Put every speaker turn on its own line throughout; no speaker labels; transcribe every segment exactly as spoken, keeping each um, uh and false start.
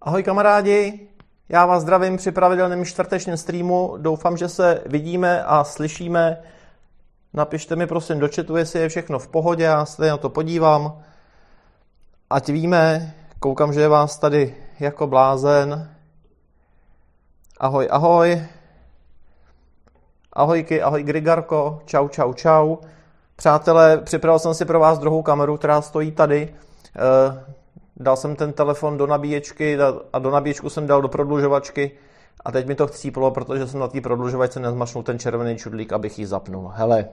Ahoj kamarádi, já vás zdravím při pravidelném čtvrtečním streamu, doufám, že se vidíme a slyšíme. Napište mi prosím do chatu, jestli je všechno v pohodě, já se na to podívám. Ať víme, koukám, že je vás tady jako blázen. Ahoj, ahoj. Ahojky, ahoj Grigarko, čau, čau, čau. Přátelé, připravil jsem si pro vás druhou kameru, která stojí tady. Dal jsem ten telefon do nabíječky a do nabíječku jsem dal do prodlužovačky a teď mi to chcíplo, protože jsem na té prodlužovačce nezmačnul ten červený čudlík, abych ji zapnul. Hele,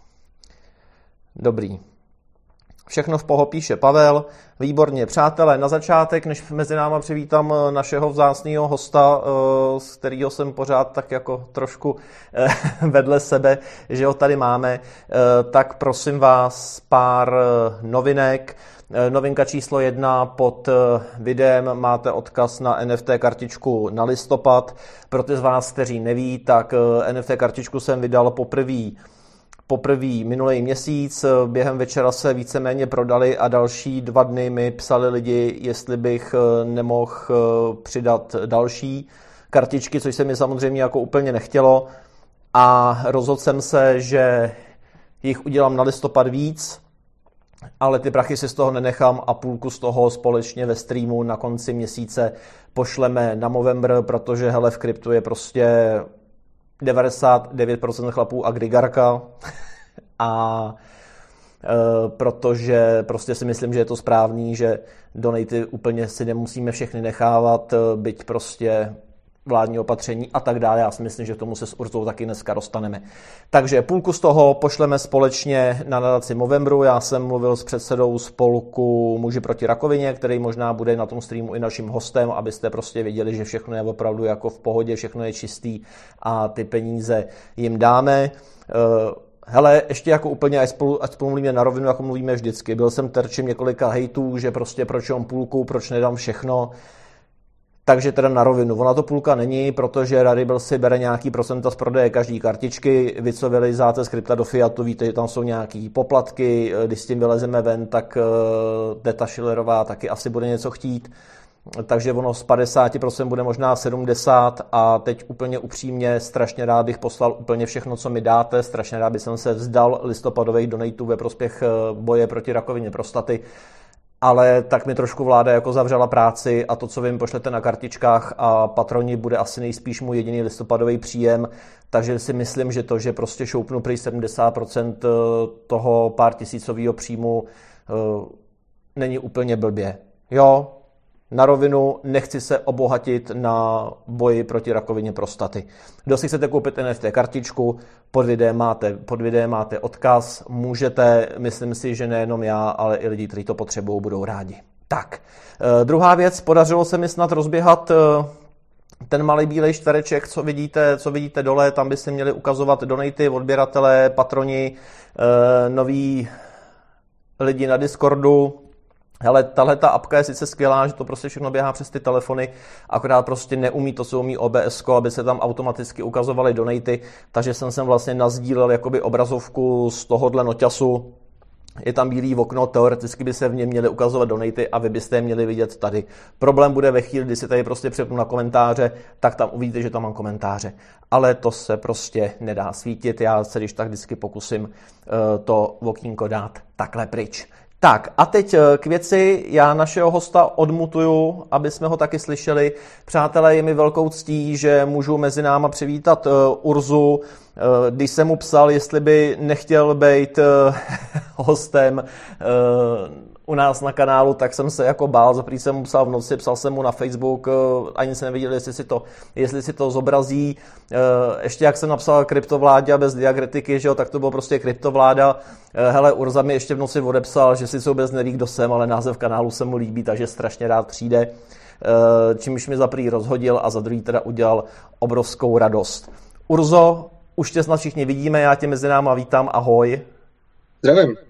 dobrý. Všechno v poho, píše Pavel. Výborně, přátelé, na začátek, než mezi náma přivítám našeho vzácného hosta, z kterého jsem pořád tak jako trošku vedle sebe, že ho tady máme, tak prosím vás pár novinek. Novinka číslo jedna, pod videem máte odkaz na N F T kartičku na listopad. Pro ty z vás, kteří neví, tak N F T kartičku jsem vydal poprvé poprvý minulý měsíc, během večera se víceméně prodali a další dva dny mi psali lidi, jestli bych nemohl přidat další kartičky, což se mi samozřejmě jako úplně nechtělo a rozhodl jsem se, že jich udělám na listopad víc, ale ty prachy si z toho nenechám a půlku z toho společně ve streamu na konci měsíce pošleme na Movember, protože hele, v kryptu je prostě devadesát devět procent chlapů a grigarka a e, protože prostě si myslím, že je to správný, že donaty úplně si nemusíme všechny nechávat, byť prostě vládní opatření a tak dále. Já si myslím, že k tomu se s Urzou taky dneska dostaneme. Takže půlku z toho pošleme společně na nadaci Movembru. Já jsem mluvil s předsedou spolku Muži proti rakovině, který možná bude na tom streamu i naším hostem, abyste prostě věděli, že všechno je opravdu jako v pohodě, všechno je čistý a ty peníze jim dáme. Hele, ještě jako úplně, ať spolu, ať spolu mluvíme na rovinu, jako mluvíme vždycky. Byl jsem terčem několika hejtů, že prostě proč mám půlku, proč nedám všechno. Takže teda na rovinu. Ona to půlka není, protože Rarible si bere nějaký procenta z prodeje každý kartičky. Vy, co vylizáte z krypta do fiatu, víte, že tam jsou nějaký poplatky. Když s tím vylezeme ven, tak Teta Schillerová taky asi bude něco chtít. Takže ono z padesát procent bude možná sedmdesát a teď úplně upřímně strašně rád bych poslal úplně všechno, co mi dáte. Strašně rád bych se vzdal listopadových donatů ve prospěch boje proti rakovině prostaty. Ale tak mi trošku vláda jako zavřela práci a to, co vy jim pošlete na kartičkách a patroni, bude asi nejspíš můj jediný listopadový příjem, takže si myslím, že to, že prostě šoupnu prý sedmdesát procent toho pár tisícového příjmu, není úplně blbě. Jo, na rovinu, nechci se obohatit na boji proti rakovině prostaty. Kdo si chcete koupit N F T kartičku, pod videem máte, pod videem máte odkaz, můžete, myslím si, že nejenom já, ale i lidi, kteří to potřebují, budou rádi. Tak, eh, druhá věc, podařilo se mi snad rozběhat eh, ten malý bílej čtvereček, co vidíte, co vidíte dole, tam by si měli ukazovat donaty, odběratele, patroni, eh, noví lidi na Discordu. Hele, tahle ta apka je sice skvělá, že to prostě všechno běhá přes ty telefony, akorát prostě neumí to, co umí O B S, aby se tam automaticky ukazovaly donaty, takže jsem sem vlastně nazdílel jakoby obrazovku z tohohle noťasu. Je tam bílý okno, teoreticky by se v něm měly ukazovat donaty a vy byste je měli vidět tady. Problém bude ve chvíli, kdy si tady prostě přepnu na komentáře, tak tam uvidíte, že tam mám komentáře. Ale to se prostě nedá svítit, já se když tak vždycky pokusím to okýnko dát takhle pryč. Tak a teď k věci, já našeho hosta odmutuju, aby jsme ho taky slyšeli. Přátelé, je mi velkou ctí, že můžu mezi náma přivítat uh, Urzu. Uh, když jsem mu psal, jestli by nechtěl být uh, hostem uh, u nás na kanálu, tak jsem se jako bál, zaprý jsem mu psal v noci, psal jsem mu na Facebook, uh, ani jsem nevěděl, jestli si to, jestli si to zobrazí. Uh, ještě jak jsem napsal kryptovládě bez diakritiky, že jo, tak to bylo prostě kryptovláda. Uh, hele, Urza mi ještě v noci odepsal, že si se vůbec neví, kdo jsem, ale název kanálu se mu líbí, takže strašně rád přijde. Uh, čímž mi za prvý rozhodil a za druhý teda udělal obrovskou radost. Urzo, už tě snad všichni vidíme, já tě mezi náma vítám, ahoj.
Zdravím.
Uh,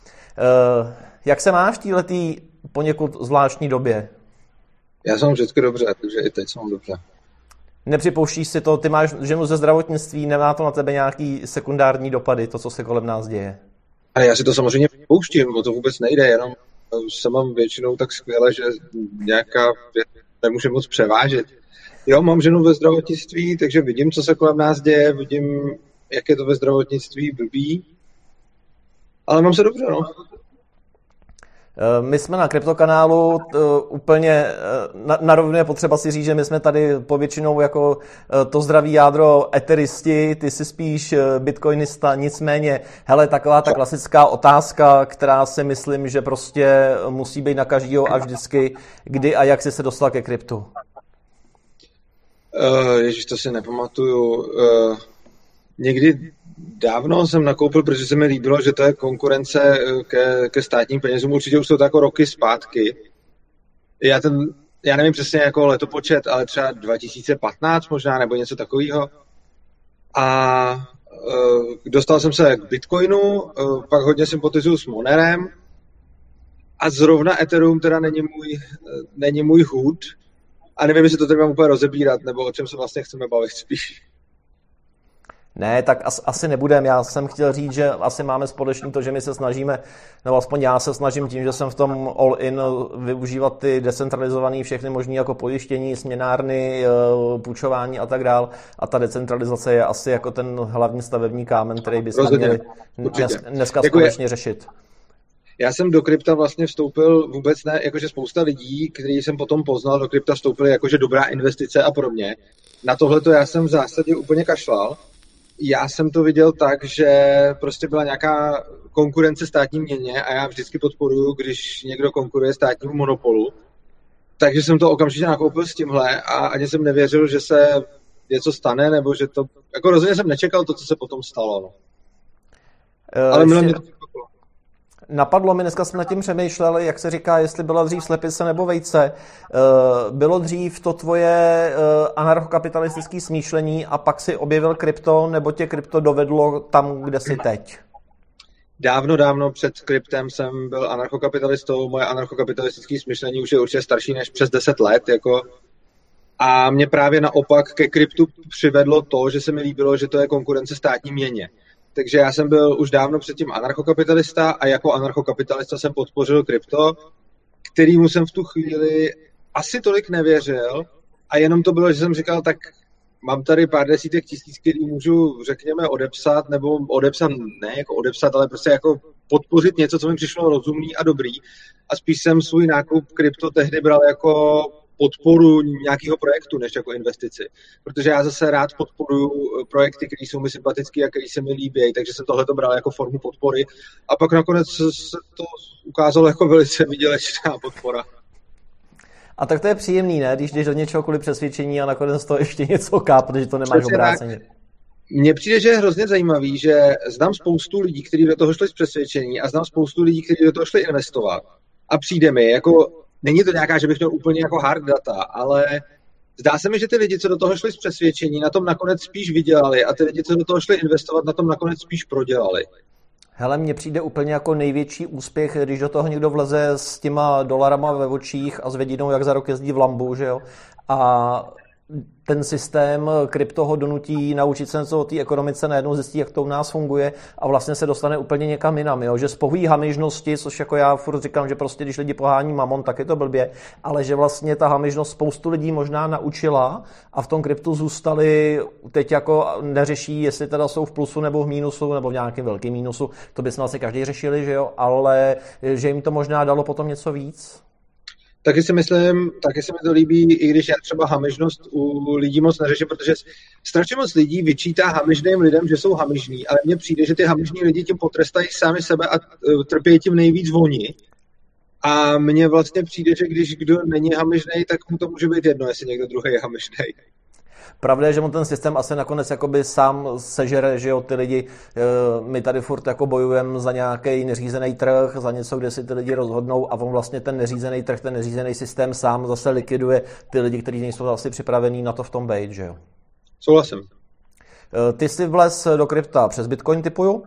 jak se máš v této poněkud zvláštní době?
Já jsem vždycky dobře, takže i teď jsem dobře.
Nepřipouštíš si to, ty máš ženu ze zdravotnictví, nemá to na tebe nějaký sekundární dopady, to, co se kolem nás děje?
Ale já si to samozřejmě pouštím, o to vůbec nejde, jenom se mám většinou tak skvěle, že nějaká věc nemůže moc převážet. Jo, mám ženu ve zdravotnictví, takže vidím, co se kolem nás děje, vidím, jak je to ve zdravotnictví blbý, ale mám se dobře, no.
My jsme na kryptokanálu t, úplně na, na rovně potřeba si říct, že my jsme tady povětšinou jako to zdraví jádro eteristi, ty jsi spíš bitcoinista, nicméně, hele, taková ta klasická otázka, která si myslím, že prostě musí být na každýho a vždycky, kdy a jak jsi se dostal ke kryptu?
Uh, ježiš, to si nepamatuju. Uh, někdy dávno jsem nakoupil, protože se mi líbilo, že to je konkurence ke, ke státním penězům. Určitě už jsou to jako roky zpátky. Já, ten, já nevím přesně jako letopočet, ale třeba dva tisíce patnáct možná, nebo něco takového. A uh, dostal jsem se k Bitcoinu, uh, pak hodně sympatizuju s Monerem a zrovna Ethereum teda není můj, uh, není můj hůd. A nevím, jestli to tady mám úplně rozebírat, nebo o čem se vlastně chceme bavit spíš.
Ne, tak as, asi nebudem. Já jsem chtěl říct, že asi máme společný to, že my se snažíme, nebo aspoň já se snažím tím, že jsem v tom all-in využívat ty decentralizované všechny možné jako pojištění, směnárny, půjčování a tak dál. A ta decentralizace je asi jako ten hlavní stavební kámen, který bychom měli dnes, dneska jako společně je... řešit.
Já jsem do krypta vlastně vstoupil vůbec ne, jakože spousta lidí, který jsem potom poznal, do krypta vstoupili jakože dobrá investice a podobně. Na tohleto já jsem v zásadě úplně kašlal. Já jsem to viděl tak, že prostě byla nějaká konkurence státní měně a já vždycky podporuju, když někdo konkuruje státnímu monopolu. Takže jsem to okamžitě nakoupil s tímhle a ani jsem nevěřil, že se něco stane, nebo že to... Jako rozhodně jsem nečekal to, co se potom stalo. No.
Uh, Ale ještě... mě to Napadlo mi, dneska jsme nad tím přemýšleli, jak se říká, jestli byla dřív slepice nebo vejce. Bylo dřív to tvoje anarchokapitalistické smýšlení a pak si objevil krypto, nebo tě krypto dovedlo tam, kde jsi teď?
Dávno, dávno před kryptem jsem byl anarchokapitalistou. Moje anarchokapitalistické smýšlení už je určitě starší než přes deset let. Jako. A mě právě naopak ke kryptu přivedlo to, že se mi líbilo, že to je konkurence státní měně. Takže já jsem byl už dávno předtím anarchokapitalista a jako anarchokapitalista jsem podpořil krypto, kterýmu jsem v tu chvíli asi tolik nevěřil a jenom to bylo, že jsem říkal, tak mám tady pár desítek tisíc, který můžu, řekněme, odepsat, nebo odepsat, ne jako odepsat, ale prostě jako podpořit něco, co mi přišlo rozumný a dobrý. A spíš jsem svůj nákup krypto tehdy bral jako podporu nějakého projektu, než jako investici. Protože já zase rád podporuju projekty, které jsou mi sympatické a které se mi líbí, takže jsem tohle bral jako formu podpory. A pak nakonec se to ukázalo jako velice výdělečná podpora.
A tak to je příjemný, ne? Když jdeš do něčeho kvůli přesvědčení a nakonec to ještě něco kápne, že to nemáš obráceně.
Mně přijde, že je hrozně zajímavý, že znám spoustu lidí, kteří do toho šli z přesvědčení a znám spoustu lidí, kteří do toho šli investovat. A přijde mi, jako není to nějaká, že bych měl úplně jako hard data, ale zdá se mi, že ty lidi, co do toho šli z přesvědčení, na tom nakonec spíš vydělali a ty lidi, co do toho šli investovat, na tom nakonec spíš prodělali.
Hele, mně přijde úplně jako největší úspěch, když do toho někdo vleze s těma dolarama ve očích a s vědinou, jak za rok jezdí v Lambu, že jo? A ten systém krypto ho donutí naučit se něco o té ekonomice, najednou zjistí, jak to u nás funguje a vlastně se dostane úplně někam jinam, jo? Že z pouhý hamižnosti, což jako já furt říkám, že prostě když lidi pohání mamon, tak je to blbě, ale že vlastně ta hamižnost spoustu lidí možná naučila a v tom kryptu zůstali, teď jako neřeší, jestli teda jsou v plusu nebo v mínusu, nebo v nějakém velkém mínusu, to by jsme asi každý řešili, že jo, ale že jim to možná dalo potom něco víc.
Taky si myslím, taky se mi to líbí, i když já třeba hamižnost u lidí moc neřeším, protože strašně moc lidí vyčítá hamižným lidem, že jsou hamižní, ale mně přijde, že ty hamižní lidi tím potrestají sami sebe a trpějí tím nejvíc oni. A mně vlastně přijde, že když kdo není hamižnej, tak mu to může být jedno, jestli někdo druhý je hamižnej.
Pravda je, že mu ten systém asi nakonec jakoby sám sežere, že jo, ty lidi, my tady furt jako bojujeme za nějaký neřízený trh, za něco, kde si ty lidi rozhodnou a on vlastně ten neřízený trh, ten neřízený systém sám zase likviduje ty lidi, kteří nejsou asi připravení na to v tom být, že jo.
Souhlasím.
Ty jsi vlez do krypta přes Bitcoin typuju?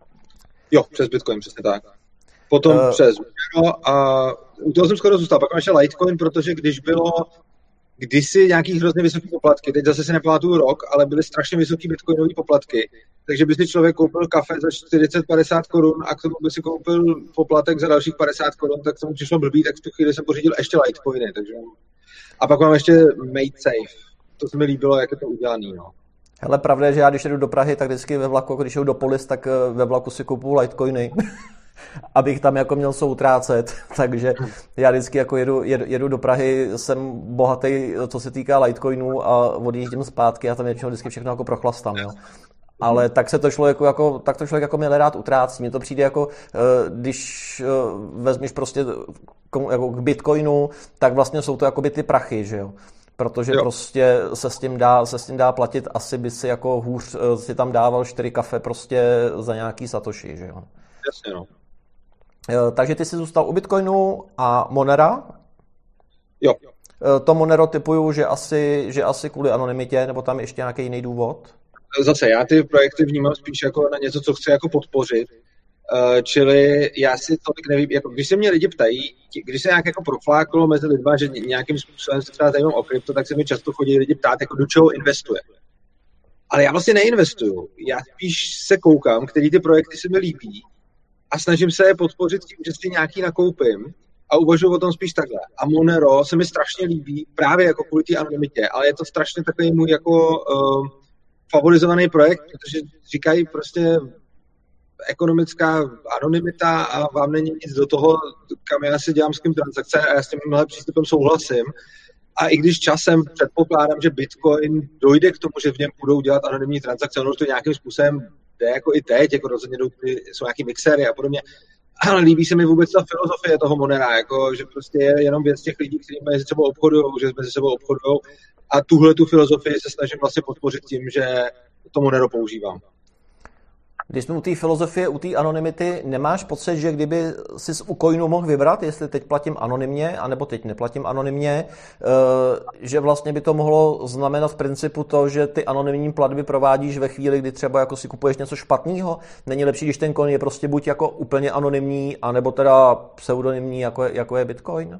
Jo, přes Bitcoin, přesně tak. Potom uh, přes Monero a u toho jsem skoro zůstal, pak mám ještě Litecoin, protože když bylo kdysi nějaký hrozně vysoký poplatky, teď zase si nepamatuju rok, ale byly strašně vysoký bitcoinový poplatky, takže by si člověk koupil kafe za čtyřicet padesát korun a k tomu by si koupil poplatek za dalších padesát korun, tak tomu přišlo blbý, tak v tu chvíli jsem pořídil ještě Litecoiny, takže A pak mám ještě Made Safe. To se mi líbilo, jak je to udělaný. No.
Hele, pravda je, že já když jdu do Prahy, tak vždycky ve vlaku, když jdu do Polis, tak ve vlaku si kupuju Litecoiny, abych tam jako měl co utrácet. Takže já vždycky jako jedu, jedu, jedu do Prahy, jsem bohatý, co se týká Litecoinů a odjíždím zpátky a tam většinou vždycky všechno jako prochlastám. Jo. Ale tak se to člověk jako, tak to člověk jako měl rád utrácí. Mně to přijde jako, když vezmeš prostě jako k Bitcoinu, tak vlastně jsou to jako by ty prachy, že jo. Protože jo. prostě se s tím dá, se s tím dá platit, asi by si jako hůř si tam dával čtyři kafe prostě za nějaký satoshi, že jo.
Jasně, no.
Takže ty jsi zůstal u Bitcoinu a Monera?
Jo.
To Monero typuju, že asi, že asi kvůli anonymitě, nebo tam ještě nějaký jiný důvod?
Zase, já ty projekty vnímám spíš jako na něco, co chci jako podpořit. Uh, čili já si tolik nevím, jako když se mě lidi ptají, když se nějak jako profláklo mezi lidma, že nějakým způsobem se třeba zajímám o krypto, tak se mi často chodí lidi ptát, jako do čeho investuje. Ale já vlastně neinvestuju. Já spíš se koukám, který ty projekty se mi líbí a snažím se je podpořit tím, že si nějaký nakoupím a uvažuji o tom spíš takhle. A Monero se mi strašně líbí právě jako kvůli té anonymitě, ale je to strašně takový můj jako uh, favorizovaný projekt, protože říkají prostě ekonomická anonymita a vám není nic do toho, kam já si dělám s tím transakce a já s tímhle přístupem souhlasím. A i když časem předpokládám, že Bitcoin dojde k tomu, že v něm budou dělat anonymní transakce, ono to nějakým způsobem jde jako i teď, jako rozhodně jdou, jsou nějaký mixéry a podobně, ale líbí se mi vůbec ta filozofie toho Monera, jako, že prostě je jenom věc těch lidí, kteří mezi sebou obchodují, že mezi sebou obchodují a tuhle tu filozofii se snažím vlastně podpořit tím, že to Monero používám.
Když jsme u té filozofie, u té anonymity, nemáš pocit, že kdyby jsi u coinu mohl vybrat, jestli teď platím anonymně, anebo teď neplatím anonymně, že vlastně by to mohlo znamenat v principu to, že ty anonymní platby provádíš ve chvíli, kdy třeba jako si kupuješ něco špatného? Není lepší, když ten coin je prostě buď jako úplně anonymní, anebo teda pseudonymní, jako je, jako je Bitcoin?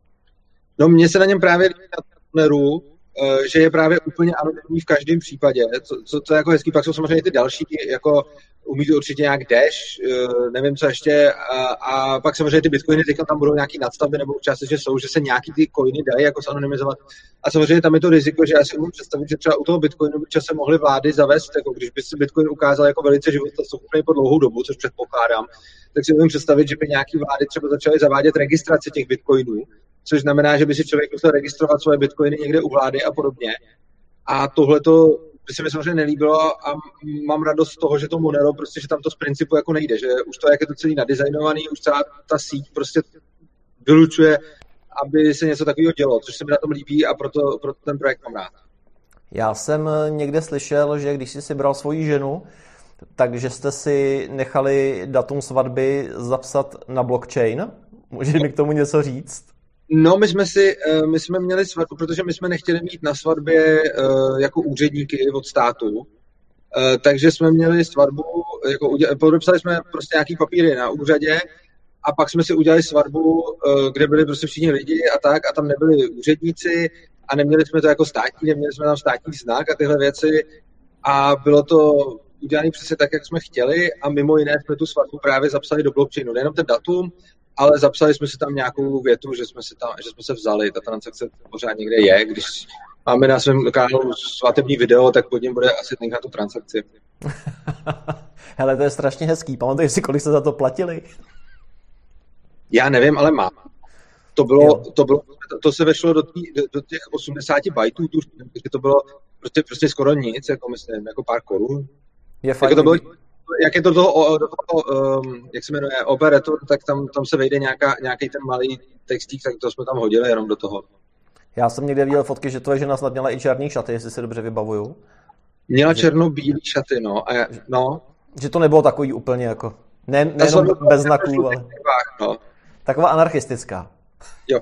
No mně se na něm právě líbí na Moneru, že je právě úplně anonymní v každém případě, co, co, co je jako hezký, pak jsou samozřejmě ty další, jako umí to určitě nějak Dash, nevím co ještě, a, a pak samozřejmě ty bitcoiny, teďka tam budou nějaký nadstavby, nebo částečně jsou, že se nějaký ty coiny dají jako zanonymizovat. A samozřejmě tam je to riziko, že já si můžu představit, že třeba u toho bitcoinu by časem mohly vlády zavést, jako když by se bitcoin ukázal jako velice životaschopný po dlouhou dobu, což předpokládám, tak si můžu představit, že by nějaký vlády třeba začaly zavádět registraci těch bitcoinů, což znamená, že by si člověk musel registrovat svoje bitcoiny někde u vlády a podobně. A tohleto by se mi samozřejmě nelíbilo a mám radost z toho, že to Monero, prostě, že tam to z principu jako nejde, že už to, jak je to celý nadizajnovaný, už celá ta síť prostě vylučuje, aby se něco takového dělo, což se mi na tom líbí a proto, proto ten projekt mám rád.
Já jsem někde slyšel, že když jsi si bral svoji ženu, takže jste si nechali datum svatby zapsat na blockchain. Můžeš mi k tomu něco říct?
No, my jsme si, my jsme měli svatbu, protože my jsme nechtěli mít na svatbě jako úředníky od státu, takže jsme měli svatbu, jako podepsali jsme prostě nějaký papíry na úřadě a pak jsme si udělali svatbu, kde byli prostě všichni lidi a tak a tam nebyli úředníci a neměli jsme to jako státní, neměli jsme tam státní znak a tyhle věci a bylo to udělané přesně tak, jak jsme chtěli a mimo jiné jsme tu svatbu právě zapsali do blockchainu, nejenom ten datum, ale zapsali jsme si tam nějakou větu, že jsme, si tam, že jsme se vzali, ta transakce pořád někde je, když máme na svém kanálu svatební video, tak pod něm bude asi link na tu transakci.
Hele, to je strašně hezký, pamatuješ si, kolik jste za to platili?
Já nevím, ale mám. To bylo, to, bylo, to se vešlo do, tý, do těch osmdesáti bajtů, takže to bylo prostě, prostě skoro nic, jako myslím, jako pár korun.
Je fajn.
Jako to bylo, jak je to do toho, do toho um, jak se jmenuje, operator, tak tam, tam se vejde nějaká, nějaký ten malý textík, tak to jsme tam hodili jenom do toho.
Já jsem někde viděl fotky, že tvoje žena snad měla i černý šaty, jestli si dobře vybavuju.
Měla
že...
černobílý šaty, no. A já, no.
Že to nebylo takový úplně jako, ne, nejenom bez znaků, ale
no. Taková
anarchistická.
Jo.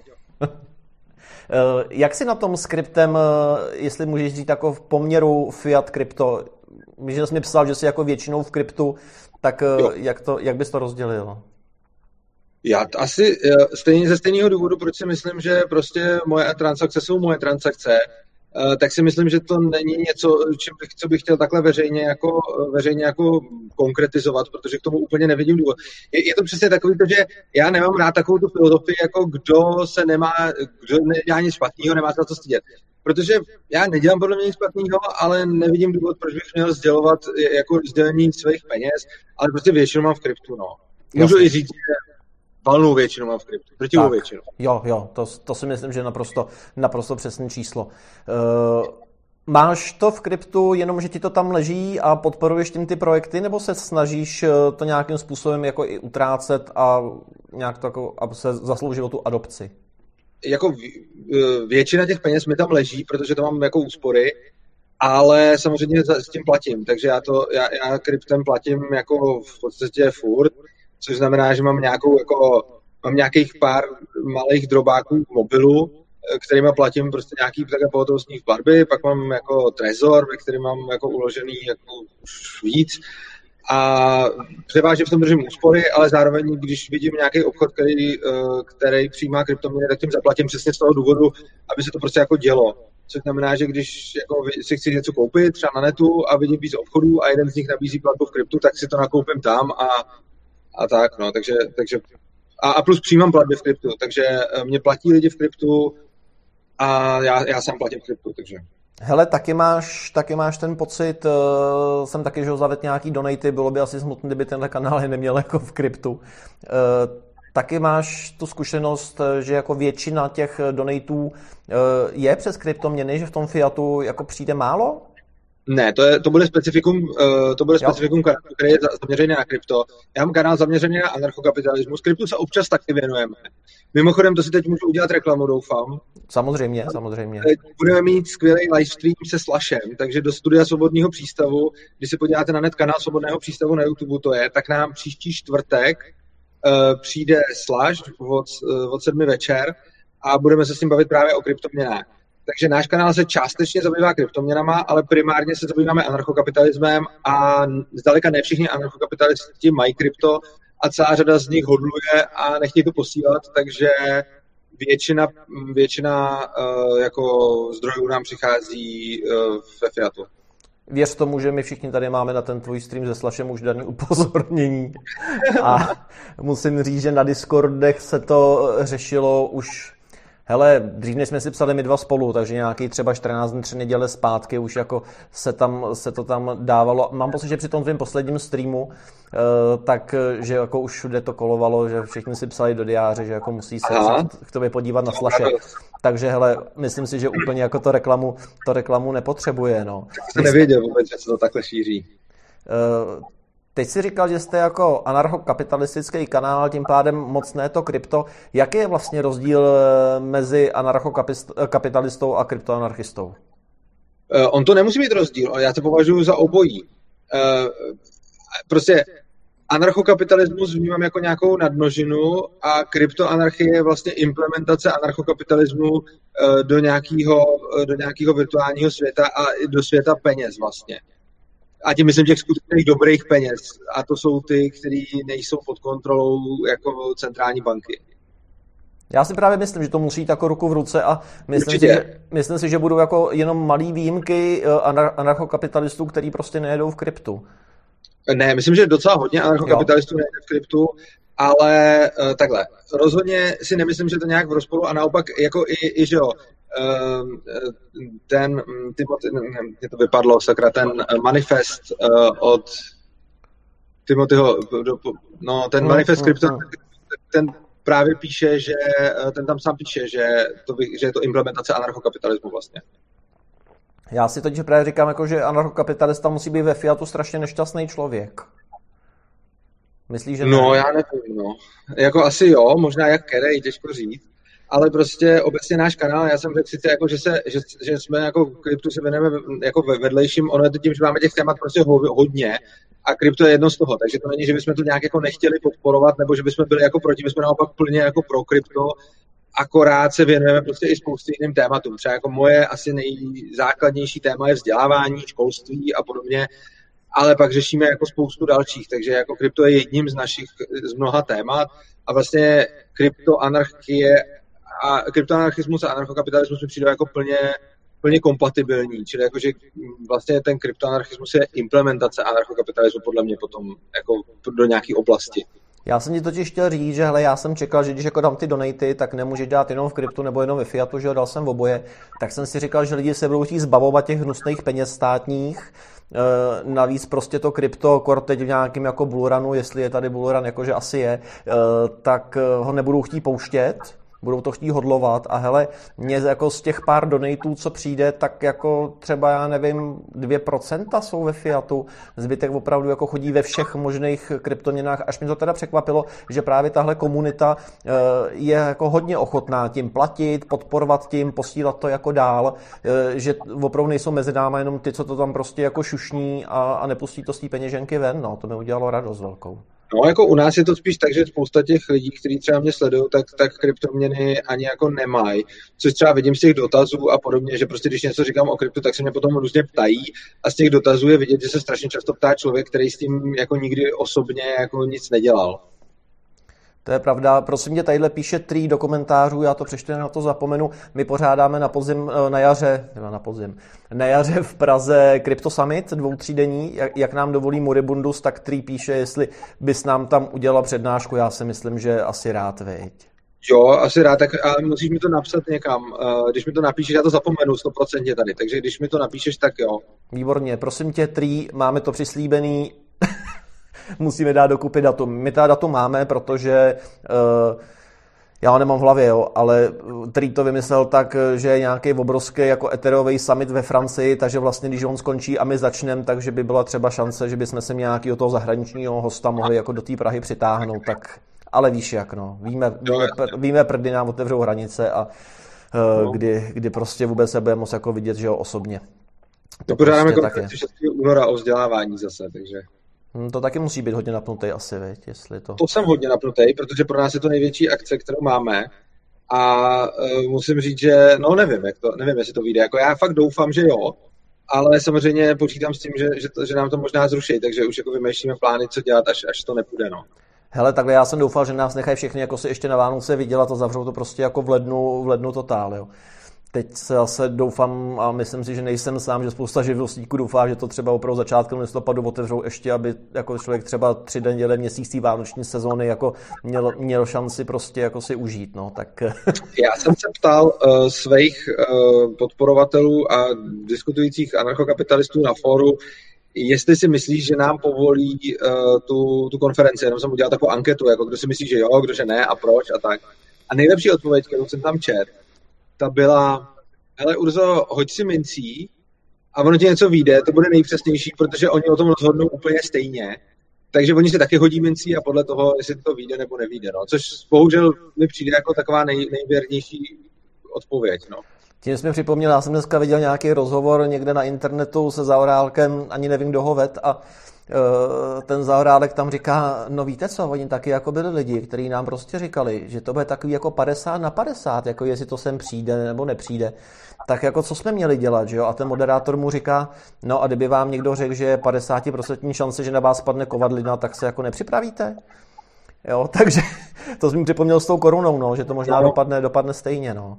Jak jsi na tom s kryptem, jestli můžeš říct jako v poměru fiat krypto? Když jsi mi psal, že jsi jako většinou v kryptu, tak jak, to, jak bys to rozdělil?
Já asi stejně ze stejného důvodu, proč si myslím, že prostě moje transakce jsou moje transakce, tak si myslím, že to není něco, čím bych, co bych chtěl takhle veřejně jako, veřejně jako konkretizovat, protože k tomu úplně nevidím důvod. Je, je to přesně takový to, že já nemám rád takovou tu filozofii, jako kdo se nemá, kdo nedělá nic špatného, nemá se na to stydět. Protože já nedělám podle mě nic špatného, ale nevidím důvod, proč bych měl sdělovat jako sdělení svých peněz, ale prostě většinu mám v kryptu, no. Můžu Jasně. i říct, že valnou většinu mám v kryptu, drtivou většinu.
Jo, jo, to, to si myslím, že je naprosto, naprosto přesné číslo. Uh, máš to v kryptu jenom, že ti to tam leží a podporuješ tím ty projekty, nebo se snažíš to nějakým způsobem jako i utrácet a nějak to jako, aby se zasloužilo tu adopci?
Jako většina těch peněz mi tam leží, protože to mám jako úspory, ale samozřejmě s tím platím, takže já to, já, já kryptem platím jako v podstatě furt, což znamená, že mám nějakou jako, mám nějakých pár malých drobáků v mobilu, kterýma platím prostě nějaký také pohotovostní vplatby, pak mám jako trezor, ve kterém mám jako uložený jako už víc a převážně v tom držím úspory, ale zároveň, když vidím nějaký obchod, který, který přijímá kryptoměny, tak tím zaplatím přesně z toho důvodu, aby se to prostě jako dělo. Což znamená, že když jako si chci něco koupit třeba na netu a vidím víc obchodů a jeden z nich nabízí platbu v kryptu, tak si to nakoupím tam a, a tak, no, takže, takže a, a plus přijímám platby v kryptu, takže mě platí lidi v kryptu a já, já sám platím v kryptu, takže.
Hele, taky máš, taky máš ten pocit, uh, jsem taky, že ho zavedl nějaký donaty, bylo by asi smutné, kdyby tenhle kanál neměl jako v kryptu. Uh, taky máš tu zkušenost, že jako většina těch donatů uh, je přes kryptoměny, že v tom fiatu jako přijde málo?
Ne, to, je, to bude specifikum, uh, to bude specifikum kanálu, který je zaměřený na krypto. Já mám kanál zaměřený na anarchokapitalismus. Kryptu se občas taky věnujeme. Mimochodem, to si teď můžu udělat reklamu, doufám.
Samozřejmě, samozřejmě.
Budeme mít skvělý livestream se Slashem, takže do studia Svobodného přístavu, když se podíváte na net kanál Svobodného přístavu na YouTube, to je, tak nám příští čtvrtek uh, přijde Slash od, uh, od sedmi večer a budeme se s ním bavit právě o kryptoměnách. Takže náš kanál se částečně zabývá kryptoměnama, ale primárně se zabýváme anarchokapitalismem a zdaleka ne všichni anarchokapitalisti mají krypto a celá řada z nich hodluje a nechtějí to posílat, takže většina, většina uh, jako zdrojů nám přichází uh, ve fiatu.
Věř tomu, že my všichni tady máme na ten tvůj stream se Slashem už daný upozornění a musím říct, že na Discordech se to řešilo už. Hele, dřív než jsme si psali my dva spolu, takže nějaký třeba čtrnáct dní, tři neděle zpátky už jako se, tam, se to tam dávalo. Mám pocit, že při tom tvým posledním streamu, tak, že jako už všude to kolovalo, že všichni si psali do diáře, že jako musí se k tobě podívat na Slashe. Takže hele, myslím si, že úplně jako to reklamu, to reklamu nepotřebuje. No.
Tak jsem nevěděl vůbec, že se to takhle šíří.
Uh, Teď si říkal, že jste jako anarchokapitalistický kanál, tím pádem moc ne to krypto. Jaký je vlastně rozdíl mezi anarchokapitalistou a kryptoanarchistou?
Uh, on to nemusí být rozdíl, já to považuji za obojí. Uh, prostě anarchokapitalismus vnímám jako nějakou nadnožinu a kryptoanarchie je vlastně implementace anarchokapitalismu uh, do nějakého, do nějakého virtuálního světa a do světa peněz vlastně. A tím myslím těch skutečných dobrých peněz. A to jsou ty, kteří nejsou pod kontrolou jako centrální banky.
Já si právě myslím, že to musí jít jako ruku v ruce a myslím si, že, myslím si, že budou jako jenom malý výjimky anar- anarchokapitalistů, který prostě nejedou v kryptu.
Ne, myslím, že docela hodně anarchokapitalistů nejede v kryptu, ale uh, takhle. Rozhodně si nemyslím, že to nějak v rozporu a naopak jako i, i že jo, ten, Timothy, mě to vypadlo, sakra, ten manifest uh, od Timothyho, no ten manifest mm, krypto, mm, ten právě píše, že ten tam sám píše, že, to, že je to implementace anarchokapitalismu vlastně.
Já si teď právě říkám, jako, že anarchokapitalista musí být ve fiatu strašně nešťastný člověk. Myslíš, že ne?
No, já nevím, no. Jako asi jo, možná jak kerej, těžko říct. Ale prostě obecně náš kanál, já jsem řekl sice jako, že, se, že, že jsme jako kryptu se věnujeme jako ve vedlejším, ono je to tím, že máme těch témat prostě hodně a krypto je jedno z toho, takže to není, že bychom to nějak jako nechtěli podporovat, nebo že bychom byli jako proti, my jsme naopak plně jako pro krypto, akorát se věnujeme prostě i spoustě jiným tématům. Třeba jako moje asi nejzákladnější téma je vzdělávání, školství a podobně, ale pak řešíme jako spoustu dalších, takže jako krypto je jedním z našich, z mnoha témat a vlastně kryptoanarchie a kryptoanarchismus a anarchokapitalismus mi přijdou jako plně plně kompatibilní, čili jakože vlastně ten kryptoanarchismus je implementace anarchokapitalismu podle mě potom jako do nějaké oblasti.
Já jsem ti totiž chtěl říct, že hele, já jsem čekal, že když jako dám ty donaty, tak nemůžeš dát jenom v kryptu nebo jenom ve fiatu, že jo, dal jsem v oboje, tak jsem si říkal, že lidi se budou chtít zbavovat těch hnusných peněz státních, e, navíc prostě to krypto, kor teď v nějakém jako bullrunu, jestli je tady bullrun, jakože asi je, e, tak ho nebudou chtít pouštět, budou to chtít hodlovat a hele, mě jako z těch pár donatů, co přijde, tak jako třeba, já nevím, dvě procenta jsou ve fiatu, zbytek opravdu jako chodí ve všech možných kryptoměnách, až mi to teda překvapilo, že právě tahle komunita je jako hodně ochotná tím platit, podporovat tím, posílat to jako dál, že opravdu nejsou mezi náma jenom ty, co to tam prostě jako šušní a, a nepustí to z té peněženky ven, no, to mi udělalo radost velkou.
No, jako u nás je to spíš tak, že spousta těch lidí, kteří třeba mě sledují, tak, tak kryptoměny ani jako nemají, což třeba vidím z těch dotazů a podobně, že prostě když něco říkám o kryptu, tak se mě potom různě ptají a z těch dotazů je vidět, že se strašně často ptá člověk, který s tím jako nikdy osobně jako nic nedělal.
To je pravda. Prosím tě, tadyhle píše Trý do komentářů, já to přečtu, na to zapomenu. My pořádáme na podzim, na jaře, na podzim, na jaře v Praze Crypto Summit, dvou, třídenní, jak, jak nám dovolí Moribundus, tak Trý píše, jestli bys nám tam udělal přednášku, já si myslím, že asi rád, veď.
Jo, asi rád, tak a musíš mi to napsat někam. Když mi to napíšeš, já to zapomenu sto procent tady, takže když mi to napíšeš, tak jo.
Výborně, prosím tě, Trý, máme to přislíbený. Musíme dát dokupy datum. My ta datum máme, protože uh, já ho nemám v hlavě, jo, ale Trý to vymyslel tak, že je nějaký obrovský jako eterový summit ve Francii, takže vlastně, když on skončí a my začneme, takže by byla třeba šance, že bychom se nějakého toho zahraničního hosta mohli jako do té Prahy přitáhnout, tak ale víš jak, no. Víme, víme, víme prdy nám otevřou hranice a uh, kdy, kdy prostě vůbec se budeme moct jako vidět, že jo, osobně.
To pořádáme konferenci šestého února o vzdělávání zase, takže...
To taky musí být hodně napnutý asi, veď, jestli to...
To jsem hodně napnutý, protože pro nás je to největší akce, kterou máme a uh, musím říct, že, no nevím, jak to, nevím, jestli to vyjde, jako já fakt doufám, že jo, ale samozřejmě počítám s tím, že, že, to, že nám to možná zruší, takže už jako vymýšlíme plány, co dělat, až, až to nepůjde, no.
Hele, takhle já jsem doufal, že nás nechají všechny jako si ještě na Vánoce vydělat a zavřou to prostě jako v lednu, v lednu totál, jo. Teď se zase doufám a myslím si, že nejsem sám, že spousta živnostníků doufá, že to třeba opravdu začátkem listopadu otevřou ještě, aby jako člověk třeba tři den děle měsíc té vánoční sezóny jako měl, měl šanci prostě jako si užít, no, tak...
Já jsem se ptal uh, svých uh, podporovatelů a diskutujících anarchokapitalistů na fóru, jestli si myslíš, že nám povolí uh, tu, tu konferenci, jenom jsem udělal takovou anketu, jako kdo si myslí, že jo, kdo že ne a proč a tak. A nejlepší odpověď, kterou jsem tam četl, ta byla, hele Urzo, hoď si mincí a ono ti něco vyjde, to bude nejpřesnější, protože oni o tom rozhodnou úplně stejně. Takže oni si taky hodí mincí a podle toho, jestli to vyjde nebo nevyjde. No. Což bohužel mi přijde jako taková nej, nejvěrnější odpověď. No.
Tím jsi mi připomněl, já jsem dneska viděl nějaký rozhovor někde na internetu se Zaorálkem, ani nevím, kdo ho ved, a ten Zaorálek tam říká, no víte co, oni taky jako byli lidi, kteří nám prostě říkali, že to bude takový jako padesát na padesát, jako jestli to sem přijde nebo nepřijde. Tak jako co jsme měli dělat, že jo? A ten moderátor mu říká, no a kdyby vám někdo řekl, že je padesát procent šance, že na vás padne kovadlina, tak se jako nepřipravíte? Jo, takže to jsi mi připomněl s tou korunou, no, že to možná no. dopadne, dopadne stejně, no.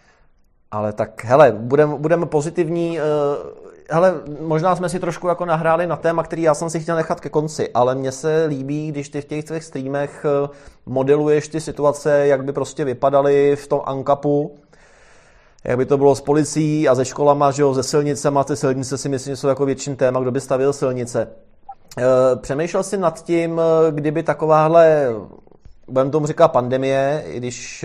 Ale tak, hele, budeme budem pozitivní. Hele, možná jsme si trošku jako nahráli na téma, který já jsem si chtěl nechat ke konci, ale mně se líbí, když ty v těch svých streamech modeluješ ty situace, jak by prostě vypadaly v tom ANCAPu, jak by to bylo s policií a se školama, že jo, se silnicema, ty silnice si myslím, že jsou jako větším téma, kdo by stavil silnice. Přemýšlel jsi nad tím, kdyby takováhle, budeme tomu říkat pandemie, i když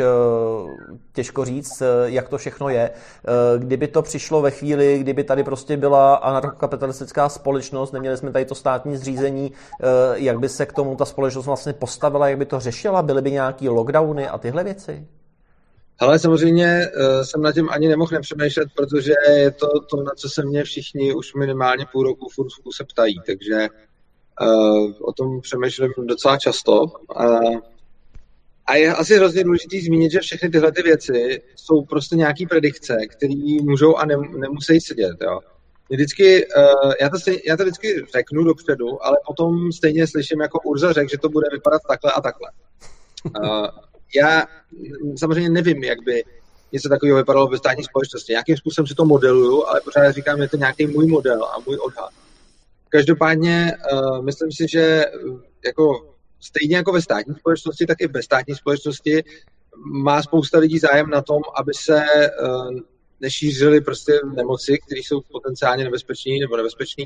těžko říct, jak to všechno je, kdyby to přišlo ve chvíli, kdyby tady prostě byla anarchokapitalistická společnost, neměli jsme tady to státní zřízení, jak by se k tomu ta společnost vlastně postavila, jak by to řešila, byly by nějaký lockdowny a tyhle věci?
Ale samozřejmě jsem nad tím ani nemohl nepřemýšlet, protože je to to, na co se mě všichni už minimálně půl roku furt se ptají, takže uh, o tom přemýšlím docela často. Uh, a je asi hrozně důležité zmínit, že všechny tyhle ty věci jsou prostě nějaký predikce, které můžou a ne, nemusí sedět. Jo. Vždycky, uh, já, to stejně, já to vždycky řeknu dopředu, ale potom stejně slyším, jako Urza řekl, že to bude vypadat takhle a takhle. Uh, Já samozřejmě nevím, jak by, něco takového vypadalo ve státní společnosti. Nějakým způsobem si to modeluju, ale pořád říkám, že je to nějaký můj model a můj odhad. Každopádně uh, myslím si, že jako stejně jako ve státní společnosti, tak i ve státní společnosti má spousta lidí zájem na tom, aby se uh, nešířily prostě nemoci, které jsou potenciálně nebezpečné nebo nebezpečné.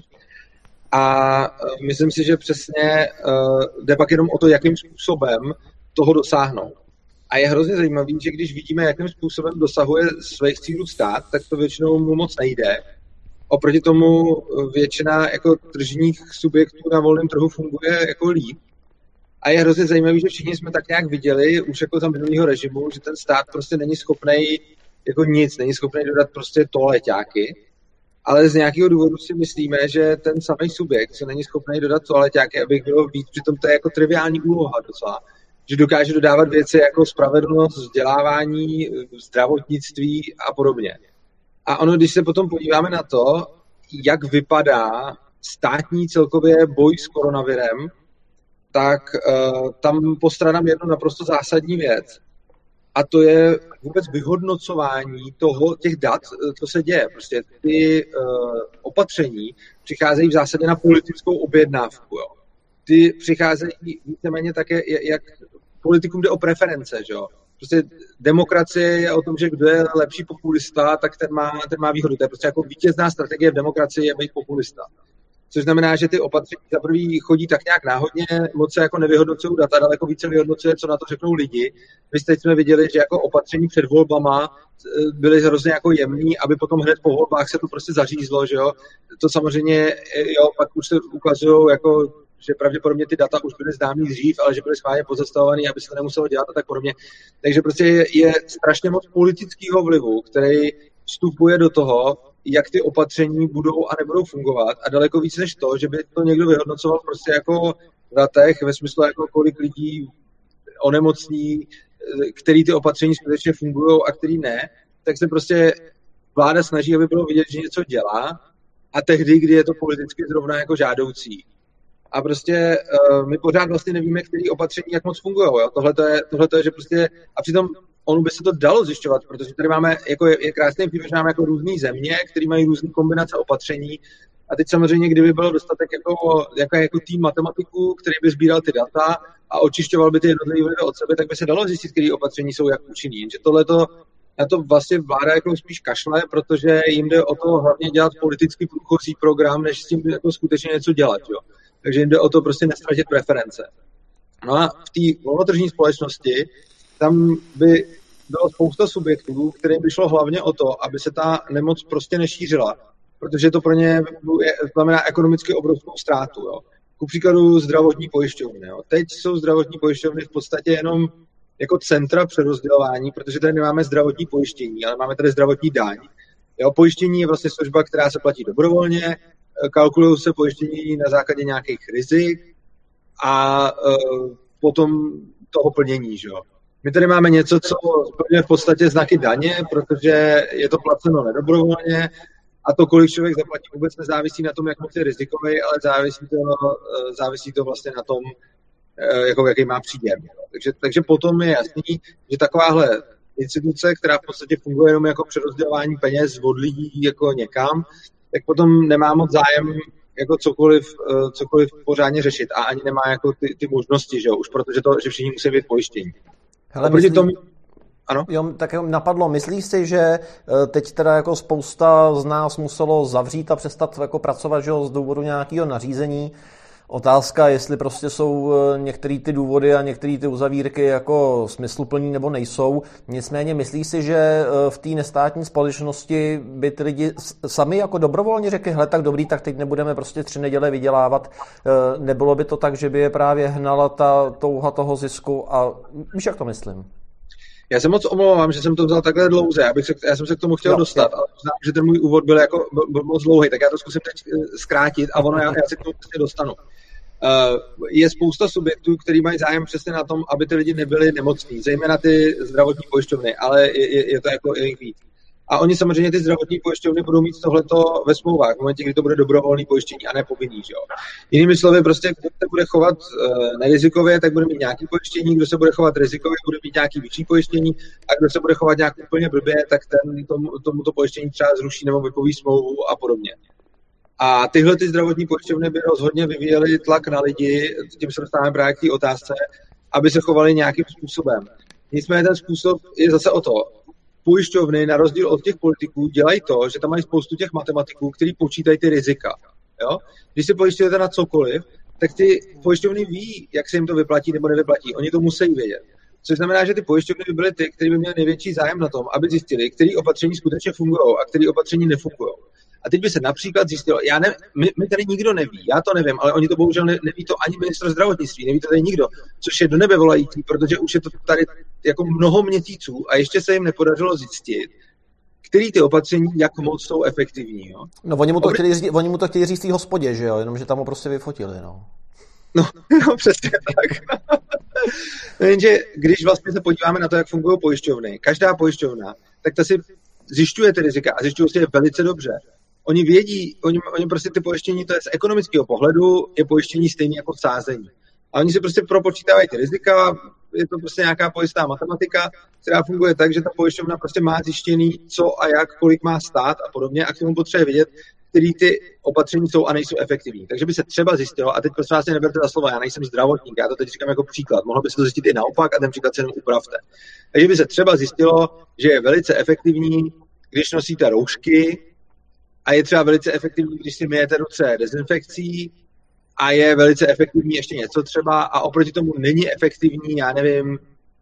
A uh, myslím si, že přesně uh, jde pak jenom o to, jakým způsobem toho dosáhnout. A je hrozně zajímavý, že když vidíme, jakým způsobem dosahuje svých cílů stát, tak to většinou mu moc nejde. Oproti tomu většina jako tržních subjektů na volném trhu funguje jako líp. A je hrozně zajímavý, že všichni jsme tak nějak viděli už jako za minulého režimu, že ten stát prostě není schopný jako nic, není schopný dodat prostě toaleťáky, ale z nějakého důvodu si myslíme, že ten samý subjekt, co není schopný dodat toaleťáky, aby bylo víc, přitom to je jako triviální úloha docela, že dokáže dodávat věci jako spravedlnost, vzdělávání, zdravotnictví a podobně. A ono, když se potom podíváme na to, jak vypadá státní celkově boj s koronavirem, tak uh, tam postrádám jednu naprosto zásadní věc. A to je vůbec vyhodnocování toho, těch dat, co se děje. Prostě ty uh, opatření přicházejí v zásadě na politickou objednávku. Jo. Ty přicházejí víceméně také, jak politikům jde o preference, že jo. Prostě demokracie je o tom, že kdo je lepší populista, tak ten má, ten má výhodu. To je prostě jako vítězná strategie v demokracii je být populista. Což znamená, že ty opatření za prvý chodí tak nějak náhodně, moc se jako nevyhodnocují data, daleko více vyhodnocuje, co na to řeknou lidi. My teď jsme viděli, že jako opatření před volbama byly hrozně jako jemný, aby potom hned po volbách se to prostě zařízlo, že jo. To samozřejmě, jo, pak už se ukazují jako, že pravděpodobně ty data už byly známý dřív, ale že byly schválně pozastavovaný, aby se to nemuselo dělat a tak podobně. Takže prostě je, je strašně moc politického vlivu, který vstupuje do toho, jak ty opatření budou a nebudou fungovat a daleko víc než to, že by to někdo vyhodnocoval prostě jako v datech, ve smyslu jako kolik lidí onemocní, který ty opatření skutečně fungují a který ne, tak se prostě vláda snaží, aby bylo vidět, že něco dělá a tehdy, kdy je to politicky zrovna jako žádoucí. A prostě uh, my pořád vlastně nevíme, který opatření jak moc fungují. Tohle je, tohleto je, že prostě, a přitom ono by se to dalo zjišťovat, protože tady máme, jako je, je krásný, že máme jako různý země, které mají různé kombinace opatření. A teď samozřejmě, kdyby bylo dostatek jako, jako, jako tým matematiků, který by sbíral ty data a očišťoval by ty jednotlivé vlivy od sebe, tak by se dalo zjistit, které opatření jsou jak účinný. Jenže tohleto, na to vlastně vláda jako spíš kašle, protože jim jde o to hlavně dělat politicky průchozí program, než s tím jako skutečně něco dělat. Jo. Takže jim jde o to prostě nestratit preference. No a v té volnotržní společnosti tam by bylo spousta subjektů, kterým by šlo hlavně o to, aby se ta nemoc prostě nešířila, protože to pro ně znamená ekonomicky obrovskou ztrátu. Jo. Ku příkladu zdravotní pojišťovny. Jo. Teď jsou zdravotní pojišťovny v podstatě jenom jako centra přerozdělování, protože tady nemáme zdravotní pojištění, ale máme tady zdravotní daň. Jo, pojištění je vlastně služba, která se platí dobrovolně, kalkulují se pojištění na základě nějakých rizik a uh, potom toho plnění. Že jo. My tady máme něco, co splňuje v podstatě znaky daně, protože je to placeno nedobrovolně a to, kolik člověk zaplatí, vůbec nezávisí na tom, jak moc je rizikový, ale závisí to, závisí to vlastně na tom, jako jaký má příjem. Takže, takže potom je jasný, že takováhle instituce, která v podstatě funguje jenom jako přerozdělování peněz od lidí jako někam, tak potom nemá moc zájem jako cokoliv, cokoliv pořádně řešit a ani nemá jako ty, ty možnosti, že jo, už protože to, že všichni musí být pojištění.
Hele, myslí... tomu... Ano? Jo, tak napadlo, myslíš si, že teď teda jako spousta z nás muselo zavřít a přestat jako pracovat, že jo, z důvodu nějakého nařízení? Otázka, jestli prostě jsou některé ty důvody a některé ty uzavírky jako smysluplný nebo nejsou. Nicméně myslíš si, že v té nestátní společnosti by ty lidi sami jako dobrovolně řekli, hele, tak dobrý, tak teď nebudeme prostě tři neděle vydělávat. Nebylo by to tak, že by je právě hnala ta touha toho zisku a víš, jak to myslím?
Já se moc omlouvám, že jsem to vzal takhle dlouze, abych se, já jsem se k tomu chtěl no, dostat, ale znám, že ten můj úvod byl, jako, byl, byl moc dlouhý, tak já to zkusím teď zkrátit a ono, já, já se k tomu prostě dostanu. Uh, je spousta subjektů, který mají zájem přesně na tom, aby ty lidi nebyli nemocní, zejména ty zdravotní pojišťovny, ale je, je, je to jako jejich víc. A oni samozřejmě ty zdravotní pojišťovny budou mít tohleto ve smlouvách, v momentě, kdy to bude dobrovolné pojištění a ne povinný. Že jo? Jinými slovy, prostě kdo se bude chovat uh, nerizikově, tak bude mít nějaký pojištění, kdo se bude chovat rizikově, bude mít nějaký vyšší pojištění a kdo se bude chovat nějak úplně blbě, tak ten tomu, tomu to pojištění třeba zruší nebo vypoví smlouvu a podobně. A tyhle ty zdravotní pojišťovny by rozhodně vyvíjely tlak na lidi, tím se dostáváme právě k té otázce, aby se chovali nějakým způsobem. Nicméně ten způsob je zase o to. Pojišťovny, na rozdíl od těch politiků, dělají to, že tam mají spoustu těch matematiků, kteří počítají ty rizika. Jo? Když se pojišťujete na cokoliv, tak ty pojišťovny ví, jak se jim to vyplatí nebo nevyplatí. Oni to musí vědět. Což znamená, že ty pojišťovny by byly ty, kteří by měli největší zájem na tom, aby zjistili, které opatření skutečně fungují a které opatření nefungují. A teď by se například zjistilo, já ne, my, my tady nikdo neví, já to nevím, ale oni to bohužel ne, neví to ani ministr zdravotnictví, neví to tady nikdo, což je do nebe volající, protože už je to tady jako mnoho měsíců a ještě se jim nepodařilo zjistit, který ty opatření, jak moc jsou efektivní. Jo?
No oni mu to, Obr... chtěli, oni mu to chtěli říct v té hospodě, že jo, jenomže tam ho prostě vyfotili, no.
No, no přesně tak. Jenže když vlastně se podíváme na to, jak fungují pojišťovny, každá pojišťovna, tak ta si zjišťuje ty rizika a zjišťují si je velice dobře. Oni vědí, oni, oni prostě ty pojištění, to je z ekonomického pohledu, je pojištění stejně jako sázení. A oni si prostě propočítávají ty rizika, je to prostě nějaká pojistá matematika, která funguje tak, že ta pojišťovna prostě má zjištěný, co a jak, kolik má stát a podobně a k tomu potřebuje vědět, který ty opatření jsou a nejsou efektivní. Takže by se třeba zjistilo, a teď prostě vás neberte za slova, já nejsem zdravotník, já to teď říkám jako příklad, mohlo by se to zjistit i naopak a ten příklad se jenom upravte. Takže by se třeba zjistilo, že je velice efektivní, když nosíte roušky, a je třeba velice efektivní, když si myjete ruce dezinfekcí a je velice efektivní ještě něco třeba a oproti tomu není efektivní, já nevím,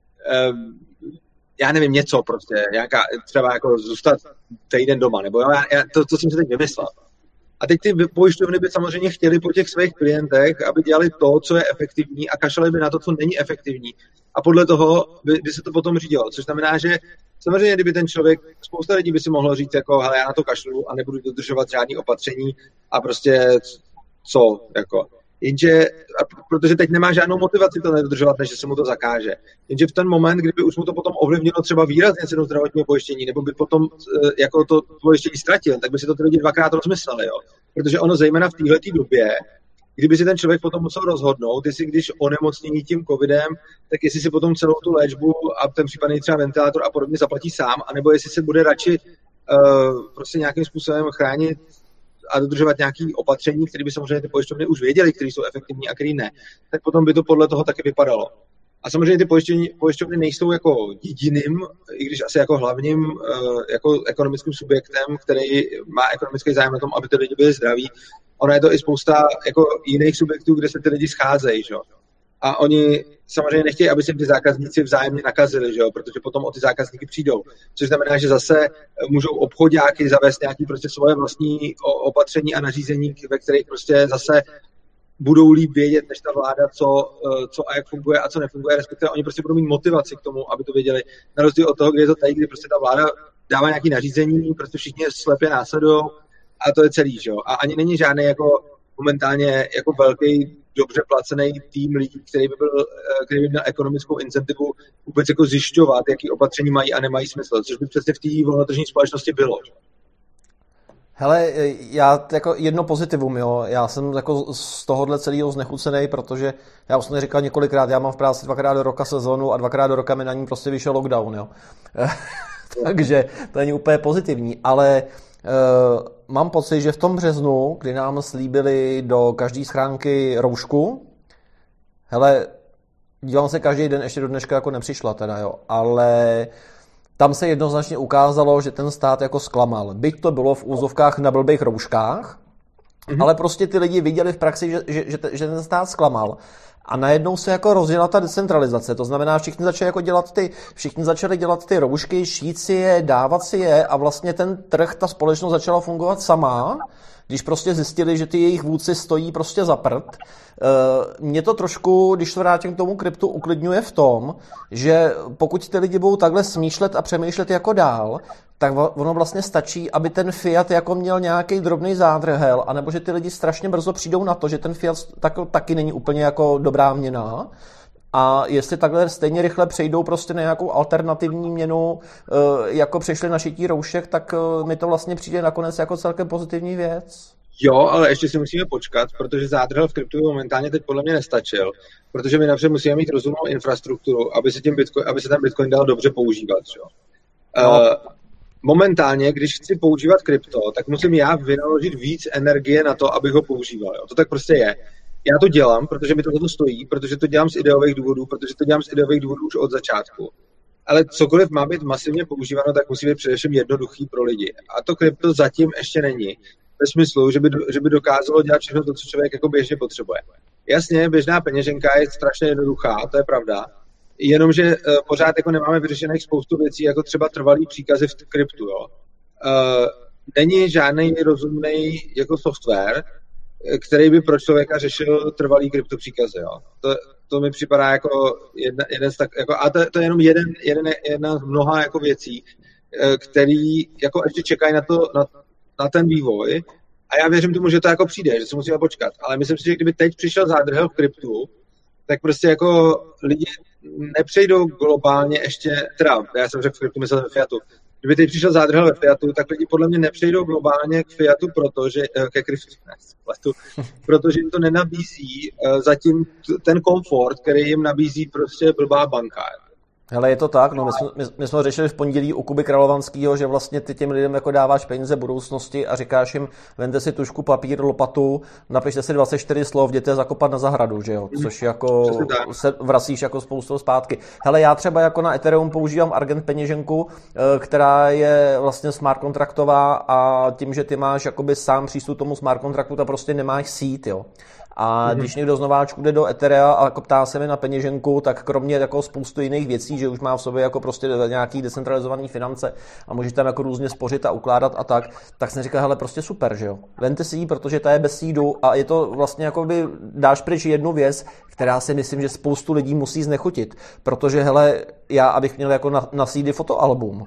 já nevím něco prostě, nějaká, třeba jako zůstat týden doma, nebo já, já, to, co jsem si teď vymyslel. A teď ty pojišťovny by samozřejmě chtěli po těch svých klientech, aby dělali to, co je efektivní a kašlali by na to, co není efektivní. A podle toho by, by se to potom řídilo, což znamená, že samozřejmě, kdyby ten člověk, spousta lidí by si mohlo říct, jako, hele, já na to kašlu a nebudu dodržovat žádný opatření a prostě co, jako. Jenže, protože teď nemá žádnou motivaci to nedodržovat, než se mu to zakáže. Jenže v ten moment, kdyby už mu to potom ovlivnilo třeba výrazně cenu zdravotního pojištění, nebo by potom jako to pojištění ztratil, tak by si to ty lidi dvakrát rozmysleli, jo. Protože ono zejména v téhletý době, kdyby si ten člověk potom musel rozhodnout, jestli když onemocnění tím covidem, tak jestli si potom celou tu léčbu a ten případný třeba ventilátor a podobně zaplatí sám, anebo jestli se bude radši uh, prostě nějakým způsobem chránit a dodržovat nějaké opatření, které by samozřejmě ty pojišťovny už věděly, které jsou efektivní a které ne, tak potom by to podle toho taky vypadalo. A samozřejmě ty pojišťovny, pojišťovny nejsou jako jediným, i když asi jako hlavním uh, jako ekonomickým subjektem, který má ekonomický zájem na tom, aby ty lidi byli zdraví. Ono je to i spousta jako jiných subjektů, kde se ty lidi scházejí, že? A oni samozřejmě nechtějí, aby se ty zákazníci vzájemně nakazili, že? Protože potom o ty zákazníky přijdou. Což znamená, že zase můžou obchodáky zavést nějaké prostě svoje vlastní opatření a nařízení, ve kterých prostě zase budou líp vědět než ta vláda, co, co a jak funguje a co nefunguje, respektive oni prostě budou mít motivaci k tomu, aby to věděli. Na rozdíl od toho, kdy je to tady, kdy prostě ta vláda dává nějaké nařízení, prostě všichni slepě následují a to je celý, že jo. A ani není žádný jako momentálně jako velký, dobře placený tým lidí, který by, byl, který by měl ekonomickou incentivu vůbec jako zjišťovat, jaký opatření mají a nemají smysl, což by přesně v té volnotržní společnosti bylo.
Hele, já jako jedno pozitivum, jo, já jsem jako z tohohle celého znechucený, protože já už jsem říkal několikrát, já mám v práci dvakrát do roka sezónu a dvakrát do roka mi na ní prostě vyšel lockdown, jo. Takže to není úplně pozitivní, ale uh, mám pocit, že v tom březnu, kdy nám slíbili do každé schránky roušku, hele, dívám se každý den, ještě do dneška jako nepřišla teda, jo, ale tam se jednoznačně ukázalo, že ten stát jako zklamal. Byť to bylo v úzovkách na blbých rouškách, mm-hmm. ale prostě ty lidi viděli v praxi, že, že, že, že ten stát zklamal. A najednou se jako rozjela ta decentralizace. To znamená, všichni začali jako dělat ty, všichni začali dělat ty roušky, šít si je, dávat si je a vlastně ten trh, ta společnost začala fungovat sama, když prostě zjistili, že ty jejich vůdci stojí prostě za prd. Mě to trošku, když se vrátím k tomu kryptu, uklidňuje v tom, že pokud ty lidi budou takhle smýšlet a přemýšlet jako dál, tak ono vlastně stačí, aby ten fiat jako měl nějaký drobný zádrhel, anebo že ty lidi strašně brzo přijdou na to, že ten fiat tak, taky není úplně jako dobrá měna A jestli takhle stejně rychle přejdou prostě na nějakou alternativní měnu, jako přešli na šití roušek, tak mi to vlastně přijde nakonec jako celkem pozitivní věc.
Jo, ale ještě si musíme počkat, protože zádrhel v kryptu momentálně teď podle mě nestačil, protože my napřed musíme mít rozumnou infrastrukturu, aby se, tím Bitcoin, aby se ten Bitcoin dal dobře používat. Jo. No. Uh, momentálně, když chci používat krypto, tak musím já vynaložit víc energie na to, abych ho používal. Jo. To tak prostě je. Já to dělám, protože mi to za to stojí, protože to dělám z ideových důvodů, protože to dělám z ideových důvodů už od začátku. Ale cokoliv má být masivně používáno, tak musí být především jednoduchý pro lidi. A to krypto zatím ještě není. Ve smyslu, že by, že by dokázalo dělat všechno to, co člověk jako běžně potřebuje. Jasně, běžná peněženka je strašně jednoduchá, to je pravda. Jenomže uh, pořád jako nemáme vyřešených spoustu věcí, jako třeba trvalý příkazy v kryptu. Jo. Uh, není žádný rozumný jako software, který by pro člověka řešil trvalý kryptopříkazy. Jo. To, to mi připadá jako jedna, jeden z tak, jako, a to, to je jenom jeden, jeden, jedna z mnoha jako věcí, který jako ještě čekají na, to, na, na ten vývoj. A já věřím tomu, že to jako přijde, že se musíme počkat. Ale myslím si, že kdyby teď přišel zádrhel v kryptu, tak prostě jako lidi nepřejdou globálně ještě, teda já jsem řekl v kryptu, myslel ve Fiatu, kdyby teď přišel zádrhel ve Fiatu, tak lidi podle mě nepřejdou globálně k Fiatu, protože, ke kryptu, ne, protože jim to nenabízí zatím ten komfort, který jim nabízí prostě blbá banka.
Hele, je to tak, no my jsme, my, my jsme řešili v pondělí u Kuby Kralovanskýho, že vlastně ty těm lidem jako dáváš peníze budoucnosti a říkáš jim, vemte si tužku, papír, lopatu, napište si dvacet čtyři slov, jděte zakopat na zahradu, že jo, což jako se vracíš jako spoustu zpátky. Hele, já třeba jako na Ethereum používám Argent peněženku, která je vlastně smart kontraktová a tím, že ty máš jakoby sám přístup tomu smart kontraktu, ta prostě nemáš sít, jo. A když někdo z nováčků jde do Etherea a jako ptá se mi na peněženku, tak kromě jako spoustu jiných věcí, že už má v sobě jako prostě nějaký decentralizovaný finance a můžeš tam jako různě spořit a ukládat a tak, tak jsem říkal, hele, prostě super, že jo. Vemte si ji, protože ta je bez sídu a je to vlastně jako by dáš pryč jednu věc, která si myslím, že spoustu lidí musí znechutit, protože hele, já abych měl jako na, na sídy fotoalbum.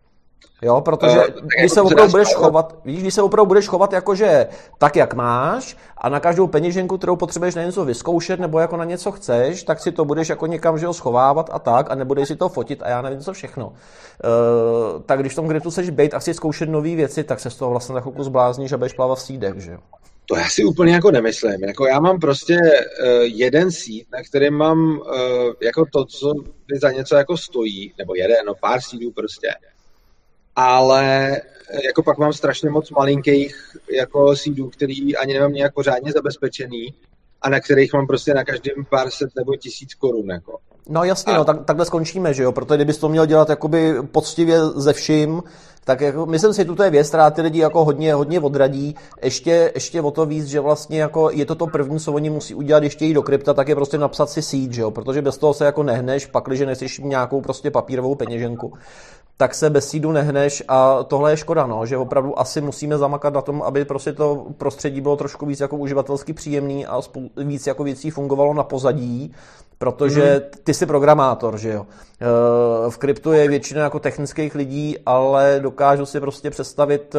Jo, protože uh, když se opravdu budeš chovat, víš, když se opravdu budeš chovat jakože tak, jak máš a na každou peněženku, kterou potřebuješ na něco vyzkoušet nebo jako na něco chceš, tak si to budeš jako někam, že ho schovávat a tak a nebudeš si to fotit a já nevím co všechno. Uh, tak když v tom kryptu chceš bejt a chceš zkoušet nové věci, tak se z toho vlastně na chvilku zblázníš a budeš plavat v sídech, že jo.
To já si úplně jako nemyslím. Jako já mám prostě uh, jeden seed, na kterém mám uh, jako to, co mi za něco jako stojí, nebo jeden, no pár seedů prostě. Ale jako pak mám strašně moc malinkých jako seedů, který ani nemám nějak pořádně zabezpečený a na kterých mám prostě na každém pár set nebo tisíc korun. Jako.
No jasně, a... no, tak, takhle skončíme, že jo, protože kdybys to měl dělat jakoby poctivě ze vším, tak jako, myslím si, tuto je věc, která ty lidi jako hodně, hodně odradí. Ještě, ještě o to víc, že vlastně jako je to to první, co oni musí udělat, ještě jít do krypta, tak je prostě napsat si seed, že jo, protože bez toho se jako nehneš, pakliže nechceš nějakou prostě papírovou peněženku, tak se bez seedu nehneš a tohle je škoda, no, že opravdu asi musíme zamakat na tom, aby prostě to prostředí bylo trošku víc jako uživatelsky příjemný a spou- víc jako věcí fungovalo na pozadí, protože ty jsi programátor, že jo. V kryptu je většina jako technických lidí, ale dokážu si prostě představit,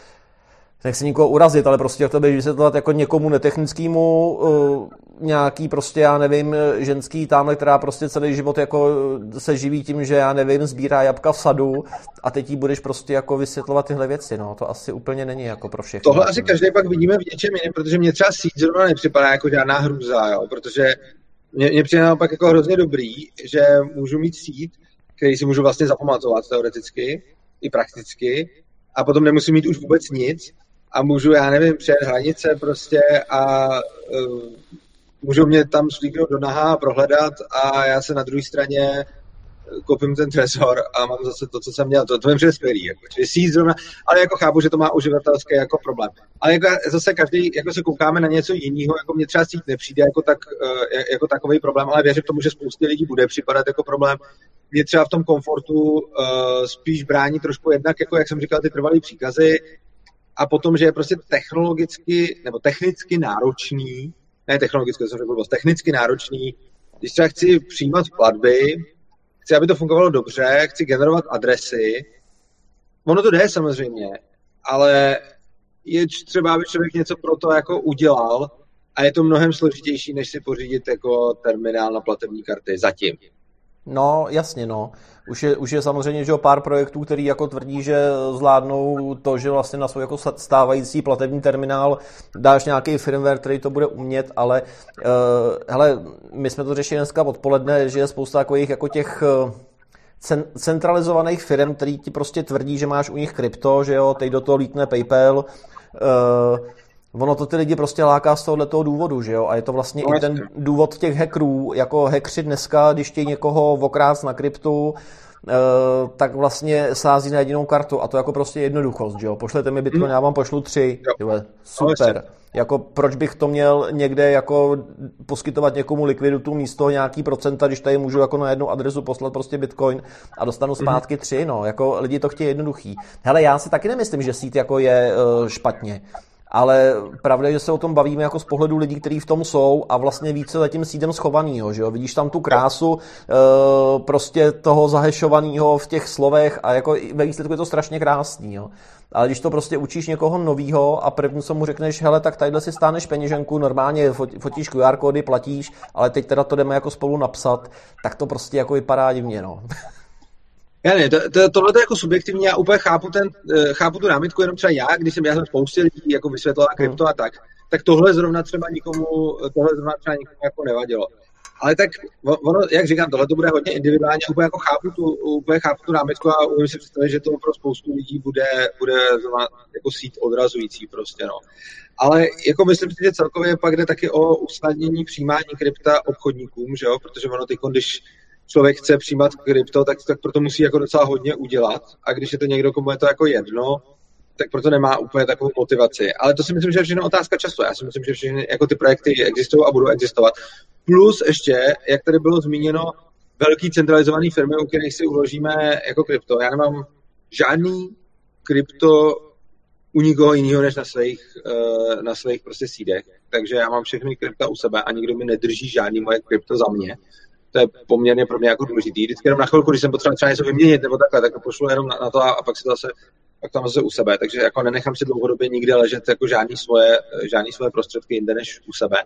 nechci nikoho urazit, ale prostě jak to budeš vysvětlovat jako někomu netechnickému, nějaký prostě, já nevím, ženský tamhle, která prostě celý život jako se živí tím, že já nevím, sbírá jabka v sadu a teď jí budeš prostě jako vysvětlovat tyhle věci, no, to asi úplně není jako pro všechny.
Tohle asi každý pak vidíme v něčem jiném, protože mě třeba seed zrovna nepřipadá jako žádná hrůza, jo, protože mě, mě přijde naopak jako hrozně dobrý, že můžu mít seed, který si můžu vlastně zapamatovat teoreticky i prakticky a potom nemusím mít už vůbec nic a můžu, já nevím, přejet hranice prostě a uh, můžou mě tam slíknout do naha a prohledat a já se na druhé straně koupím ten trezor a mám zase to, co jsem měl. To, to je přijde skvělý. Jako. Čili síť zrovna, ale jako chápu, že to má uživatelský jako problém. Ale jako zase každý, jako se koukáme na něco jiného, jako mě třeba síť nepřijde jako, tak, jako takový problém, ale věřím tomu, že spoustě lidí bude připadat jako problém. Mě třeba v tom komfortu uh, spíš brání trošku jednak, jako jak jsem říkal, ty trvalý příkazy a potom, že je prostě technologicky nebo technicky náročný, ne technologicky, to jsem řekl, technicky náročný, když třeba chci přijímat platby, chci, aby to fungovalo dobře, chci generovat adresy, ono to jde samozřejmě, ale je třeba, aby člověk něco pro to jako udělal, a je to mnohem složitější, než si pořídit jako terminál na platební karty zatím.
No, jasně, no. Už je, už je samozřejmě, že pár projektů, který jako tvrdí, že zvládnou to, že vlastně na svůj jako stávající platební terminál dáš nějaký firmware, který to bude umět, ale uh, hele, my jsme to řešili dneska odpoledne, že je spousta takových jako těch uh, centralizovaných firm, který ti prostě tvrdí, že máš u nich krypto, že jo, teď do toho lítne PayPal, uh, ono to ty lidi prostě láká z tohoto důvodu, že jo? A je to vlastně no, i ten důvod těch hackerů, jako hackři dneska, když chtějí někoho okrást na kryptu, eh, tak vlastně sází na jedinou kartu a to jako prostě jednoduchost, že jo? Pošlete mi Bitcoin, mm. já vám pošlu tři, tyhle, super. Jako proč bych to měl někde jako poskytovat někomu likviditu místo nějaký procenta, když tady můžu jako na jednu adresu poslat prostě Bitcoin a dostanu zpátky tři, no, jako lidi to chtějí jednoduchý. Hele, já si taky nemyslím, že seed jako je uh, špatně. Ale pravda je, že se o tom bavíme jako z pohledu lidí, kteří v tom jsou a vlastně více za tím seedem schovanýho, že jo? Vidíš tam tu krásu e, prostě toho zahešovaného v těch slovech a jako ve výsledku je to strašně krásný, jo? Ale když to prostě učíš někoho novýho a první co mu řekneš, hele, tak tadyhle si stáneš peněženku, normálně fotíš Q R kódy, platíš, ale teď teda to jdeme jako spolu napsat, tak to prostě jako vypadá divně, no.
Já ne, to, to, tohle je jako subjektivní, já úplně chápu, ten, chápu tu námitku, jenom třeba já, když jsem, já jsem spoustě lidí jako vysvětlil krypto a tak, tak tohle zrovna třeba nikomu, tohle zrovna třeba nikomu jako nevadilo. Ale tak, ono, jak říkám, tohle to bude hodně individuálně, úplně jako chápu tu, úplně chápu tu námitku a umím si představit, že to pro spoustu lidí bude, bude zrovna jako sít odrazující prostě, no. Ale jako myslím si, že celkově pak jde taky o usnadnění přijímání krypta obchodníkům, že jo, protože ono teď, když člověk chce přijímat krypto, tak, tak proto musí jako docela hodně udělat. A když je to někdo, komu je to jako jedno, tak proto nemá úplně takovou motivaci. Ale to si myslím, že je všechno otázka času. Já si myslím, že všechny jako ty projekty existují a budou existovat. Plus ještě, jak tady bylo zmíněno, velký centralizovaný firmy, u kterých si uložíme jako krypto. Já nemám žádný krypto u nikoho jiného než na svých, na svých prostě sídech. Takže já mám všechny krypta u sebe a nikdo mi nedrží žádný moje krypto za mě. To je poměrně pro mě jako důležitý. Vždycky jenom na chvilku, když jsem potřeboval třeba něco vyměnit nebo takhle, tak to pošlu jenom na, na to a, a pak si to zase, pak tam zase u sebe. Takže jako nenechám si dlouhodobě nikde ležet jako žádný svoje, žádný svoje prostředky jinde než u sebe.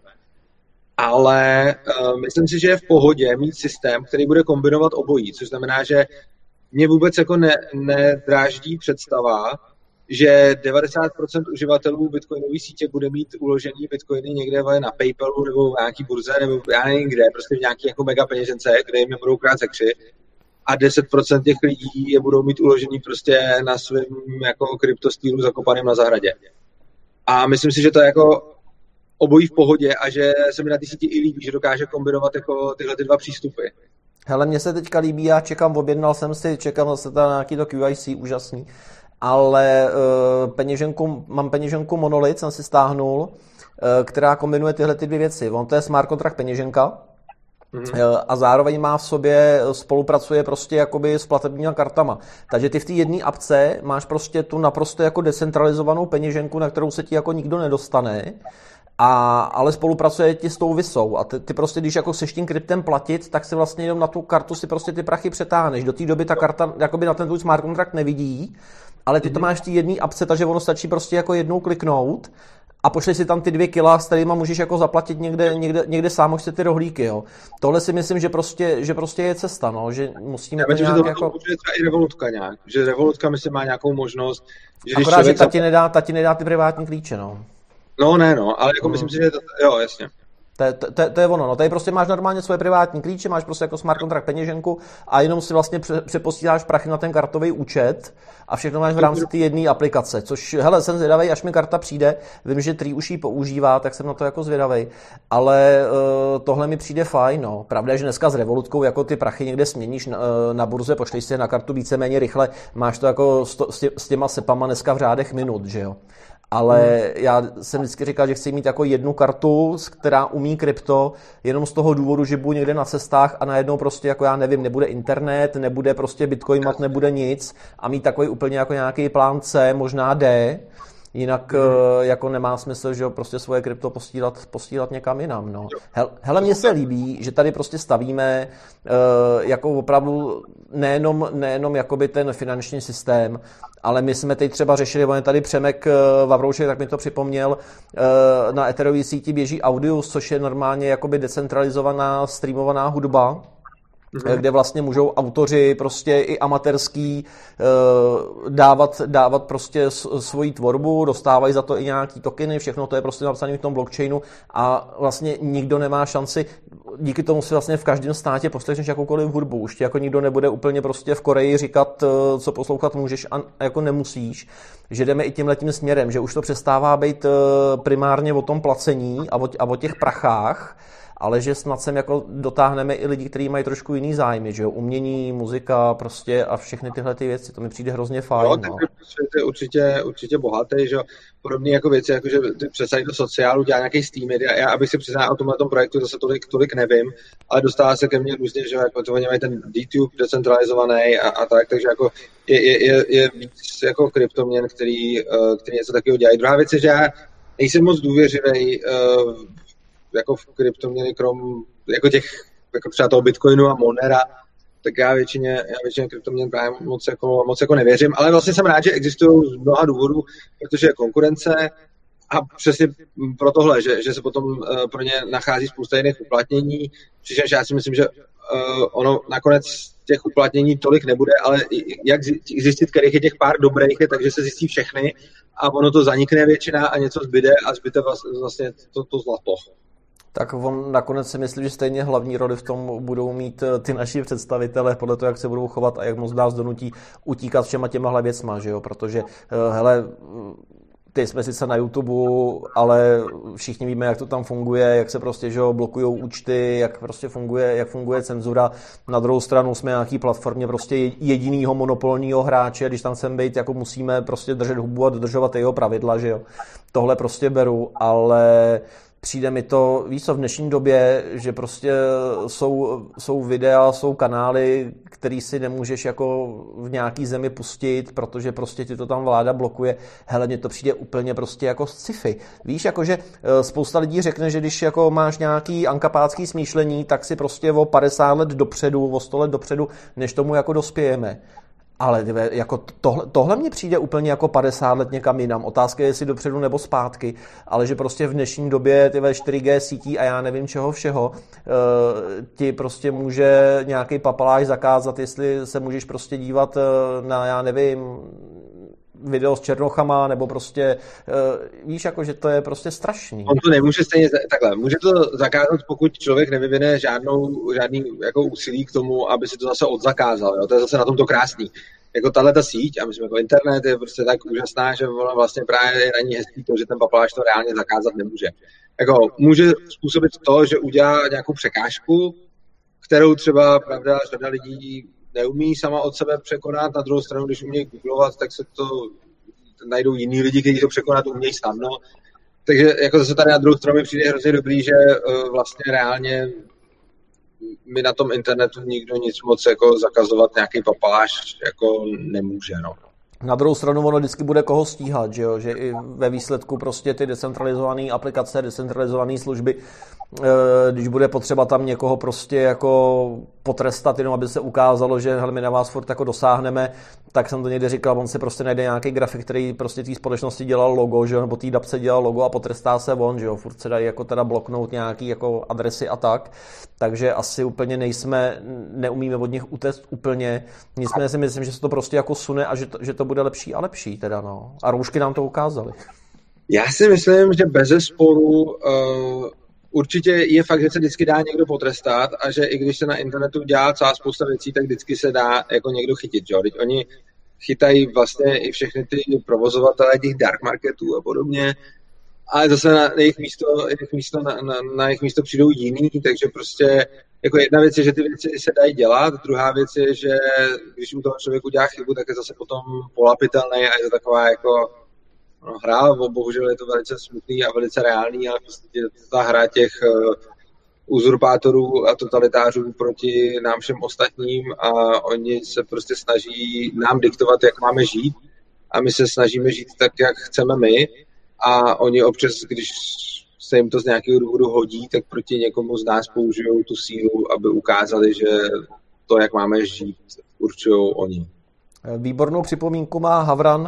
Ale uh, myslím si, že je v pohodě mít systém, který bude kombinovat obojí, což znamená, že mě vůbec jako ne, nedráždí představa, že devadesát procent uživatelů bitcoinové sítě bude mít uložený bitcoiny někde na PayPalu nebo v nějaký burze nebo já nevím kde, prostě v nějaký jako mega peněžence, kde jim nebudou krát sekři a deset procent těch lidí je budou mít uložený prostě na svém jako kryptostýlu zakopaným na zahradě. A myslím si, že to je jako obojí v pohodě a že se mi na té síti i líbí, že dokáže kombinovat jako tyhle ty dva přístupy.
Hele, mně se teďka líbí, já čekám, objednal jsem si, čekám zase na nějaký to Q I C, úžasný. Ale uh, peněženku, mám peněženku Monolith, jsem si stáhnul, uh, která kombinuje tyhle ty dvě věci. On to je smart contract peněženka mm-hmm. uh, a zároveň má v sobě, spolupracuje prostě jakoby s platebníma kartama. Takže ty v té jedné apce máš prostě tu naprosto jako decentralizovanou peněženku, na kterou se ti jako nikdo nedostane. A, ale spolupracuje ti s tou visou a ty, ty prostě, když jako seš tím kryptem platit, tak si vlastně jenom na tu kartu si prostě ty prachy přetáhneš. Do té doby ta karta jakoby na ten tvůj smart contract nevidí, ale ty to máš v té jedné apce, takže ono stačí prostě jako jednou kliknout a pošli si tam ty dvě kila, s kterýma můžeš jako zaplatit někde, někde, někde sám, už se ty rohlíky, jo. Tohle si myslím, že prostě, že prostě je cesta, no, že musíme
Já
to
myslím,
nějak
že
jako...
To třeba i Revolutka nějak, že Revolutka myslím má nějakou možnost, že
Akorát, že ta ti nedá, ta ti nedá ty privátní klíče, no.
No ne, no, ale jako no. Myslím si, že to, jo, jasně.
To je, to, to je ono, no. Tady prostě máš normálně svoje privátní klíče, máš prostě jako smart contract peněženku a jenom si vlastně přeposíláš prachy na ten kartový účet a všechno máš v rámci té jedné aplikace, což, hele, jsem zvědavej, až mi karta přijde, vím, že Tree už ji používá, tak jsem na to jako zvědavej, ale uh, tohle mi přijde fajn, no. Pravda je, že dneska s Revolutkou jako ty prachy někde směníš na, na burze, pošleš si je na kartu víceméně rychle, máš to jako s, tě, s těma sepama dneska v řádech minut, že jo. Ale hmm. já jsem vždycky říkal, že chci mít jako jednu kartu, která umí krypto, jenom z toho důvodu, že budu někde na cestách a najednou prostě jako já nevím, nebude internet, nebude prostě bitcoin mat, nebude nic a mít takový úplně jako nějaký plán C, možná D, Jinak mm. jako nemá smysl, že prostě svoje krypto posílat, posílat někam jinam. No. Hele, mně se líbí, že tady prostě stavíme jako opravdu nejenom, nejenom jakoby ten finanční systém, ale my jsme teď třeba řešili, on je tady Přemek Vavroušek, tak mi to připomněl, na Etherové síti běží Audius, což je normálně jakoby decentralizovaná streamovaná hudba, mm-hmm. kde vlastně můžou autoři prostě i amatérský dávat, dávat prostě svoji tvorbu, dostávají za to i nějaký tokeny, všechno to je prostě napsané v tom blockchainu a vlastně nikdo nemá šanci, díky tomu si vlastně v každém státě poslechneš jakoukoliv hudbu, už ti jako nikdo nebude úplně prostě v Koreji říkat, co poslouchat můžeš a jako nemusíš, že jdeme i tímhletím směrem, že už to přestává být primárně o tom placení a o, a o těch prachách, ale že snad sem jako dotáhneme i lidi, kteří mají trošku jiný zájmy, že jo, umění, muzika prostě a všechny tyhle ty věci, to mi přijde hrozně fajn.
No, tak je určitě, určitě bohatý, že jo, podobné jako věci, jako že ty představit do sociálu, dělá nějaký Steam, já, já abych si přiznal o tomhle projektu, zase tolik, tolik nevím, ale dostává se ke mně různě, že jako to oni mají ten DTube decentralizovaný a, a tak, takže jako je, je, je, je víc jako kryptoměn, který, který něco takového dělají. Druhá věc je, že já nejsem moc důvěřivý jako v kryptoměny, krom jako těch, jako třeba toho Bitcoinu a Monera, tak já většině, já většině kryptoměn právě moc jako, moc jako nevěřím, ale vlastně jsem rád, že existují z mnoha důvodů, protože je konkurence a přesně pro tohle, že, že se potom uh, pro ně nachází spousta jiných uplatnění, přičemž já si myslím, že uh, ono nakonec těch uplatnění tolik nebude, ale jak zjistit, kterých je těch pár dobrých, je, takže se zjistí všechny a ono to zanikne většina a něco zbyde a zbyde vlastně to, to zlato.
Tak on nakonec si myslí, že stejně hlavní roli v tom budou mít ty naši představitelé podle toho, jak se budou chovat a jak moc nás donutí utíkat všema těmahle věcma, že jo, protože hele, ty jsme sice na YouTube, ale všichni víme, jak to tam funguje, jak se prostě, že jo, blokujou účty, jak prostě funguje, jak funguje cenzura. Na druhou stranu jsme na nějaký platformě prostě jedinýho monopolního hráče, když tam chceme být, jako musíme prostě držet hubu a dodržovat jeho pravidla, že jo. Tohle prostě beru, ale přijde mi to, víš co, v dnešní době, že prostě jsou, jsou videa, jsou kanály, který si nemůžeš jako v nějaký zemi pustit, protože prostě ti to tam vláda blokuje. Hele, mně to přijde úplně prostě jako sci-fi. Víš, jakože spousta lidí řekne, že když jako máš nějaký ankapácký smýšlení, tak si prostě o padesát let dopředu, o sto let dopředu, než tomu jako dospějeme. Ale tyve, jako tohle, tohle mně přijde úplně jako padesát let někam jinam. Otázka je, jestli dopředu nebo zpátky, ale že prostě v dnešní době tyve čtyři gé sítí a já nevím čeho všeho, e, ti prostě může nějaký papaláš zakázat, jestli se můžeš prostě dívat na, já nevím, video s černochama, nebo prostě, uh, víš, jako, že to je prostě strašný.
On to nemůže stejně takhle. Může to zakázat, pokud člověk nevyvine žádnou, žádný jako úsilí k tomu, aby si to zase odzakázal. Jo? To je zase na tom to krásný. Jako tahle ta síť, a myslím, jako internet je prostě tak úžasná, že ono vlastně právě je na ní hezký to, že ten papaláš to reálně zakázat nemůže. Jako může způsobit to, že udělá nějakou překážku, kterou třeba, pravda, řada lidí neumí sama od sebe překonat, na druhou stranu, když umějí googlovat, tak se to najdou jiní lidi, kteří to překonat umějí snadno. Takže jako zase tady na druhou stranu mi přijde hrozně dobrý, že uh, vlastně reálně mi na tom internetu nikdo nic moc jako zakazovat nějaký papaláš jako nemůže, no.
Na druhou stranu ono vždycky bude koho stíhat, že jo? Že i ve výsledku prostě ty decentralizované aplikace, decentralizované služby, když bude potřeba tam někoho prostě jako potrestat, jenom aby se ukázalo, že hele, my na vás furt jako dosáhneme, tak jsem to někde říkal, on si prostě najde nějaký grafik, který prostě té společnosti dělal logo, že jo? Nebo té dapce dělal logo a potrestá se on, že jo? Furt se dají jako teda bloknout nějaký jako adresy a tak, takže asi úplně nejsme, neumíme od nich utéct úplně, nicméně si myslím, že se to prostě jako sune a že to, že to bude lepší a lepší teda, no. A roušky nám to ukázaly.
Já si myslím, že bezesporu uh, určitě je fakt, že se vždycky dá někdo potrestat a že i když se na internetu dělá celá spousta věcí, tak vždycky se dá jako někdo chytit, jo. Teď oni chytají vlastně i všechny ty provozovatele těch dark marketů a podobně, ale zase na jejich místo, jejich místo na, na, na jejich místo přijdou jiný, takže prostě jako jedna věc je, že ty věci se dají dělat, druhá věc je, že když u toho člověk udělá chybu, tak je zase potom polapitelný a je to taková jako no, hra, bohužel je to velice smutný a velice reálný, ale prostě ta hra těch uh, uzurpátorů a totalitářů proti nám všem ostatním a oni se prostě snaží nám diktovat, jak máme žít a my se snažíme žít tak, jak chceme my a oni občas, když se jim to z nějakého důvodu hodí, tak proti někomu z nás použijou tu sílu, aby ukázali, že to, jak máme žít, určují oni.
Výbornou připomínku má Havran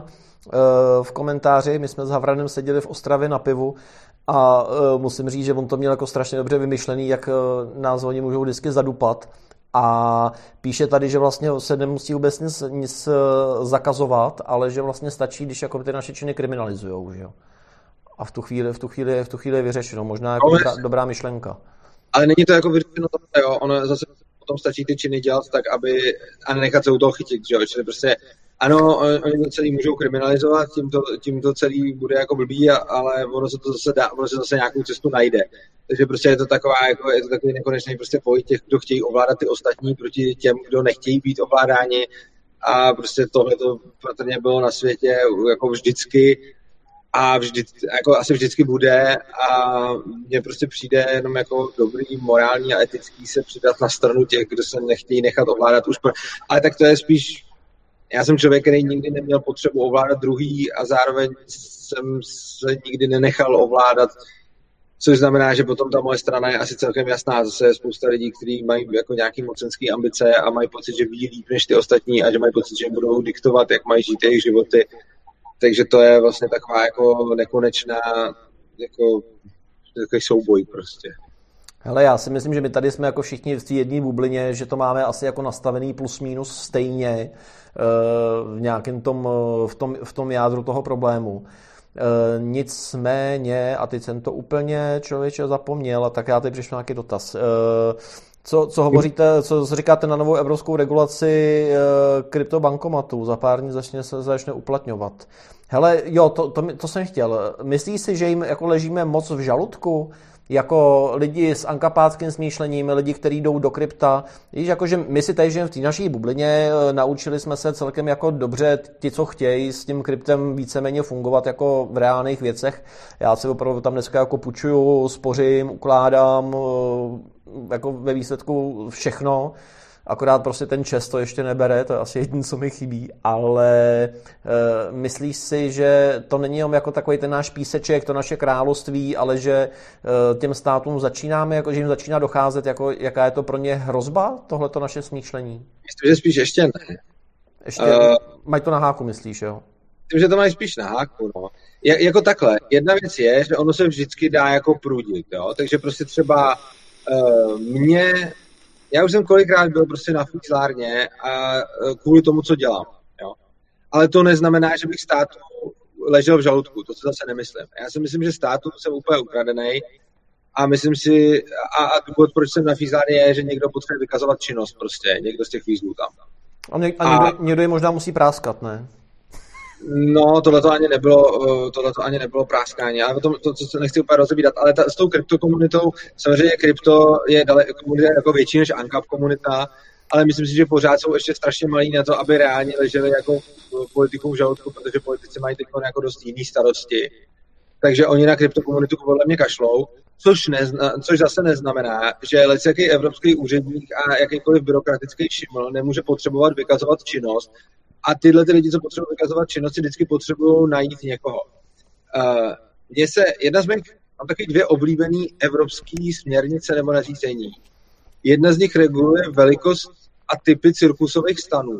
v komentáři. My jsme s Havranem seděli v Ostravě na pivu a musím říct, že on to měl jako strašně dobře vymyšlený, jak nás oni můžou vždycky zadupat. A píše tady, že vlastně se nemusí vůbec nic, nic zakazovat, ale že vlastně stačí, když jako ty naše činy kriminalizujou, že jo. A v tu chvíli, v tu chvíli, v tu chvíli je vyřešeno. Možná jako dobrá, dobrá myšlenka.
Ale není to jako vyřešeno, jo. Ono zase potom stačí ty činy dělat tak, aby a nechat se u toho chytit, že jo. Čili prostě ano, oni to celý můžou kriminalizovat, tím to, tím to celý bude jako blbý, ale ono se to zase dá, ono se zase nějakou cestu najde. Takže prostě je to taková, jako, je to takový nekonečný prostě boj těch, kdo chtějí ovládat ty ostatní proti těm, kdo nechtějí být ovládáni. A prostě tohle to patrně bylo na světě jako vždycky a vždy, jako asi vždycky bude a mně prostě přijde jenom jako dobrý, morální a etický se přidat na stranu těch, kdo se nechtějí nechat ovládat už. Ale tak to je spíš, já jsem člověk, který nikdy neměl potřebu ovládat druhý a zároveň jsem se nikdy nenechal ovládat, což znamená, že potom ta moje strana je asi celkem jasná. Zase je spousta lidí, kteří mají jako nějaký mocenský ambice a mají pocit, že ví líp než ty ostatní a že mají pocit, že jim budou diktovat, jak mají žít jejich životy. Takže to je vlastně taková jako nekonečná jako takový souboj prostě.
Hele, já si myslím, že my tady jsme jako všichni v té jedné bublině, že to máme asi jako nastavený plus minus stejně v nějakém tom, v tom, v tom jádru toho problému. E, nicméně, a teď jsem to úplně člověče zapomněl, a tak já teď přišel nějaký dotaz. E, co, co hovoříte, co říkáte na novou evropskou regulaci e, kryptobankomatů? Za pár dní začne se začne uplatňovat. Hele, jo, to, to, to jsem chtěl. Myslíš si, že jim jako ležíme moc v žaludku? Jako lidi s ankapáckým smýšlením, lidi, kteří jdou do krypta. Víš, jakože my si tady žijeme v té naší bublině, naučili jsme se celkem jako dobře, ti, co chtějí s tím kryptem víceméně fungovat jako v reálných věcech. Já si opravdu tam dneska jako půjčuju, spořím, ukládám, jako ve výsledku všechno. Akorát prostě ten čes to ještě nebere, to je asi jediné, co mi chybí, ale e, myslíš si, že to není jenom jako takový ten náš píseček, to naše království, ale že e, těm státům začínáme, jako, že jim začíná docházet, jako, jaká je to pro ně hrozba, tohleto naše smýšlení?
Myslím, že spíš ještě ne.
Ještě, uh, mají to na háku, myslíš, jo?
Myslím, že to mají spíš na háku, no. Je, jako takhle, jedna věc je, že ono se vždycky dá jako prudit, jo, takže prostě třeba uh, mě Já už jsem kolikrát byl prostě na fízlárně a kvůli tomu, co dělám. Jo. Ale to neznamená, že bych státu ležel v žaludku. To si zase nemyslím. Já si myslím, že státu jsem úplně ukradený a myslím si, a, a důvod, proč jsem na fízlárně, je, že někdo potřebuje vykazovat činnost prostě, někdo z těch fízlů tam.
A, něk, a někdo, a někdo je možná musí práskat, ne?
No, tohle to ani nebylo, tohle to ani nebylo práskání, ale to, to, to nechci úplně rozebírat, ale ta, s tou kryptokomunitou, samozřejmě krypto je daleko komunita jako větší než ANCAP komunita, ale myslím si, že pořád jsou ještě strašně malí na to, aby reálně leželi jako politikou v žaludku, protože politici mají teď jako dost jiný starosti. Takže oni na kryptokomunitu podle mě kašlou, což, nezna, což zase neznamená, že lecjaký evropský úředník a jakýkoliv byrokratický šiml nemůže potřebovat vykazovat činnost. A tyhle ty lidi, co potřebují vykazovat činnosti, vždycky potřebují najít někoho. Uh, mně se, jedna z mých, mám taky dvě oblíbené evropské směrnice nebo nařízení. Jedna z nich reguluje velikost a typy cirkusových stanů.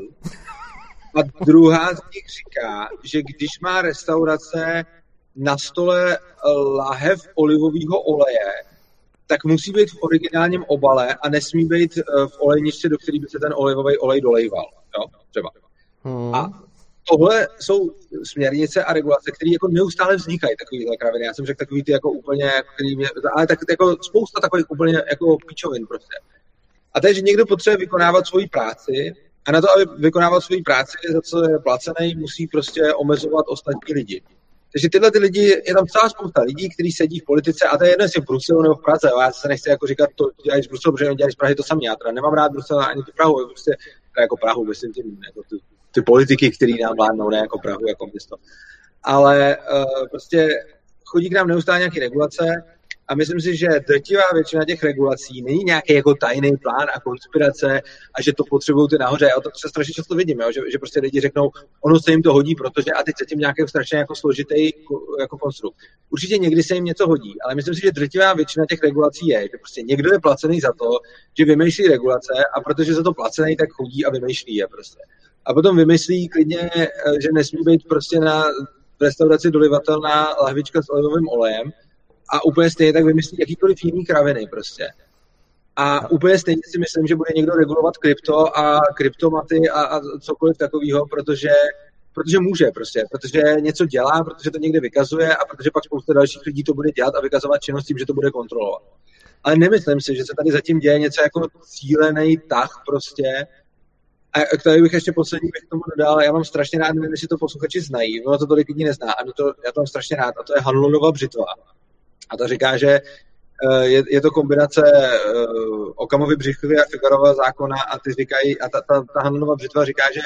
A druhá z nich říká, že když má restaurace na stole lahev olivového oleje, tak musí být v originálním obale a nesmí být v olejničce, do který by se ten olivový olej dolejval. Jo, třeba. Hmm. A tohle jsou směrnice a regulace, které jako neustále vznikají, takovýhle kraviny. Já jsem řekl takový ty jako úplně, který mě, ale tak jako spousta takových úplně jako píčovin prostě. A takže někdo potřebuje vykonávat svoji práci a na to, aby vykonával svoji práci, za co je placený, musí prostě omezovat ostatní lidi. Takže tyhle ty lidi, je tam celá spousta lidí, kteří sedí v politice, a to je jedno, jestli v Bruselu nebo v Praze. Jo. Já se nechci jako říkat, to dělají z Bruselu, protože dělají z Prahy to samé. Já teda nemám rád Brusel ani tu Prahu, prostě, teda jako Prahu, myslím tím, jako ty, ty politiky, který nám vládnou, ne jako Prahu, jako město. Ale uh, prostě chodí k nám neustále nějaké regulace A myslím si, že drtivá většina těch regulací není nějaký jako tajný plán a konspirace a že to potřebují ty nahoře. A to se strašně často vidím, jo? Že, že prostě lidi řeknou, ono se jim to hodí, protože a teď se tím nějaký strašně jako složitý jako konstrukt. Určitě někdy se jim něco hodí, ale myslím si, že drtivá většina těch regulací je, že prostě někdo je placený za to, že vymýšlí regulace a protože za to placený, tak chodí a vymýšlí je prostě. A potom vymyslí klidně, že nesmí být prostě na restauraci dolivatelná lahvička s olivovým olejem, a úplně stejně tak vymyslí jakýkoliv jiný kraviny prostě. A úplně stejně si myslím, že bude někdo regulovat krypto a kryptomaty a, a cokoliv takového, protože, protože může prostě, protože něco dělá, protože to někde vykazuje a protože pak spousta dalších lidí to bude dělat a vykazovat činnost tím, že to bude kontrolovat. Ale nemyslím si, že se tady zatím děje něco jako cílený tah prostě. A k tady bych ještě poslední bych tomu dodal, já mám strašně rád, nevím, jestli to posluchači znají, ono to tolik lidí nezná, a to, já to mám strašně rád, a to je Hanlonova břitva. A to říká, že je, je to kombinace uh, Okamovy břitvy a Figarova zákona a ty říkají, a ta, ta, ta Hanlonova břitva říká, že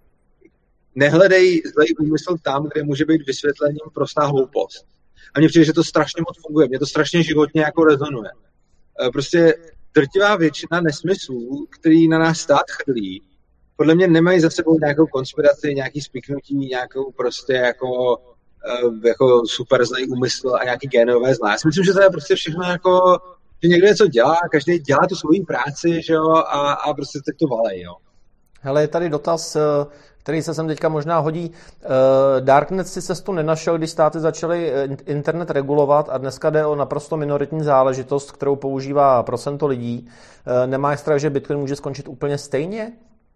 nehledej zlej úmysl tam, kde může být vysvětlením prostá hloupost. A mně přijde, že to strašně moc funguje, mě to strašně životně jako rezonuje. Uh, prostě drtivá většina nesmyslů, který na nás stát chrlí, podle mě nemají za sebou nějakou konspiraci, nějaký spiknutí, nějakou prostě jako jako super zlej úmysl a nějaký génové zlá. Já si myslím, že to je prostě všechno jako, že někdo něco dělá, každý dělá tu svoji práci, že jo, a, a prostě teď to valej, jo.
Hele, je tady dotaz, který se sem teďka možná hodí. Darknet si cestu nenašel, když státy začaly internet regulovat a dneska jde o naprosto minoritní záležitost, kterou používá procento lidí. Nemá strach, že Bitcoin může skončit úplně stejně?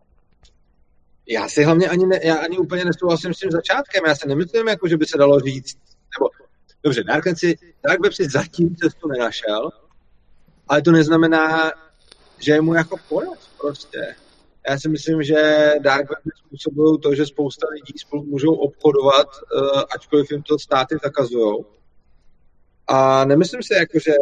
Já si hlavně ani, ne, já ani úplně nesouhlasím s tím začátkem. Já si nemyslím, jako, že by se dalo říct, nebo dobře, Darknet si, Dark Web si zatím cestu nenašel, ale to neznamená, že je mu jako konec prostě. Já si myslím, že Dark Web způsobují to, že spousta lidí spolu můžou obchodovat, uh, ačkoliv jim to státy zakazujou. A nemyslím si, jako, že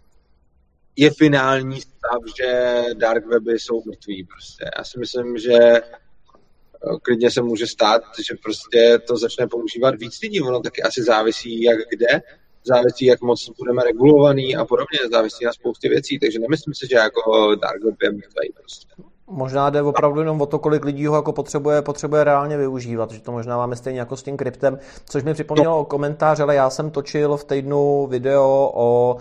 je finální stav, že Dark Weby jsou mrtví prostě. Já si myslím, že klidně se může stát, že prostě to začne používat víc lidí. Ono taky asi závisí jak kde, závisí jak moc budeme regulovaný a podobně, závisí na spoustě věcí, takže nemyslím si, že jako Dark Web je mrtvý prostě.
Možná jde opravdu jenom o to, kolik lidí ho jako potřebuje, potřebuje reálně využívat, že to možná máme stejně jako s tím kryptem, což mi připomnělo no. komentář, ale já jsem točil v týdnu video o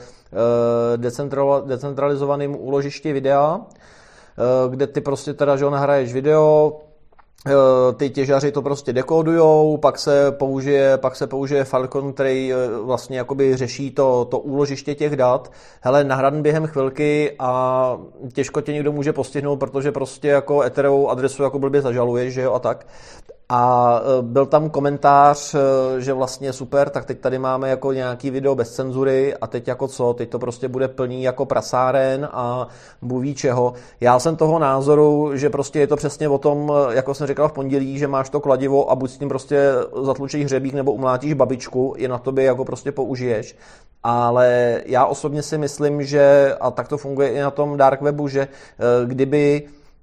e, decentralizovaném úložišti videa, e, kde ty prostě teda, že nahraješ video, ty těžaři to prostě dekodujou, pak se použije, pak se použije Falcon, který vlastně jakoby řeší to, to úložiště těch dat. Hele, nahradn během chvilky a těžko tě někdo může postihnout, protože prostě jako Ethereum adresu jako blbě zažaluješ, že jo, a tak. A byl tam komentář, že vlastně super, tak teď tady máme jako nějaký video bez cenzury a teď jako co, teď to prostě bude plný jako prasáren a bůh ví čeho. Já jsem toho názoru, že prostě je to přesně o tom, jako jsem říkal v pondělí, že máš to kladivo a buď s tím prostě zatlučíš hřebík nebo umlátíš babičku, je na tobě jako prostě použiješ. Ale já osobně si myslím, že, a tak to funguje i na tom dark webu, že kdyby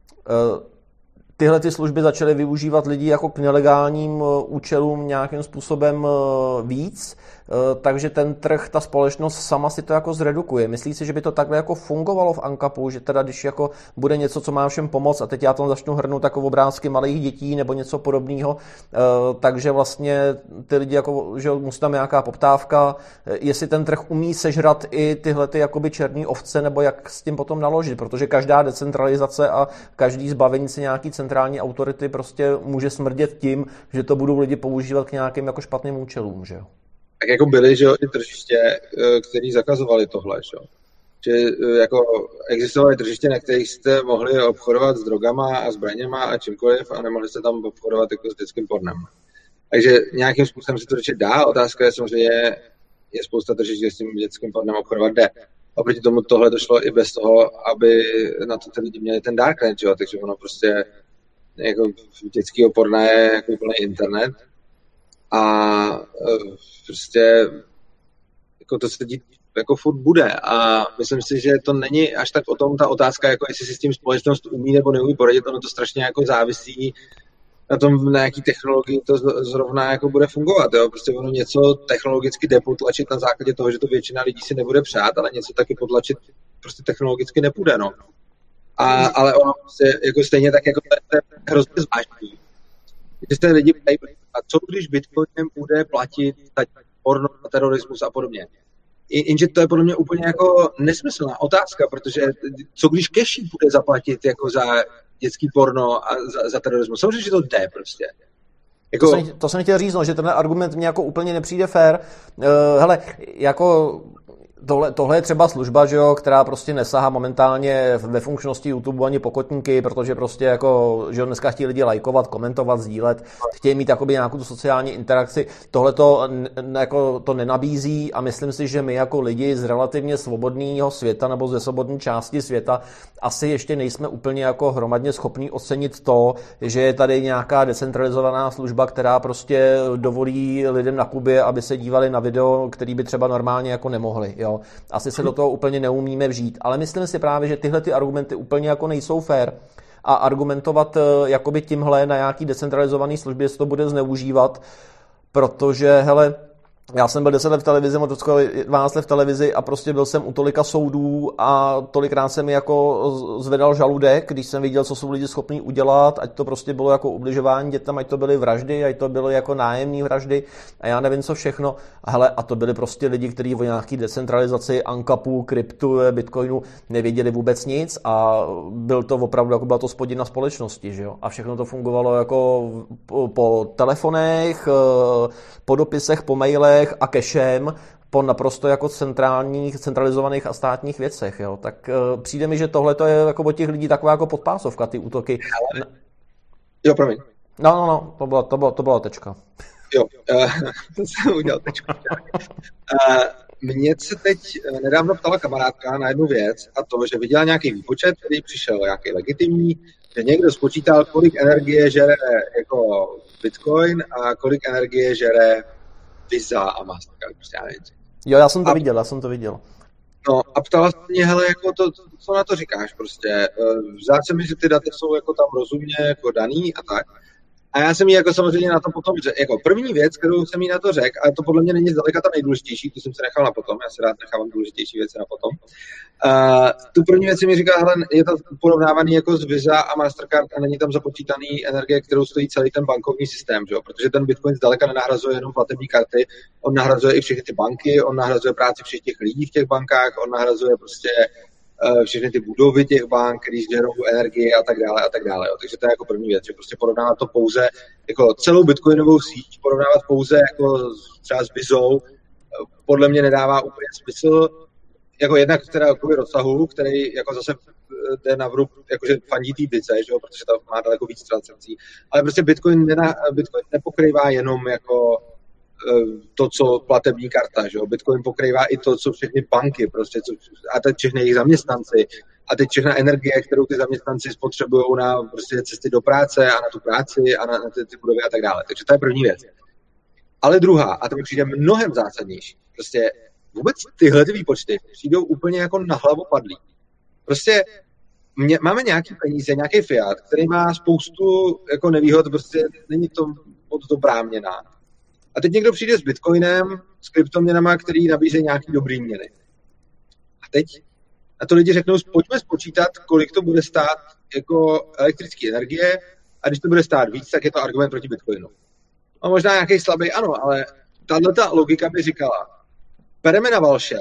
tyhle ty služby začaly využívat lidi jako k nelegálním účelům nějakým způsobem víc, takže ten trh, ta společnost sama si to jako zredukuje. Myslí si, že by to takhle jako fungovalo v Ankapu, že teda když jako bude něco, co má všem pomoct a teď já tam začnu hrnout takové obrázky malých dětí nebo něco podobného, takže vlastně ty lidi jako, že musí tam nějaká poptávka, jestli ten trh umí sežrat i tyhle ty jakoby černý ovce, nebo jak s tím potom naložit, protože každá decentralizace a každý zbavení se nějaký centrální autority prostě může smrdět tím, že to budou lidi používat k nějakým jako špatným účelům, že jo.
Tak jako byly, že jo, i tržiště, který zakazovali tohle, že jo. Že jako existovaly tržiště, na kterých jste mohli obchodovat s drogama a zbraněma a čímkoliv a nemohli jste tam obchodovat jako s dětským pornem. Takže nějakým způsobem se to určitě dá. Otázka je samozřejmě, je spousta tržišť, kde s tím dětským pornem obchodovat jde. Oproti tomu tohle došlo i bez toho, aby na to ty lidi měli ten darknet, že jo. Takže ono prostě jako dětského porna je jako plný internet. A prostě jako to se dít jako furt bude a myslím si, že to není až tak o tom ta otázka, jako jestli si s tím společnost umí nebo neumí poradit, ono to strašně jako závisí na tom, na jaký technologii to zrovna jako bude fungovat. Jo? Prostě ono něco technologicky jde potlačit na základě toho, že to většina lidí si nebude přát, ale něco taky potlačit prostě technologicky nepůjde. No. A, ale ono prostě, jako stejně tak jako to je hrozně zvláštní. Když se lidi ptají, a co když Bitcoinem bude platit porno, terorismus a podobně. Jenže to je podle mě úplně jako nesmyslná otázka, protože co když Keši bude zaplatit jako za dětský porno a za, za terorismus? Samozřejmě, že to jde prostě.
Jako... To, jsem, to jsem chtěl říct, no, že ten argument mě jako úplně nepřijde fér. Uh, hele, jako tohle, tohle je třeba služba, že jo, která prostě nesahá momentálně ve funkčnosti YouTube ani pokotníky, protože prostě jako, že jo, dneska chtějí lidi lajkovat, komentovat, sdílet, chtějí mít jakoby nějakou tu sociální interakci. Tohle to, jako, to nenabízí a myslím si, že my jako lidi z relativně svobodného světa nebo ze svobodné části světa asi ještě nejsme úplně jako hromadně schopní ocenit to, že je tady nějaká decentralizovaná služba, která prostě dovolí lidem na Kubě, aby se dívali na video, který by třeba normálně jako nemohli, jo. Asi se do toho úplně neumíme vžít, ale myslím si právě, že tyhle ty argumenty úplně jako nejsou fair a argumentovat jakoby tímhle na nějaký decentralizovaný službě se to bude zneužívat, protože hele, já jsem byl deset let v televizi, moc dvanáct let v televizi a prostě byl jsem u tolika soudů a tolikrát jsem mi jako zvedal žaludek, když jsem viděl, co jsou lidi schopní udělat, ať to prostě bylo jako ubližování dětem, ať to byly vraždy, ať to byly jako nájemní vraždy a já nevím co všechno. A hele, a to byly prostě lidi, kteří o nějaký decentralizaci, ANCAPu, kryptu, bitcoinu nevěděli vůbec nic a byl to opravdu, jako byla to spodina společnosti, že jo? A všechno to fungovalo jako po, po telefonech, po dopisech, po mailech a cashem po naprosto jako centrálních, centralizovaných a státních věcech, jo. Tak uh, přijde mi, že tohle to je jako od těch lidí taková jako podpásovka, ty útoky.
Ale... Jo, promiň.
No, no, no, to byla, to byla, to byla tečka.
Jo, uh, to jsem udělal tečku. uh, Mě se teď nedávno ptala kamarádka na jednu věc a to, že viděla nějaký výpočet, který přišel nějaký legitimní, že někdo spočítal, kolik energie žere jako Bitcoin a kolik energie žere Visa a Mastercard, prostě já nevím.
Jo, já jsem to
a,
viděl, já jsem to viděl.
No a ptala se mě, hele, jako to, co na to říkáš prostě. Zdá se mi, že ty data jsou jako tam rozumně jako daný a tak. A já jsem jí jako samozřejmě na to potom řekl, jako první věc, kterou jsem jí na to řekl, a to podle mě není zdaleka ta nejdůležitější, tu jsem se nechal na potom, já si rád nechávám důležitější věci na potom. Uh, tu první věc mi říká, hele, je to porovnávaný jako z Visa a Mastercard a není tam započítaný energie, kterou stojí celý ten bankovní systém, že? Protože ten Bitcoin zdaleka nenahrazuje jenom platební karty, on nahrazuje i všechny ty banky, on nahrazuje práci všech těch lidí v těch bankách, on nahrazuje prostě všechny ty budovy těch bank, které žerou energie a tak dále a tak dále. Jo. Takže to je jako první věc, že prostě porovnávat to pouze jako celou bitcoinovou síť, porovnávat pouze jako třeba s Vizou, podle mě nedává úplně smysl. Jako jednak teda jako rozsahu, který jako zase jde na vrub, jakože fandí té Vize, že jo, protože to má daleko víc transakcí. Ale prostě Bitcoin, nena, Bitcoin nepokrývá jenom jako to, co platební karta, že jo? Bitcoin pokrývá i to, co všechny banky, prostě, co, a teď všechny jejich zaměstnanci, a teď všechna energie, kterou ty zaměstnanci spotřebují na prostě cesty do práce a na tu práci a na, na ty, ty budovy a tak dále. Takže to je první věc. Ale druhá, a to mi přijde mnohem zásadnější, prostě vůbec tyhle ty výpočty přijdou úplně jako na hlavu padlý. Prostě mě, máme nějaký peníze, nějaký fiat, který má spoustu jako nevýhod, prostě není to moc dobrá měna. A teď někdo přijde s Bitcoinem, s kryptoměnama, který nabízejí nějaký dobrý měny. A teď na to lidi řeknou, pojďme spočítat, kolik to bude stát jako elektrické energie a když to bude stát víc, tak je to argument proti Bitcoinu. A možná nějaký slabý, ano, ale tato logika by říkala, bereme na valše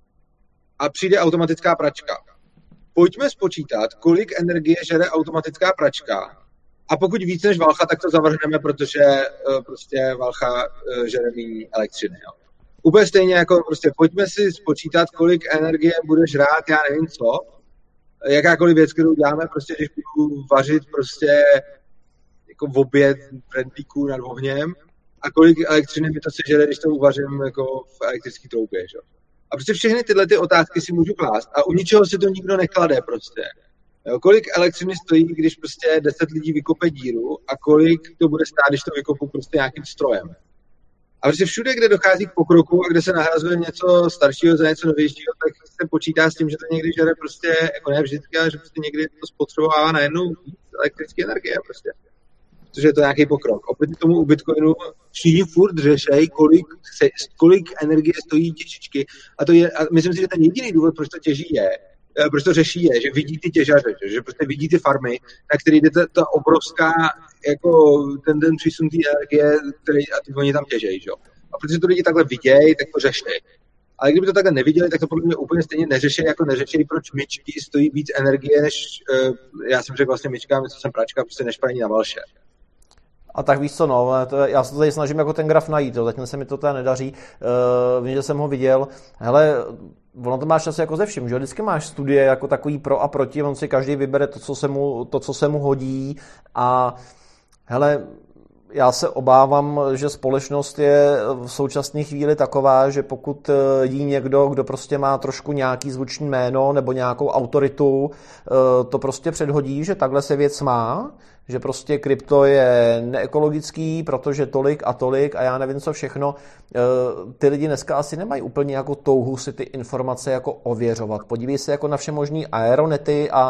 a přijde automatická pračka. Pojďme spočítat, kolik energie žere automatická pračka a pokud víc než valcha, tak to zavrhneme, protože uh, prostě valcha uh, žere méně elektřiny. Jo. Úplně stejně jako prostě pojďme si spočítat, kolik energie bude žrát, já nevím co, jakákoliv věc, kterou děláme, prostě když budu vařit prostě jako v oběd v rendlíku nad ohněm a kolik elektřiny mi to sežere, když to uvařím jako v elektrické troubě. Že? A prostě všechny tyhle ty otázky si můžu klást a u ničeho si to nikdo neklade prostě. Jo, kolik elektřiny stojí, když prostě deset lidí vykope díru a kolik to bude stát, když to vykopu prostě nějakým strojem. A prostě všude, kde dochází k pokroku a kde se nahrazuje něco staršího za něco novějšího, tak se počítá s tím, že to někdy žere prostě, jako ne vždycky, ale že prostě někdy to spotřebovává najednou víc elektrické energie prostě. protože je to nějaký pokrok. Oproti tomu u Bitcoinu všichni furt řešejí, kolik, kolik energie stojí těžičky. A to je, a myslím si, že ten jediný důvod, proč to těží je, proč to řeší je, že vidí ty těžaře, že prostě vidí ty farmy, na který jde ta, ta obrovská, jako ten, ten přísun té energie, který, a ty oni tam těžejí, že jo. A protože to lidi takhle vidějí, tak to řešejí. Ale kdyby to takhle neviděli, tak to podle mě úplně stejně neřeší, jako neřeší, proč myčky stojí víc energie, než, uh, já jsem řekl vlastně myčka, myslím, jsem pračka, prostě než praní na valše.
A tak víš co, no, to, já se to tady snažím jako ten graf najít, jo, zatím se mi to teda nedaří, uh, vím, že jsem ho viděl, hele, ono to máš asi jako ze vším, že vždycky máš studie jako takový pro a proti, on si každý vybere to, co se mu, to, co se mu hodí a hele, já se obávám, že společnost je v současné chvíli taková, že pokud jí někdo, kdo prostě má trošku nějaký zvučný jméno nebo nějakou autoritu, to prostě předhodí, že takhle se věc má, že prostě krypto je neekologický, protože tolik a tolik a já nevím co všechno. Ty lidi dneska asi nemají úplně jako touhu si ty informace jako ověřovat. Podívej se jako na všemožný aeronety a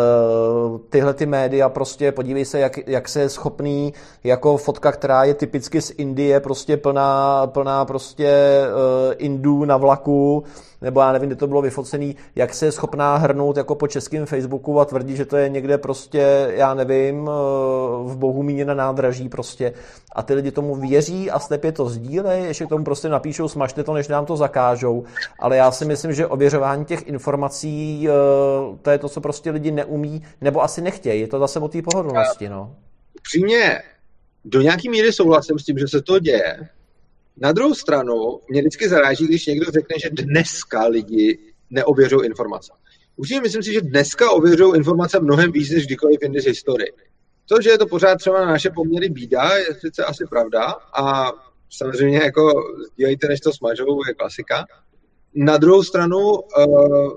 tyhle ty média prostě, podívej se, jak, jak se je schopný jako fotka, která je typicky z Indie, prostě plná, plná prostě Indů na vlaku, nebo já nevím, kde to bylo vyfocený, jak se je schopná hrnout jako po českém Facebooku a tvrdí, že to je někde prostě, já nevím, v Bohumíně na nádraží prostě. A ty lidi tomu věří a slepě to sdílejí, ještě k tomu prostě napíšou, smažte to, než nám to zakážou. Ale já si myslím, že ověřování těch informací, to je to, co prostě lidi neumí, nebo asi nechtějí. Je to zase o té pohodlnosti, no.
Upřímně, do nějaký míry souhlasím s tím, že se to děje. Na druhou stranu mě vždycky zaráží, když někdo řekne, že dneska lidi neověřují informace. Určitě myslím si, že dneska ověřují informace mnohem víc než kdykoliv jindy z historie. To, že je to pořád třeba na naše poměry bída, je sice asi pravda a samozřejmě jako sdílejte, než to smažou, je klasika. Na druhou stranu, uh,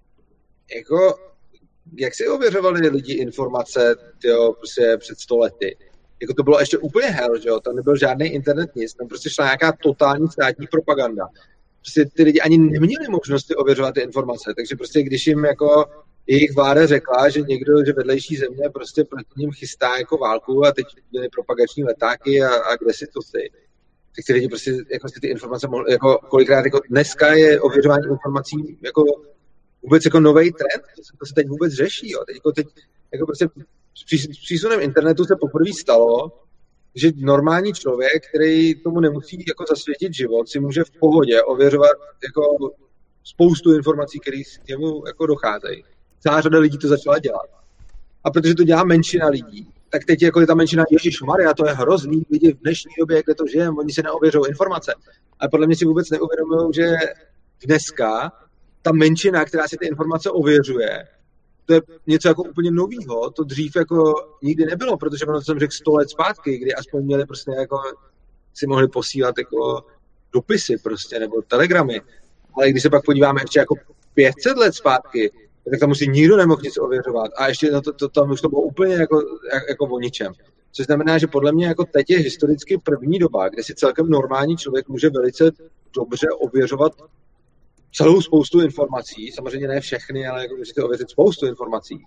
jako, jak si ověřovali lidi informace tyjo, prostě před sto lety? Jako to bylo ještě úplně hell, že jo, tam nebyl žádný internet, nic, tam prostě šla nějaká totální státní propaganda. Prostě ty lidi ani neměli možnosti ověřovat ty informace, takže prostě když jim jako jejich vláda řekla, že někdo, že vedlejší země prostě proti ním chystá jako válku a teď měli propagační letáky a, a kde si to si, tak ty lidi prostě jako si ty informace mohli, jako kolikrát jako dneska je ověřování informací jako vůbec jako nový trend, to se, to se teď vůbec řeší, jo, teď jako teď jako prostě s přísunem internetu se poprvé stalo, že normální člověk, který tomu nemusí jako zasvětit život, si může v pohodě ověřovat jako spoustu informací, které k němu jako docházejí. Celá řada lidí to začala dělat. A protože to dělá menšina lidí, tak teď jako je ta menšina, ježišmarja, to je hrozný, lidi v dnešní době, kde to žijeme, oni se neověřují informace. A podle mě si vůbec neuvědomují, že dneska ta menšina, která si ty informace ověřuje, to je něco jako úplně novýho, to dřív jako nikdy nebylo, protože ono to jsem řekl sto let zpátky, kdy aspoň měli prostě jako, si mohli posílat jako dopisy prostě, nebo telegramy. Ale když se pak podíváme ještě jako pět set let zpátky, tak tam už si nikdo nemohl nic ověřovat. A ještě no to, to, tam už to bylo úplně jako, jako o ničem. Což znamená, že podle mě jako teď je historicky první doba, kde si celkem normální člověk může velice dobře ověřovat celou spoustu informací, samozřejmě ne všechny, ale jako můžete ověřit spoustu informací.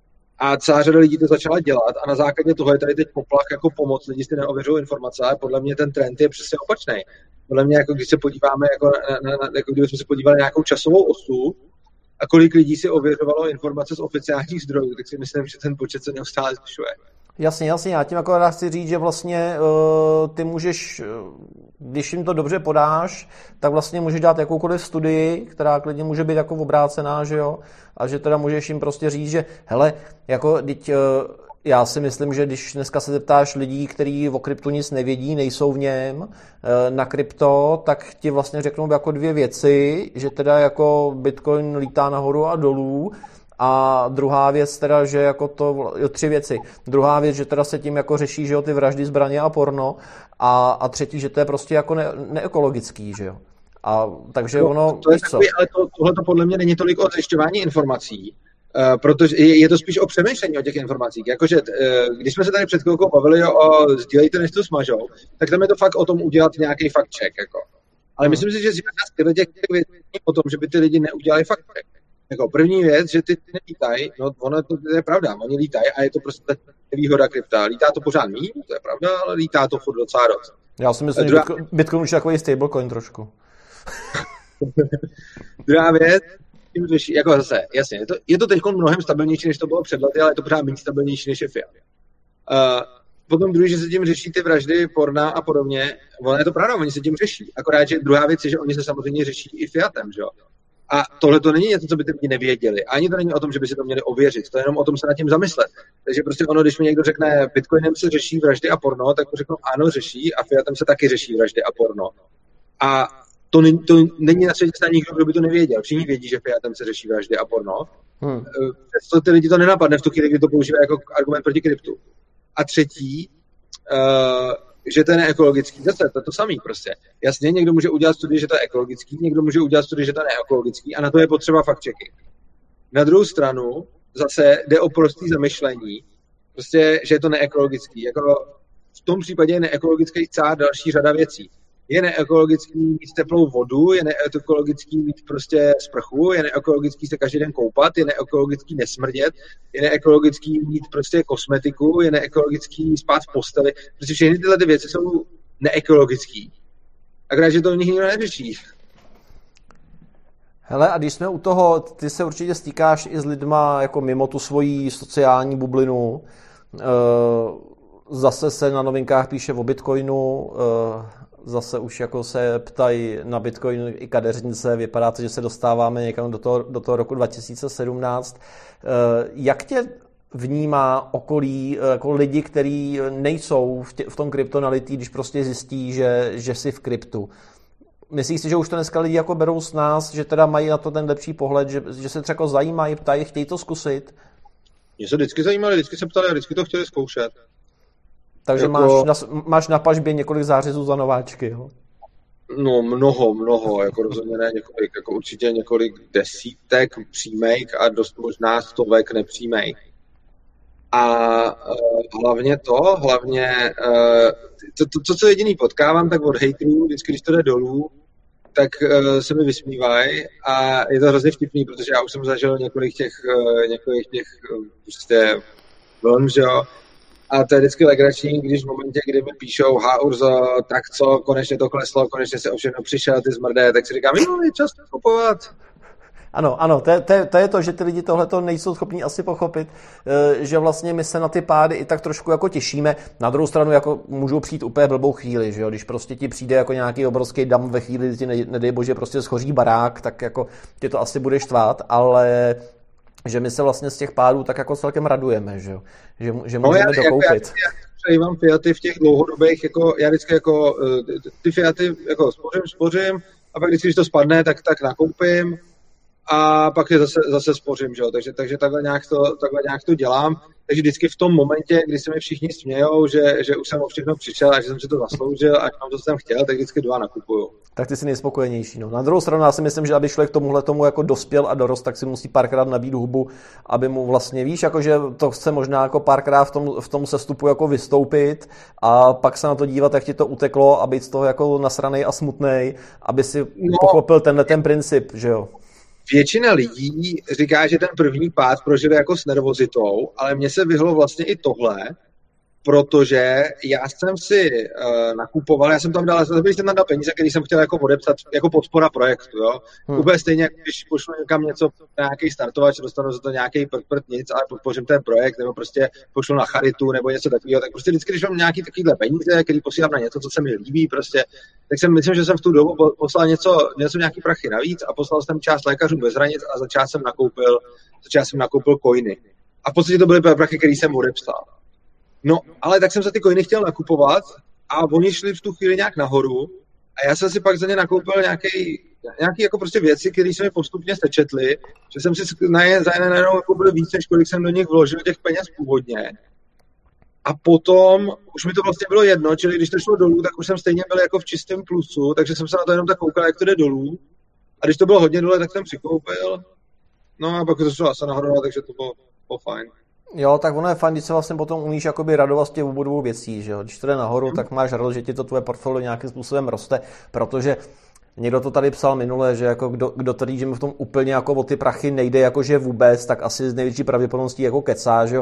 A celá řada lidí to začala dělat a na základě toho je tady teď poplach jako pomoc, lidi si neověřují informace, ale podle mě ten trend je přesně opačný. Podle mě, jako když se podíváme, jako, na, na, jako kdybychom se podívali na nějakou časovou osu a kolik lidí si ověřovalo informace z oficiálních zdrojů, tak si myslím, že ten počet se neustále zvyšuje.
Jasně, jasně, já tím jako chci říct, že vlastně uh, ty můžeš, když jim to dobře podáš, tak vlastně můžeš dát jakoukoliv studii, která klidně může být jako obrácená, že jo, a že teda můžeš jim prostě říct, že hele, jako teď, uh, já si myslím, že když dneska se zeptáš lidí, kteří o kryptu nic nevědí, nejsou v něm, uh, na krypto, tak ti vlastně řeknou jako dvě věci, že teda jako Bitcoin lítá nahoru a dolů. A druhá věc teda, že jako to, jo, tři věci. Druhá věc, že teda se tím jako řeší, že jo, ty vraždy, zbraně a porno. A, a třetí, že to je prostě jako ne, neekologický, že jo. A takže
no,
ono,
to je takový, ale to, tohle to podle mě není tolik o zjišťování informací, uh, protože je, je to spíš o přemýšlení o těch informacích. Jakože, uh, když jsme se tady před chvilkou bavili o sdílejte, než to smažou, tak tam je to fakt o tom udělat nějaký fakt check, jako. Ale hmm. myslím si, že z těch věcí o tom, že by ty lidi neudělali fakt check. Jako první věc, že ty nelítají, no ono to je pravda, oni lítají a je to prostě Výhoda krypta. Lítá to pořád míň, to je pravda, ale lítá to furt docela dost.
Já si myslím, druhá... že Bitcoin, Bitcoin už je takový stablecoin trošku.
Druhá věc, tím řeší, jako zase, jasně, je to, je to teď mnohem stabilnější, než to bylo před lety, ale je to pořád méně stabilnější, než je fiat. Uh, potom druhý, že se tím řeší ty vraždy, porna a podobně, ono je to pravda, oni se tím řeší. Akorát, že druhá věc je, že oni se samozřejmě řeší i fiatem, že jo. A tohle to není něco, co by ty lidi nevěděli. Ani to není o tom, že by si to měli ověřit. To je jenom o tom se nad tím zamyslet. Takže prostě ono, když mi někdo řekne, Bitcoinem se řeší vraždy a porno, tak mu řeknu, ano, řeší, a fiatem se taky řeší vraždy a porno. A to, není, to není na světě stát nikdo, kdo by to nevěděl. Všichni vědí, že fiatem se řeší vraždy a porno. Hmm. Přesto ty lidi to nenapadne v tu chvíli, kdy to používají jako argument proti kryptu. A třetí, uh, že to je neekologický. Zase to je to samý prostě. Jasně, někdo může udělat studii, že to je ekologický, někdo může udělat studii, že to je neekologický, a na to je potřeba fakt checky. Na druhou stranu zase jde o prostý zamyšlení, prostě, že je to neekologický. Jako v tom případě je neekologický celá další řada věcí. Je neekologický mít teplou vodu, je neekologický mít prostě sprchu, je neekologický se každý den koupat, je neekologický nesmrdět, je neekologický mít prostě kosmetiku, je neekologický spát v posteli. Prostě všechny tyhle ty věci jsou neekologický. Akorát, že to v nich nikdo neřeší.
Hele, a když jsme u toho, ty se určitě stýkáš i s lidma jako mimo tu svoji sociální bublinu. Zase se na novinkách píše o Bitcoinu, zase už jako se ptají na Bitcoin i kadeřnice, vypadá to, že se dostáváme někam do toho, do toho roku dva tisíce sedmnáct. Jak tě vnímá okolí jako lidi, kteří nejsou v, tě, v tom kryptonalití, když prostě zjistí, že, že jsi v kryptu? Myslíš si, že už to dneska lidi jako berou s nás, že teda mají na to ten lepší pohled, že, že se třeba zajímají, ptají, chtějí to zkusit?
Mě se vždycky zajímali, vždycky se ptali a vždycky to chtěli zkoušet.
Takže jako... máš, na, máš na pažbě několik zářezů za nováčky, jo?
No mnoho, mnoho, jako rozhodně ne několik, jako určitě několik desítek přímejk a dost možná stovek nepřímejk. A uh, hlavně to, hlavně uh, to, to, to, co jediný potkávám, tak od hejtrů, vždycky, když to jde dolů, tak uh, se mi vysmívají a je to hrozně vtipný, protože já už jsem zažil několik těch, uh, několik těch uh, prostě vln, že jo. A to je vždycky legrační, když v momentě, kdy mi píšou, ha Urzo, tak co, konečně to kleslo, konečně se o všechno přišel, ty zmrdé, tak si říkám, jo, je čas kupovat.
Ano, ano, to je, to, je, to je to, že ty lidi tohleto nejsou schopní asi pochopit, že vlastně my se na ty pády i tak trošku jako těšíme. Na druhou stranu jako můžou přijít úplně blbou chvíli, že jo, když prostě ti přijde jako nějaký obrovský dam ve chvíli, kdy ti nedej bože prostě schoří barák, tak jako tě to asi bude štvát, ale že my se vlastně z těch pádů tak jako celkem radujeme, že jo, že, že můžeme no, já, dokoupit.
Já, já, já přejívám fiaty v těch dlouhodobých, jako já vždycky jako ty fiaty jako spořím, spořím a pak když to spadne, tak, tak nakoupím. A pak je zase, zase spořím, že jo? Takže, takže takhle, nějak to, takhle nějak to dělám. Takže vždycky v tom momentě, kdy se mi všichni smějou, že, že už jsem o všechno přišel a že jsem si to zasloužil a že mám to, co jsem chtěl, tak vždycky dva nakupuju.
Tak ty jsi nejspokojenější. No. Na druhou stranu já si myslím, že aby člověk tomuhle tomu jako dospěl a dorost, tak si musí párkrát nabít hubu, aby mu vlastně, víš, jakože to chce možná jako párkrát v tom, v tom sestupu jako vystoupit a pak se na to dívat, jak ti to uteklo a být z toho jako nasranej a smutnej, aby si no, pochopil tenhle ten princip, že jo.
Většina lidí říká, že ten první pád prožili jako s nervozitou, ale mně se vyhlo vlastně i tohle, protože já jsem si uh, nakupoval, já jsem tam dal, jsem tam dal peníze, které jsem chtěl jako odepsat jako podpora projektu, jo. Hmm. Úplně stejně, jak když pošlu někam něco, nějaký startovač, dostanu za to nějaký prd, prd, nic, ale podpořím ten projekt, nebo prostě pošlu na charitu, nebo něco takového, tak prostě vždycky, když mám nějaký takovýhle peníze, který posílám na něco, co se mi líbí, prostě, tak jsem myslím, že jsem v tu dobu poslal něco, něco nějaký prachy navíc a poslal jsem část lékařům bez hranic a za část jsem nakoupil, za část jsem nakoupil coiny. A v podstatě to byly prachy, které jsem odepsal. No, ale tak jsem za ty coiny chtěl nakupovat a oni šli v tu chvíli nějak nahoru a já jsem si pak za ně nakoupil nějaký, nějaký jako prostě věci, které se mi postupně sečetly, že jsem si na je za jen najednou jako byl víc, než kolik jsem do nich vložil těch peněz původně. A potom už mi to vlastně bylo jedno, čili když to šlo dolů, tak už jsem stejně byl jako v čistém plusu, takže jsem se na to jenom tak koukal, jak to jde dolů. A když to bylo hodně dole, tak jsem přikoupil. No a pak to šlo asi nahoru, takže to bylo, bylo fajn.
Jo, tak ono je fajn, když se vlastně potom umíš jakoby radovat z těch obou dvou věcí, že jo. Když to jde nahoru, mm. tak máš radost, že ti to tvoje portfolio nějakým způsobem roste, protože Někdo to tady psal minule, že jako kdo, kdo tady, že mi v tom úplně jako o ty prachy nejde jakože vůbec, tak asi z největší pravděpodobností jako kecá, že jo.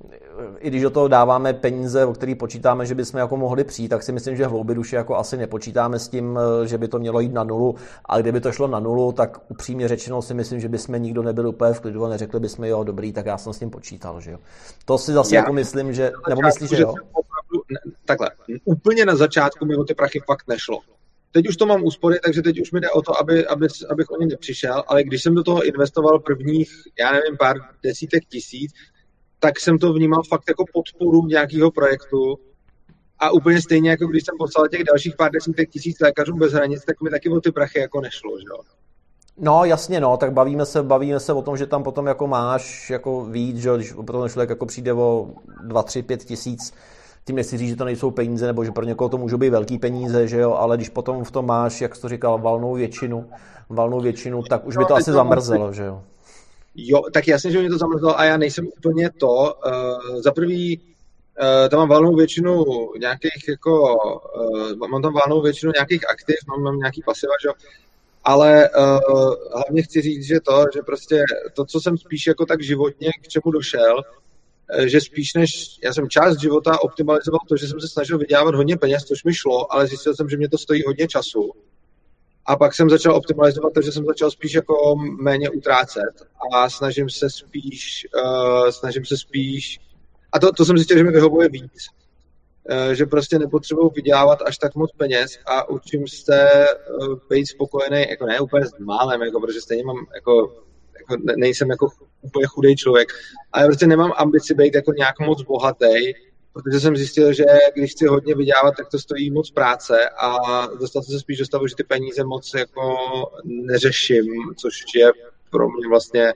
I když do toho dáváme peníze, o který počítáme, že bychom jako mohli přijít, tak si myslím, že hloubi duše jako asi nepočítáme s tím, že by to mělo jít na nulu. A kdyby to šlo na nulu, tak upřímně řečeno si myslím, že bychom nikdo nebyl úplně v klidu a neřekli bychom, jo, dobrý, tak já jsem s tím počítal, že jo. To si zase já, jako myslím, že, nebo myslíš, že jo?
Opravdu, ne, takhle, úplně na začátku mi o ty prachy fakt nešlo. Teď už to mám úspory, takže teď už mi jde o to, aby, aby, abych o ně nepřišel, ale když jsem do toho investoval prvních, já nevím, pár desítek tisíc, tak jsem to vnímal fakt jako podporu nějakého projektu a úplně stejně, jako když jsem poslal těch dalších pár desítek tisíc lékařům bez hranic, tak mi taky o ty prachy jako nešlo, že jo.
No jasně, no, tak bavíme se, bavíme se o tom, že tam potom jako máš jako víc, že když potom člověk jako přijde o dva, tři, pět tisíc, tím nechci říct, že to nejsou peníze, nebo že pro někoho to můžou být velký peníze, že jo, ale když potom v tom máš, jak jsi to říkal, valnou většinu, valnou většinu, tak už by to asi zamrzelo, že jo.
Jo, tak jasně, že mě to zamrzlo a já nejsem úplně to. Uh, za prvý, uh, tam mám valnou většinu nějakých jako, uh, mám tam valnou většinu nějakých aktiv, mám, mám nějaký pasiva, že jo. Ale uh, hlavně chci říct, že to, že prostě to, co jsem spíš jako tak životně k čemu došel, že spíš než, já jsem část života optimalizoval to, že jsem se snažil vydělávat hodně peněz, což mi šlo, ale zjistil jsem, že mě to stojí hodně času. A pak jsem začal optimalizovat to, že jsem začal spíš jako méně utrácet a snažím se spíš, uh, snažím se spíš, a to, to jsem zjistil, že mi vyhovuje víc. Uh, že prostě nepotřebuji vydělávat až tak moc peněz a učím se uh, být spokojený, jako ne úplně s málem, jako, protože stejně mám jako Jako nejsem jako úplně chudej člověk, ale prostě nemám ambici být jako nějak moc bohatý, protože jsem zjistil, že když chci hodně vydělávat, tak to stojí moc práce a dostal jsem se spíš do stavu, že ty peníze moc jako neřeším, což je pro mě vlastně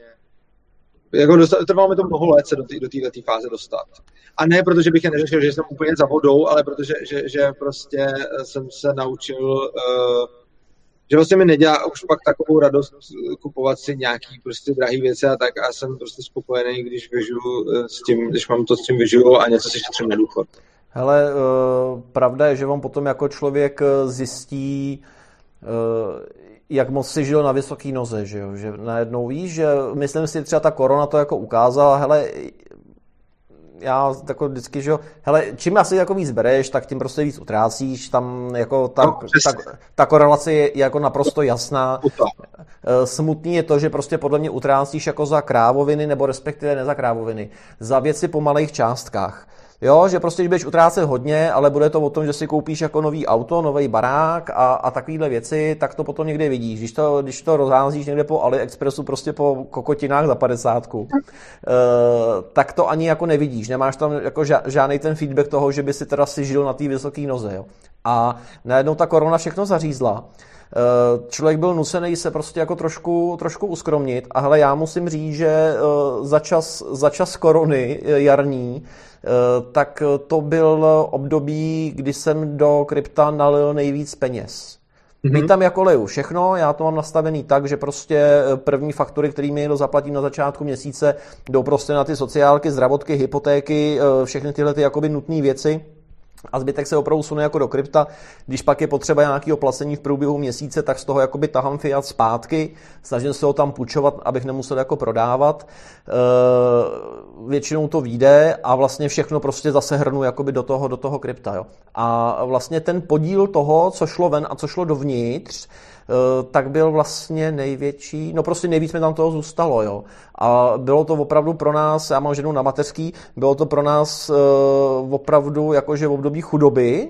jako dostat, trvalo mi to mnoho let se do této fáze dostat. A ne protože bych je neřešil, že jsem úplně za vodou, ale protože že, že prostě jsem se naučil uh, že vlastně mi nedělá už pak takovou radost kupovat si nějaký prostě drahý věci a tak a jsem prostě spokojený, když vyžiju s tím, když mám to s tím vyžiju a něco si šetřím na důchod.
Hele, uh, pravda je, že vám potom jako člověk zjistí, uh, jak moc si žil na vysoký noze, že jo, že najednou víš, že myslím si třeba ta korona to jako ukázala, hele, já jako vždycky, že jo, hele, čím asi jako víc bereš, tak tím prostě víc utrácíš, tam jako ta, no, ta, ta korelace je jako naprosto jasná. Smutný je to, že prostě podle mě utrácíš jako za krávoviny, nebo respektive ne za krávoviny, za věci po malých částkách. Jo, že prostě když budeš utrácet hodně, ale bude to o tom, že si koupíš jako nový auto, nový barák a, a takovýhle věci, tak to potom někde vidíš. Když to, když to rozházíš někde po AliExpressu, prostě po kokotinách za padesátku, e, tak to ani jako nevidíš. Nemáš tam jako žádný ten feedback toho, že by si teda si žil na té vysoké noze. Jo. A najednou ta korona všechno zařízla. Člověk byl nucený se prostě jako trošku, trošku uskromnit a hele, já musím říct, že za čas, za čas korony jarní, tak to byl období, kdy jsem do krypta nalil nejvíc peněz. Mm-hmm. My tam jako leju všechno, já to mám nastavený tak, že prostě první faktury, které mi někdo zaplatí na začátku měsíce, jdou prostě na ty sociálky, zdravotky, hypotéky, všechny tyhle ty jakoby nutné věci. A zbytek se opravdu sune jako do krypta. Když pak je potřeba nějakého placení v průběhu měsíce, tak z toho jakoby tahám fiat zpátky, snažím se ho tam půjčovat, abych nemusel jako prodávat. E, většinou to vyjde a vlastně všechno prostě zase hrnu jakoby do toho, do toho krypta. Jo. A vlastně ten podíl toho, co šlo ven a co šlo dovnitř, tak byl vlastně největší, no prostě nejvíc mi tam toho zůstalo, jo. A bylo to opravdu pro nás, já mám ženu na mateřský, bylo to pro nás uh, opravdu jakože v období chudoby,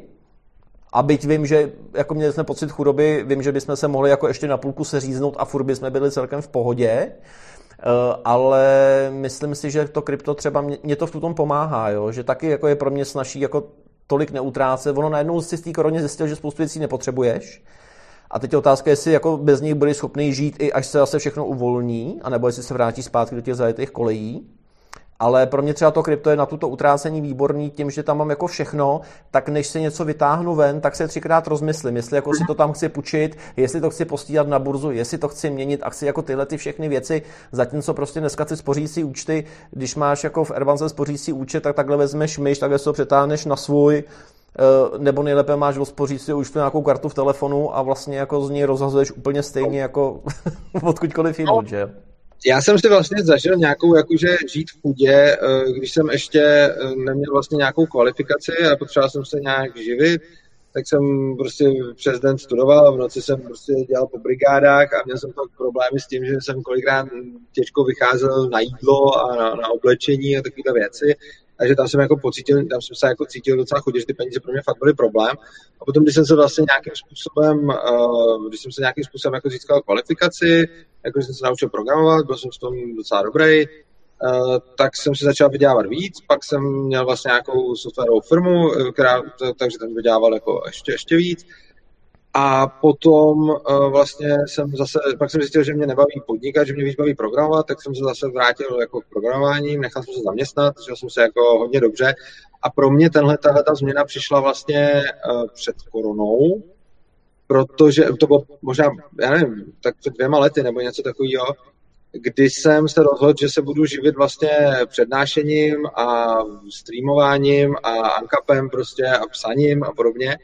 a byť vím, že jako měli jsme pocit chudoby, vím, že bychom se mohli jako ještě na půlku seříznout a furt bychom byli celkem v pohodě, uh, ale myslím si, že to krypto třeba, mě, mě to v tom pomáhá, jo, že taky jako je pro mě snazší jako tolik neutrácet, ono najednou si z té koroně zjistil, že spoustu věcí nepotřebuješ. A teď je otázka, jestli jako bez nich budeš schopný žít i až se zase všechno uvolní, anebo jestli se vrátí zpátky do těch zajetých kolejí. Ale pro mě třeba to krypto je na tuto utrácení výborný tím, že tam mám jako všechno, tak než se něco vytáhnu ven, tak se třikrát rozmyslím, jestli jako si to tam chci půjčit, jestli to chci postíhat na burzu, jestli to chci měnit a chci jako tyhle ty všechny věci, zatímco prostě dneska si spořící účty, když máš jako v Advance spořící účet, tak takhle vezmeš myš, takhle si to přetáhneš na svůj, nebo nejlépe máš ospořit si už tu nějakou kartu v telefonu a vlastně jako z ní rozhazuješ úplně stejně jako odkudkoliv jinut, že?
Já jsem si vlastně zažil nějakou, jakože žít v chudě, když jsem ještě neměl vlastně nějakou kvalifikaci a potřeboval jsem se nějak živit, tak jsem prostě přes den studoval a v noci jsem prostě dělal po brigádách a měl jsem pak problémy s tím, že jsem kolikrát těžko vycházel na jídlo a na, na oblečení a takovéhle věci. Takže tam jsem jako pocítil, tam jsem se jako cítil docela chudě, že ty peníze pro mě fakt byly problém. A potom, když jsem se vlastně nějakým způsobem, uh, když jsem se nějakým způsobem jako získal kvalifikaci, jako jsem se naučil programovat, byl jsem v tom docela dobrý, uh, tak jsem se začal vydělávat víc, pak jsem měl vlastně nějakou softwarovou firmu, která, takže tam vydělával jako ještě, ještě víc. A potom uh, vlastně jsem zase, pak jsem zjistil, že mě nebaví podnikat, že mě víc baví programovat, tak jsem se zase vrátil jako k programování, nechal jsem se zaměstnat, žil jsem se jako hodně dobře. A pro mě tenhle, tahleta změna přišla vlastně uh, před koronou, protože to bylo možná, já nevím, tak před dvěma lety nebo něco takového, kdy jsem se rozhodl, že se budu živit vlastně přednášením a streamováním a ankapem prostě a psaním a podobně.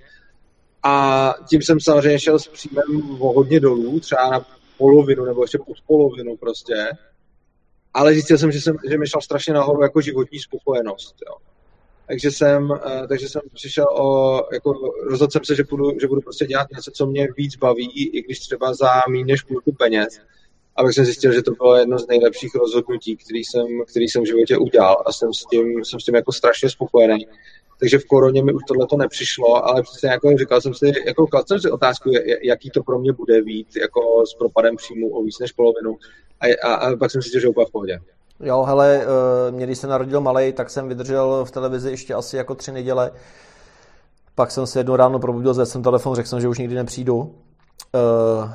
A tím jsem samozřejmě šel s příjmem o hodně dolů, třeba na polovinu nebo ještě pod polovinu prostě. Ale zjistil jsem, že, jsem, že mi šel strašně nahoru jako životní spokojenost. Jo. Takže jsem, takže jsem přišel o, jako rozhodl jsem se, že budu, že budu prostě dělat něco, co mě víc baví, i když třeba za méně než půlku peněz. A pak jsem zjistil, že to bylo jedno z nejlepších rozhodnutí, který jsem, který jsem v životě udělal a jsem s tím, jsem s tím jako strašně spokojený. Takže v koroně mi už tohleto nepřišlo, ale přesně jako říkal jsem si, jako kladl jsem si otázku, jaký to pro mě bude být jako s propadem příjmu o víc než polovinu a, a, a pak jsem si říkal, že úplně v pohodě.
Jo, hele, mě když se narodil malej, tak jsem vydržel v televizi ještě asi jako tři neděle. Pak jsem se jednou ráno probudil, zvedl jsem telefon, řekl jsem, že už nikdy nepřijdu. Uh...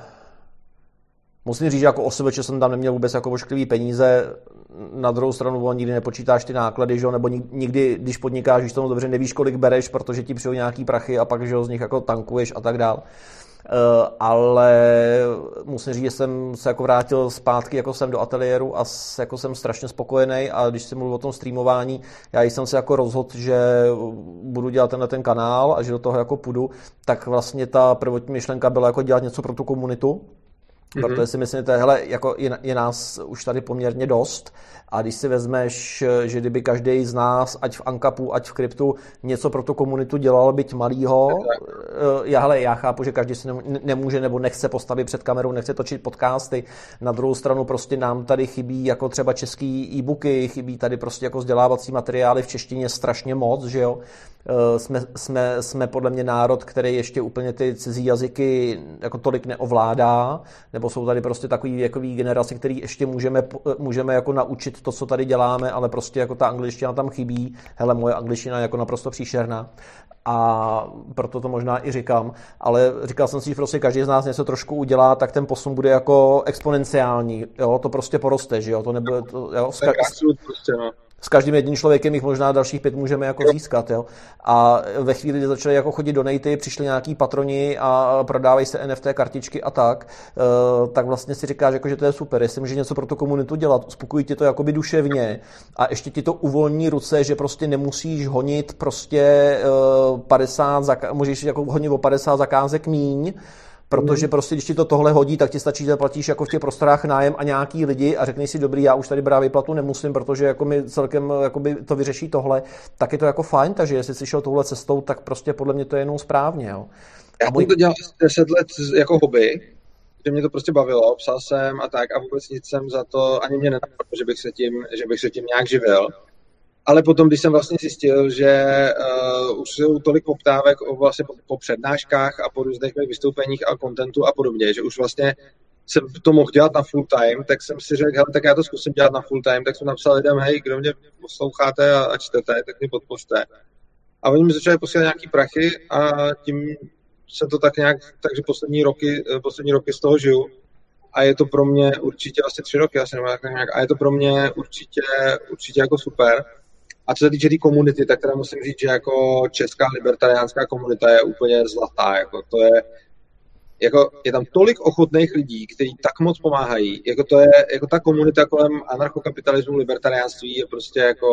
Musím říct, že jako osobeče jsem tam neměl vůbec jako ošklivý peníze. Na druhou stranu nikdy nepočítáš ty náklady, že? Nebo nikdy, když podnikáš, víš tomu dobře, nevíš, kolik bereš, protože ti přijdou nějaký prachy a pak že z nich jako tankuješ a tak dál. Uh, ale musím říct, že jsem se jako vrátil zpátky jako jsem do ateliéru a s, jako jsem strašně spokojený a když jsem mluvil o tom streamování, já jsem se jako rozhodl, že budu dělat tenhle ten kanál a že do toho jako půjdu, tak vlastně ta prvotní myšlenka byla jako dělat něco pro tu komunitu. Mm-hmm. Protože si myslím, že hele, jako je, je nás už tady poměrně dost a když si vezmeš, že kdyby každý z nás, ať v Ankapu, ať v Kryptu, něco pro tu komunitu dělal, byť malýho, já, hele, já chápu, že každý si nemůže nebo nechce postavit před kamerou, nechce točit podcasty, na druhou stranu prostě nám tady chybí jako třeba český e-booky, chybí tady prostě jako vzdělávací materiály v češtině strašně moc, že jo. Jsme, jsme, jsme podle mě národ, který ještě úplně ty cizí jazyky jako tolik neovládá, nebo jsou tady prostě takový věkový generace, který ještě můžeme, můžeme jako naučit to, co tady děláme, ale prostě jako ta angličtina tam chybí. Hele, moje angličtina je jako naprosto příšerná a proto to možná i říkám, ale říkal jsem si, že prostě každý z nás něco trošku udělá, tak ten posun bude jako exponenciální, jo, to prostě poroste, že jo, to nebude, to, jo,
z, ka- prostě, no.
S každým jedním člověkem jich možná dalších pět můžeme jako získat, jo. A ve chvíli, kdy začaly jako chodit donaty, přišli nějaký patroni a prodávají se N F T kartičky a tak, tak vlastně si říkáš, jako, že to je super, jestli může něco pro tu komunitu dělat, uspokojí tě to jakoby duševně a ještě ti to uvolní ruce, že prostě nemusíš honit prostě padesát, zaka- můžeš jako honit o padesát zakázek míň, protože prostě, když ti to tohle hodí, tak ti stačí, že platíš jako v těch prostorách nájem a nějaký lidi a řekneš si, dobrý, já už tady brát výplatu nemusím, protože jako mi celkem jakoby to vyřeší tohle, tak je to jako fajn, takže jestli jsi šel touhle cestou, tak prostě podle mě to je jenom správně. Jo.
Já jsem to dělal deset let jako hobby, že mě to prostě bavilo, psal jsem a tak a vůbec nic jsem za to, ani mě nenapadlo, že bych se tím, že bych se tím nějak živil. Ale potom, když jsem vlastně zjistil, že uh, už jsou tolik poptávek o, vlastně po, po přednáškách a po různých vystoupeních a kontentu a podobně, že už vlastně jsem to mohl dělat na full time, tak jsem si řekl, hele, tak já to zkusím dělat na full time, tak jsem napsal lidem, hej, kdo mě posloucháte a, a čtete, tak mě podpořte. A oni mi začali posílat nějaký prachy a tím se to tak nějak, takže poslední roky, poslední roky z toho žiju. A je to pro mě určitě asi tři roky, asi nebo nějak, a je to pro mě určitě, určitě jako super. A co se týče té komunity, tak teda musím říct, že jako česká libertariánská komunita je úplně zlatá. Jako to je, jako je tam tolik ochotných lidí, kteří tak moc pomáhají. Jako to je, jako ta komunita kolem anarchokapitalismu, libertariánství je prostě jako,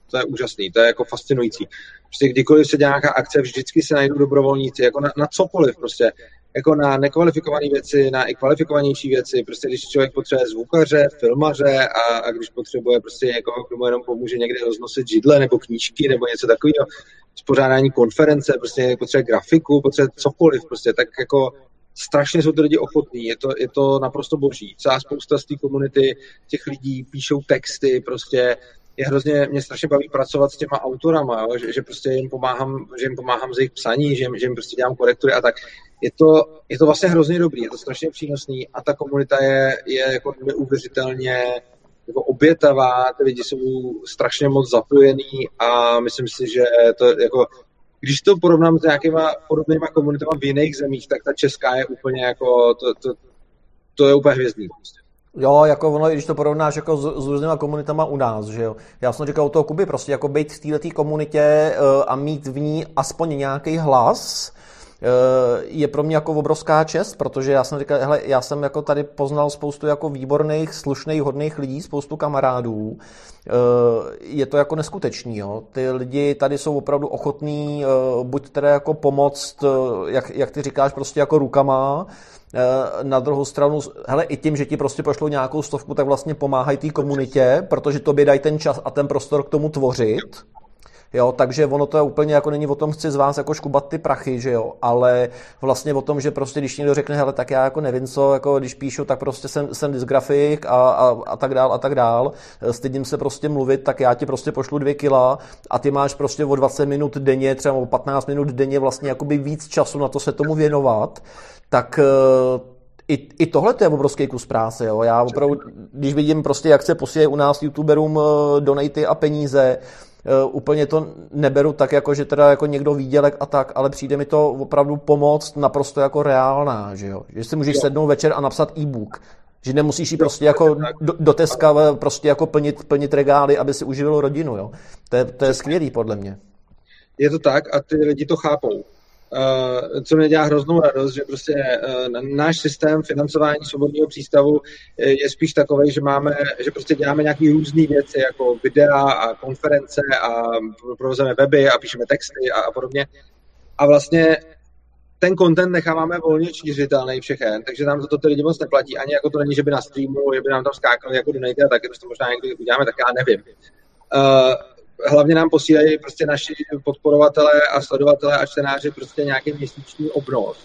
to je úžasný, to je jako fascinující. Prostě kdykoliv se dělá nějaká akce, vždycky se najdou dobrovolníci, jako na, na cokoliv prostě, jako na nekvalifikované věci, na i kvalifikovanější věci, prostě když člověk potřebuje zvukaře, filmaře a, a když potřebuje prostě někoho, kdo mu jenom pomůže někde roznosit židle nebo knížky nebo něco takového, spořádání konference, prostě potřebuje grafiku, potřebuje cokoliv, prostě tak jako strašně jsou ty lidi ochotní, je to, je to naprosto boží. Celá spousta z té komunity, těch lidí píšou texty, prostě je hrozně, mě strašně baví pracovat s těma autorama, jo? Že, že prostě jim pomáhám, že jim pomáhám z jejich psaní, že jim, že jim prostě dělám korektury a tak. Je to, je to vlastně hrozně dobrý, je to strašně přínosný a ta komunita je, je jako neuvěřitelně jako obětavá, ty lidi jsou strašně moc zapojení a myslím si, že to jako když to porovnám s nějakýma podobnýma komunitama v jiných zemích, tak ta česká je úplně jako, to, to, to je úplně hvězdný. Prostě.
Jo, jako ono, když to porovnáš jako s, s různýma komunitama u nás, že jo. Já jsem říkal u toho Kuby, prostě jako být v této komunitě uh, a mít v ní aspoň nějaký hlas, uh, je pro mě jako obrovská čest, protože já jsem říkal, hele, já jsem jako tady poznal spoustu jako výborných, slušných, hodných lidí, spoustu kamarádů. Uh, je to jako neskutečný, jo. Ty lidi tady jsou opravdu ochotní, uh, buď teda jako pomoct, uh, jak, jak ty říkáš, prostě jako rukama. Na druhou stranu, hele, i tím, že ti prostě pošlou nějakou stovku, tak vlastně pomáhají té komunitě, protože tobě dají ten čas a ten prostor k tomu tvořit. Jo, takže ono to je úplně jako není o tom, chci z vás jako škubat ty prachy, že jo, ale vlastně o tom, že prostě když někdo řekne, hele, tak já jako nevím co, jako když píšu, tak prostě jsem, jsem dysgrafik a, a, a tak dál a tak dál, stydím se prostě mluvit, tak já ti prostě pošlu dvě kila a ty máš prostě o dvacet minut denně, třeba o patnáct minut denně vlastně jakoby víc času na to se tomu věnovat, tak i, i tohle to je obrovský kus práce, jo. Já opravdu, když vidím prostě, jak se posílají u nás youtuberům donaty a peníze, Uh, úplně to neberu tak, jako, že teda jako někdo výdělek a tak, ale přijde mi to opravdu pomoct naprosto jako reálná, že jo. Že si můžeš jo. sednout večer a napsat e-book, že nemusíš jít prostě jako do, do Teska prostě jako plnit, plnit regály, aby si uživil rodinu, jo. To je, to je skvělý podle mě.
Je to tak a ty lidi to chápou. Uh, co mě dělá hroznou radost, že prostě uh, náš systém financování svobodného přístavu je spíš takový, že máme, že prostě děláme nějaké různé věci, jako videa a konference a provozujeme weby a píšeme texty a, a podobně. A vlastně ten content necháváme volně šířitelný všechen, takže nám to, to ty lidi moc neplatí, ani jako to není, že by na streamu, že by nám tam skákali jako donaty a taky, to možná někdy uděláme, tak já nevím. Uh, Hlavně nám posílají prostě naši podporovatelé a sledovatelé a čtenáři prostě nějaký měsíční obnos.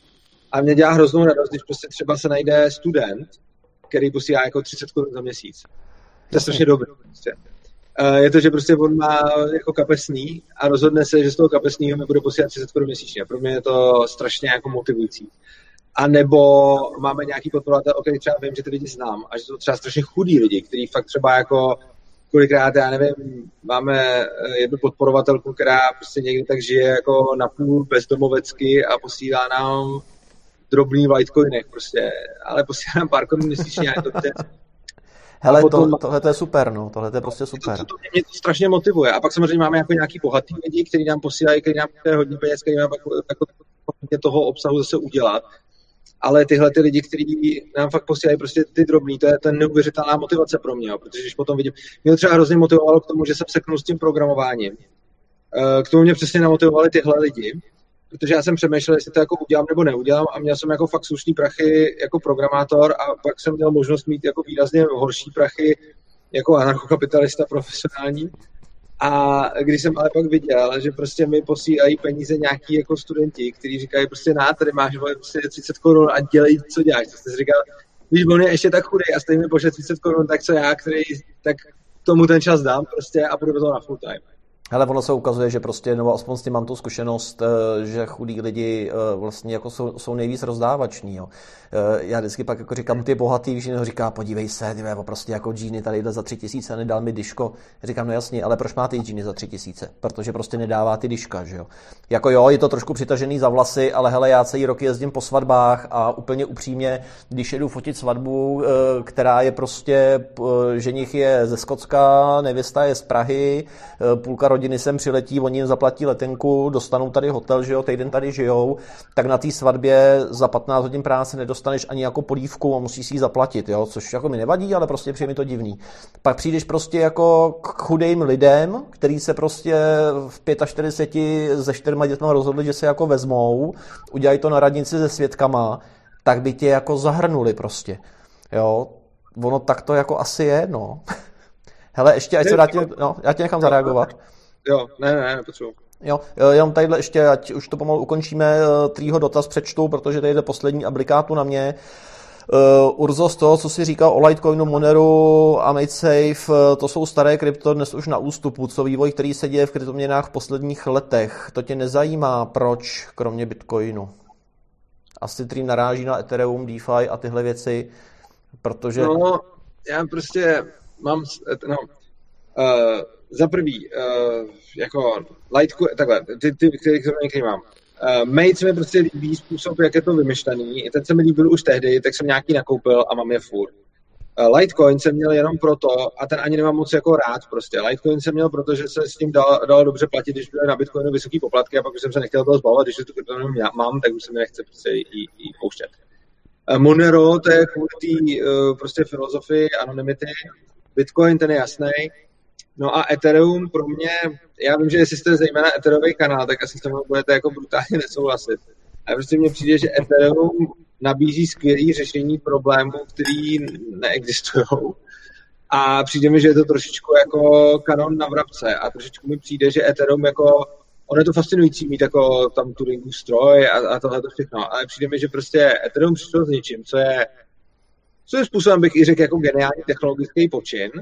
A mě dělá hroznou radost, když prostě třeba se najde student, který posílá jako třicet korun za měsíc. To je strašně dobré. Prostě. Je to, že prostě on má jako kapesný a rozhodne se, že z toho kapesného mi bude posílat třicet korun měsíčně. Pro mě je to strašně jako motivující. A nebo máme nějaký podporovatel, o kterých třeba vím, že ty lidi znám a že jsou třeba strašně chudí lidi, kteří fakt třeba jako kolikrát, já nevím, máme jednu podporovatelku, která prostě někdy tak žije jako napůl bezdomovecky a posílá nám drobný v Litecoinech prostě, ale posílá nám pár korun měsíčně a je to teď.
Hele, potom, to, tohle to je super, no, tohle to je prostě super.
To, to, to mě to strašně motivuje. A pak samozřejmě máme jako nějaký bohatý lidi, kteří nám posílají, kteří nám posílají hodně peněz, kteří nám pak jako hodně toho obsahu zase udělat. Ale tyhle ty lidi, kteří nám fakt posílají prostě ty drobný, to je ten neuvěřitelná motivace pro mě, jo, protože když potom vidím, mě to třeba hrozně motivovalo k tomu, že jsem seknul s tím programováním. K tomu mě přesně namotivovali tyhle lidi, protože já jsem přemýšlel, jestli to jako udělám nebo neudělám a měl jsem jako fakt slušný prachy jako programátor a pak jsem měl možnost mít jako výrazně horší prachy jako anarchokapitalista profesionální. A když jsem ale pak viděl, že prostě mi posílají peníze nějaký jako studenti, kteří říkají prostě na, tady máš prostě třicet korun a dělej, co děláš. Tak jsem si říkal, když on je ještě tak chudej a stejně mi pošle třicet korun, tak co já, který tak tomu ten čas dám prostě a půjdu do toho na full time.
Hele, ono se ukazuje, že prostě, nebo aspoň s tím mám tu zkušenost, že chudí lidi vlastně jako jsou, jsou nejvíc rozdávační, jo. Já vždycky pak jako říkám, ty bohatý, že říká, podívej se, ty prostě jako džíny tady jde za tři tisíce, nedal mi dyško. Říkám, no jasně, ale proč má ty džíny za tři tisíce? Protože prostě nedává ty dyška, že jo. Jako jo, je to trošku přitažený za vlasy, ale hele, já celý rok jezdím po svatbách a úplně upřímně, když jedu fotit svatbu, která je prostě, ženich je ze Skotska, nevěsta je z Prahy, půlka rodiny rodiny sem přiletí, oni jim zaplatí letenku, dostanou tady hotel, že jo, týden tady žijou, tak na té svatbě za patnáct hodin práce nedostaneš ani jako polívku a musíš si ji zaplatit, jo, což jako mi nevadí, ale prostě přijde mi to divný. Pak přijdeš prostě jako k chudým lidem, který se prostě v čtyřiceti pěti se čtyřma dětma rozhodli, že se jako vezmou, udělají to na radnici se svědkama, tak by tě jako zahrnuli prostě, jo. Ono tak to jako asi je, no. Hele, ještě, ať se dá tě, no, já tě nechám zareagovat.
Jo, ne, ne, nepotřebuji.
Jo, jenom tadyhle ještě, ať už to pomalu ukončíme, Trýho dotaz přečtu, protože tady jde poslední ablikátu na mě. Uh, Urzo, z toho, co si říkal o Litecoinu, Moneru a MadeSafe, to jsou staré krypto dnes už na ústupu. Co vývoj, který se děje v kryptoměnách v posledních letech? To tě nezajímá, proč, kromě Bitcoinu? Asi Tree naráží na Ethereum, DeFi a tyhle věci, protože...
No, já prostě mám, no, uh, za prvý, uh, jako Litecoin, takhle, ty, ty který, který mám. Uh, Mate se mi prostě líbí způsob, jak je to vymyšlený. Ten se mi líbil už tehdy, tak jsem nějaký nakoupil a mám je furt. Uh, Litecoin jsem měl jenom proto, a ten ani nemám moc jako rád prostě. Litecoin jsem měl proto, že se s tím dalo, dalo dobře platit, když byly na Bitcoinu vysoký poplatky a pak už jsem se nechtěl toho zbavovat, když tu kryptoměnu mám, tak už se mi nechce prostě jí, jí pouštět. Uh, Monero, to je kvůli té uh, prostě filozofii, anonymity. Bitcoin, ten je jasný. No a Ethereum pro mě, já vím, že jestli jste zejména Ethereový kanál, tak asi s tím budete jako brutálně nesouhlasit. A prostě mně přijde, že Ethereum nabízí skvělé řešení problémů, který neexistují. A přijde mi, že je to trošičku jako kanon na vrabce. A trošičku mi přijde, že Ethereum jako, on je to fascinující mít jako tam Turingův stroj a, a tohle to všechno. Ale přijde mi, že prostě Ethereum přišel s něčím, co je, co je způsobem, bych i řekl, jako geniální technologický počin.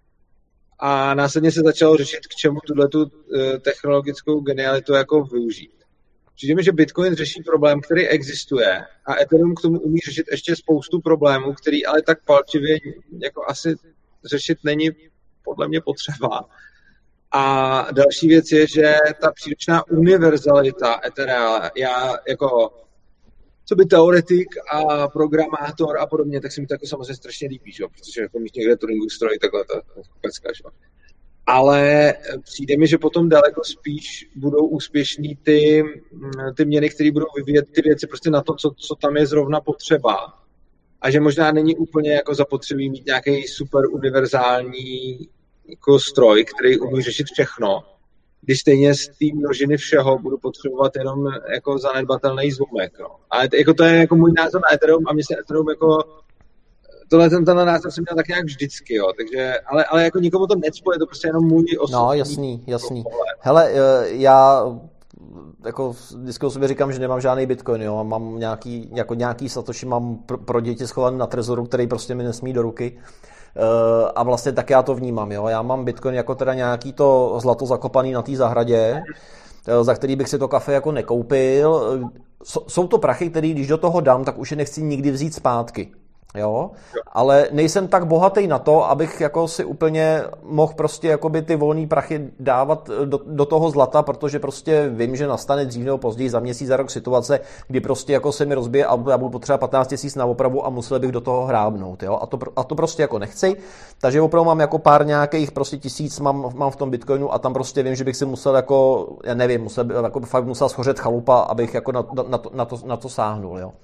A následně se začalo řešit, k čemu tuhletu technologickou genialitu jako využít. Přijde mi, že Bitcoin řeší problém, který existuje a Ethereum k tomu umí řešit ještě spoustu problémů, který ale tak palčivě jako asi řešit není podle mě potřeba. A další věc je, že ta přílišná univerzalita Etherea, já jako co by teoretik a programátor a podobně, tak se mi to jako samozřejmě strašně líbí, že? Protože jako mít někde Turingův stroj, takhle to pecka, že? Ale přijde mi, že potom daleko spíš budou úspěšní ty, ty měny, které budou vyvíjet ty věci prostě na to, co, co tam je zrovna potřeba. A že možná není úplně jako zapotřebí mít nějaký super univerzální jako stroj, který umí řešit všechno, když stejně z té množiny všeho budu potřebovat jenom jako zanedbatelný zlomek. No. A jako to je jako můj názor na Ethereum a mě se Ethereum jako tohle ten, tenhle názor jsem měl tak nějak vždycky, jo. Takže, ale, ale jako nikomu to necpo, je to prostě jenom můj osobní.
No, jasný, jasný. Hele, já jako vždycky o sobě říkám, že nemám žádný Bitcoin, jo. Mám nějaký, jako nějaký satoshi mám pro, pro děti schovaný na trezoru, který prostě mi nesmí do ruky. A vlastně tak já to vnímám, jo. Já mám Bitcoin jako teda nějaký to zlato zakopaný na té zahradě, za který bych si to kafe jako nekoupil. Jsou to prachy, které když do toho dám, tak už je nechci nikdy vzít zpátky. Jo? Ale nejsem tak bohatý na to, abych jako si úplně mohl prostě jakoby ty volný prachy dávat do, do toho zlata, protože prostě vím, že nastane dřív nebo později za měsíc, za rok situace, kdy prostě jako se mi rozbije a já budu potřebovat patnáct tisíc na opravu a musel bych do toho hrábnout. Jo? A, to, a to prostě jako nechci, takže opravdu mám jako pár nějakých prostě tisíc mám, mám v tom Bitcoinu a tam prostě vím, že bych si musel jako, já nevím, musel, jako fakt musel schořet chalupa, abych jako na, na, to, na, to, na to sáhnul. Jo?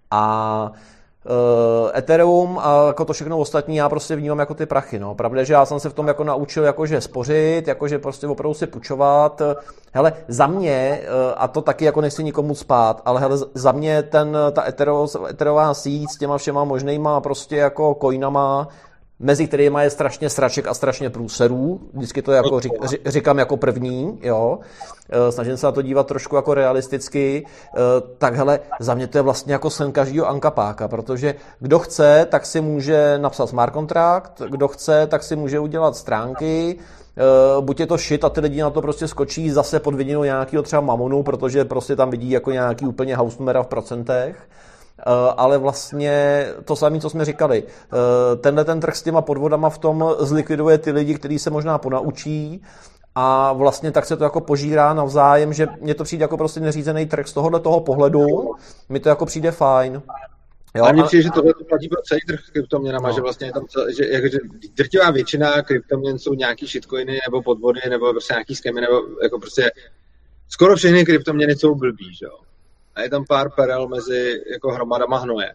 A Uh, Ethereum a jako to všechno ostatní já prostě vnímám jako ty prachy, no. Pravda, že já jsem se v tom jako naučil jakože spořit, jakože prostě opravdu si půjčovat. Hele, za mě, uh, a to taky jako nechci nikomu spát, ale hele, za mě ten, ta Ethereová síť s těma všema možnýma prostě jako coinama, mezi kterými je strašně sraček a strašně průserů. Vždycky to jako řík, říkám jako první, jo. Snažím se na to dívat trošku jako realisticky. Tak hele, za mě to je vlastně jako sen každýho ankapáka, protože kdo chce, tak si může napsat smart kontrakt, kdo chce, tak si může udělat stránky, buď je to shit a ty lidi na to prostě skočí zase pod vidinou nějakého třeba mamonu, protože prostě tam vidí jako nějaký úplně hausnumera v procentech. Ale vlastně to samé, co jsme říkali. Tenhle ten trh s těma podvodama v tom zlikviduje ty lidi, kteří se možná ponaučí a vlastně tak se to jako požírá navzájem, že mně to přijde jako prostě neřízený trh z tohohle toho pohledu, mi to jako přijde fajn.
Jo, ale mně přijde, že tohle to platí pro celý trh kryptoměnama, no. že vlastně je tam celé, že, jak, že drtivá většina kryptoměn jsou nějaký shitcoiny nebo podvody nebo prostě nějaký skemy, nebo jako prostě skoro všechny kryptoměny jsou blbý, že jo. A je tam pár perel mezi jako hromadama hnoje.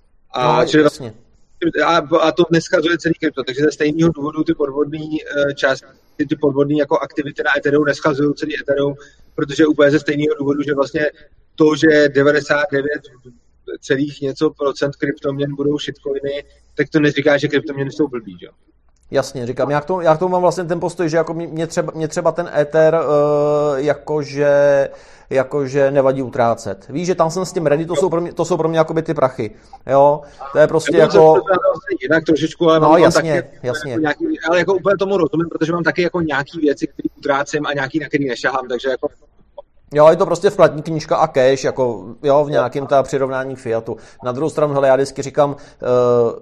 A,
no,
čili,
jasně.
a, a to neschazuje celý krypto, takže ze stejného důvodu ty podvodný uh, část, ty, ty podvodný jako aktivity na Ethereum neschazují celý Ethereum, protože úplně ze stejného důvodu, že vlastně to, že devadesát devět celých něco procent kryptoměn budou shitcoiny, tak to neříká, že kryptoměny jsou blbý, jo.
Jasně, říkám, já k tomu, já k tomu mám vlastně ten postoj, že jako mě třeba, mě třeba ten Ether uh, jakože, jakože nevadí utrácet. Víš, že tam jsem s tím ready, to jsou pro mě, to jsou pro mě jakoby ty prachy, jo, to je prostě já jako...
Jinak trošičku, ale
no,
mám
jasně,
taky,
jasně.
Jako nějaký, ale jako úplně tomu rozumím, protože mám taky jako nějaký věci, které utrácím a nějaký, na který nešahám, takže jako...
Jo, je to prostě vkladní knížka a cash, jako jo, v nějakém ta přirovnání k fiatu. Na druhou stranu, hele, já vždycky říkám, uh,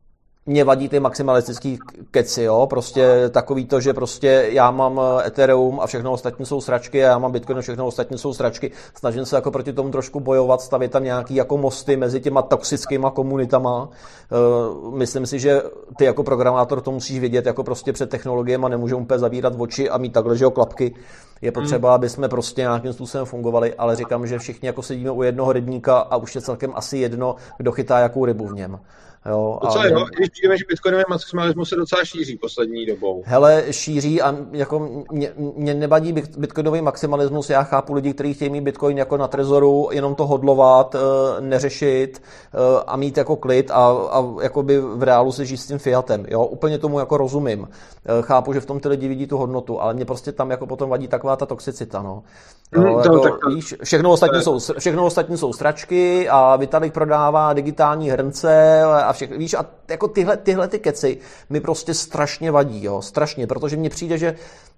mě vadí ty maximalistický keci, jo, prostě takový to, že prostě já mám Ethereum a všechno ostatní jsou sračky a já mám Bitcoin a všechno ostatní jsou sračky. Snažím se jako proti tomu trošku bojovat, stavět tam nějaký jako mosty mezi těma toxickýma komunitama. Uh, myslím si, že ty jako programátor to musíš vidět jako prostě před technologiemi a nemůžou úplně zavírat oči a mít takhle, že jo, klapky. Je potřeba, aby jsme prostě nějakým způsobem fungovali, ale říkám, že všichni jako sedíme u jednoho rybníka a už je celkem asi jedno, kdo chytá jakou rybu v něm. Jo,
docela jo, když přijeme, že bitcoinový maximalismus se docela šíří poslední dobou.
Hele, šíří a jako mě, mě nevadí bitcoinový maximalismus, já chápu lidi, kteří chtějí mít bitcoin jako na trezoru, jenom to hodlovat, neřešit a mít jako klid a, a jakoby v reálu se žít s tím fiatem, jo, úplně tomu jako rozumím. Chápu, že v tom ty lidi vidí tu hodnotu, ale mě prostě tam jako potom vadí taková ta toxicita, no. Jo, mm, to, jako, tak, víš, všechno ostatní, jsou, všechno ostatní jsou sračky a Vitalik prodává digitální hrnce a všechno, víš, a jako tyhle, tyhle ty keci mi prostě strašně vadí, jo, strašně, protože mně přijde, že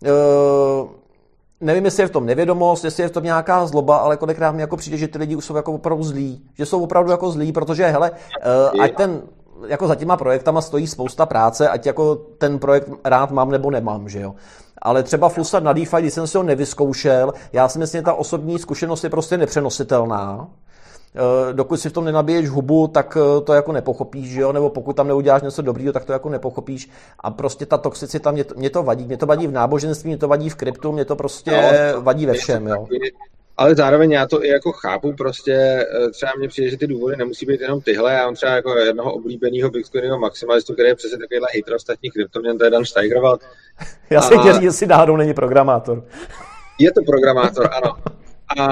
uh, nevím, jestli je v tom nevědomost, jestli je v tom nějaká zloba, ale kolikrát mi jako přijde, že ty lidi už jsou jako opravdu zlí, že jsou opravdu jako zlí, protože hele, uh, ať ten jako za těma projektama stojí spousta práce, ať jako ten projekt rád mám nebo nemám, že jo. Ale třeba flusat na DeFi, když jsem si ho nevyzkoušel, já si myslím, že ta osobní zkušenost je prostě nepřenositelná. Dokud si v tom nenabiješ hubu, tak to jako nepochopíš, že jo? Nebo pokud tam neuděláš něco dobrýho, tak to jako nepochopíš. A prostě ta toxicita, mě to, mě to vadí. Mě to vadí v náboženství, mě to vadí v kryptu, mě to prostě no, vadí ve všem, jo.
Ale zároveň já to i jako chápu, prostě třeba mně přijde, že ty důvody nemusí být jenom tyhle. Já mám třeba jako jednoho oblíbeného bitcoinového maximalistu, který je přesně takovýhle hater ostatních kryptoměn, to je Dan Steigerwald.
Já se chtěl říct, jestli náhodou není programátor.
Je to programátor, ano. A,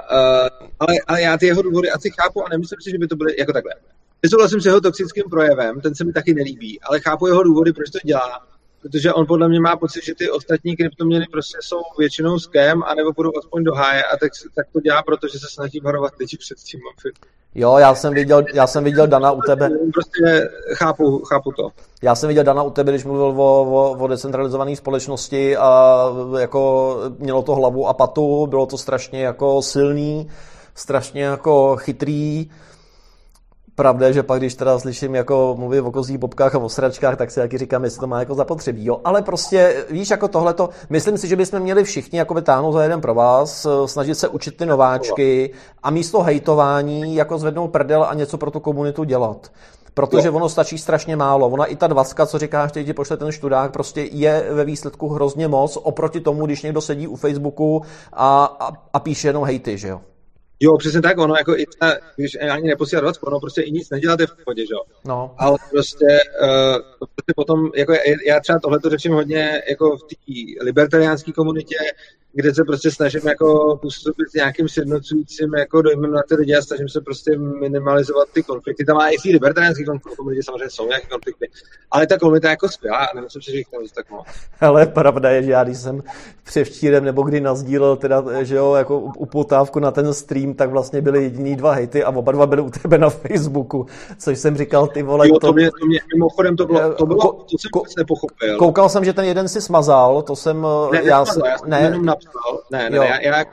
uh, ale, ale já ty jeho důvody asi chápu a nemyslím si, že by to byly jako takhle. Nesouhlasím s jeho toxickým projevem, ten se mi taky nelíbí, ale chápu jeho důvody, proč to dělá. Protože on podle mě má pocit, že ty ostatní kryptoměny prostě jsou většinou scam, anebo budou aspoň do háje a tak, tak to dělá, protože se snaží varovat lidi před tím.
Jo, já jsem viděl, já jsem viděl Dana u tebe.
Prostě chápu, chápu to.
Já jsem viděl Dana u tebe, když mluvil o, o, o decentralizované společnosti a jako mělo to hlavu a patu, bylo to strašně jako silný, strašně jako chytrý. Pravda je, že pak, když teda slyším jako mluvit o kozích bobkách a o sračkách, tak si taky říkám, jestli to má jako zapotřebí. Jo? Ale prostě, víš, jako tohleto, myslím si, že bychom měli všichni jako vytáhnout za jeden pro vás, snažit se učit ty nováčky a místo hejtování jako zvednout prdel a něco pro tu komunitu dělat. Protože ono stačí strašně málo. Ona i ta dvacka, co říkáš, teď ti pošle ten študák, prostě je ve výsledku hrozně moc oproti tomu, když někdo sedí u Facebooku a, a, a píše jenom hejty, že jo.
Jo, přesně tak, ono jako i ta, když ani neposílá dvacku, ono prostě i nic neděláte v pohodě, že jo.
No.
Ale prostě, uh, prostě potom, jako já třeba tohleto řeším hodně jako v té libertariánské komunitě, kde se prostě snažím jako působit nějakým sjednocujícím jako dojmem na ty lidi a snažím se prostě minimalizovat ty konflikty. Tam má i v té libertariánské komunitě samozřejmě jsou nějaké konflikty, ale ta komunita je jako skvělá, nemyslím si, že jich tam zase tak moc.
Ale pravda je, že já když jsem převčírem nebo kdy nazdílel teda, že jo, jako upoutávku na ten stream, tak vlastně byly jediný dva hejty a oba dva byly u tebe na Facebooku, což jsem říkal, ty vole.
Jo, to, mě, to mě, mimochodem to bylo, to bylo, ko, to jsem ko, vůbec nepochopil.
Koukal jsem, že ten jeden si smazal, to jsem,
ne,
já,
nesmazal, já jsem
ne,
jenom napsal, ne, ne, jo, já, já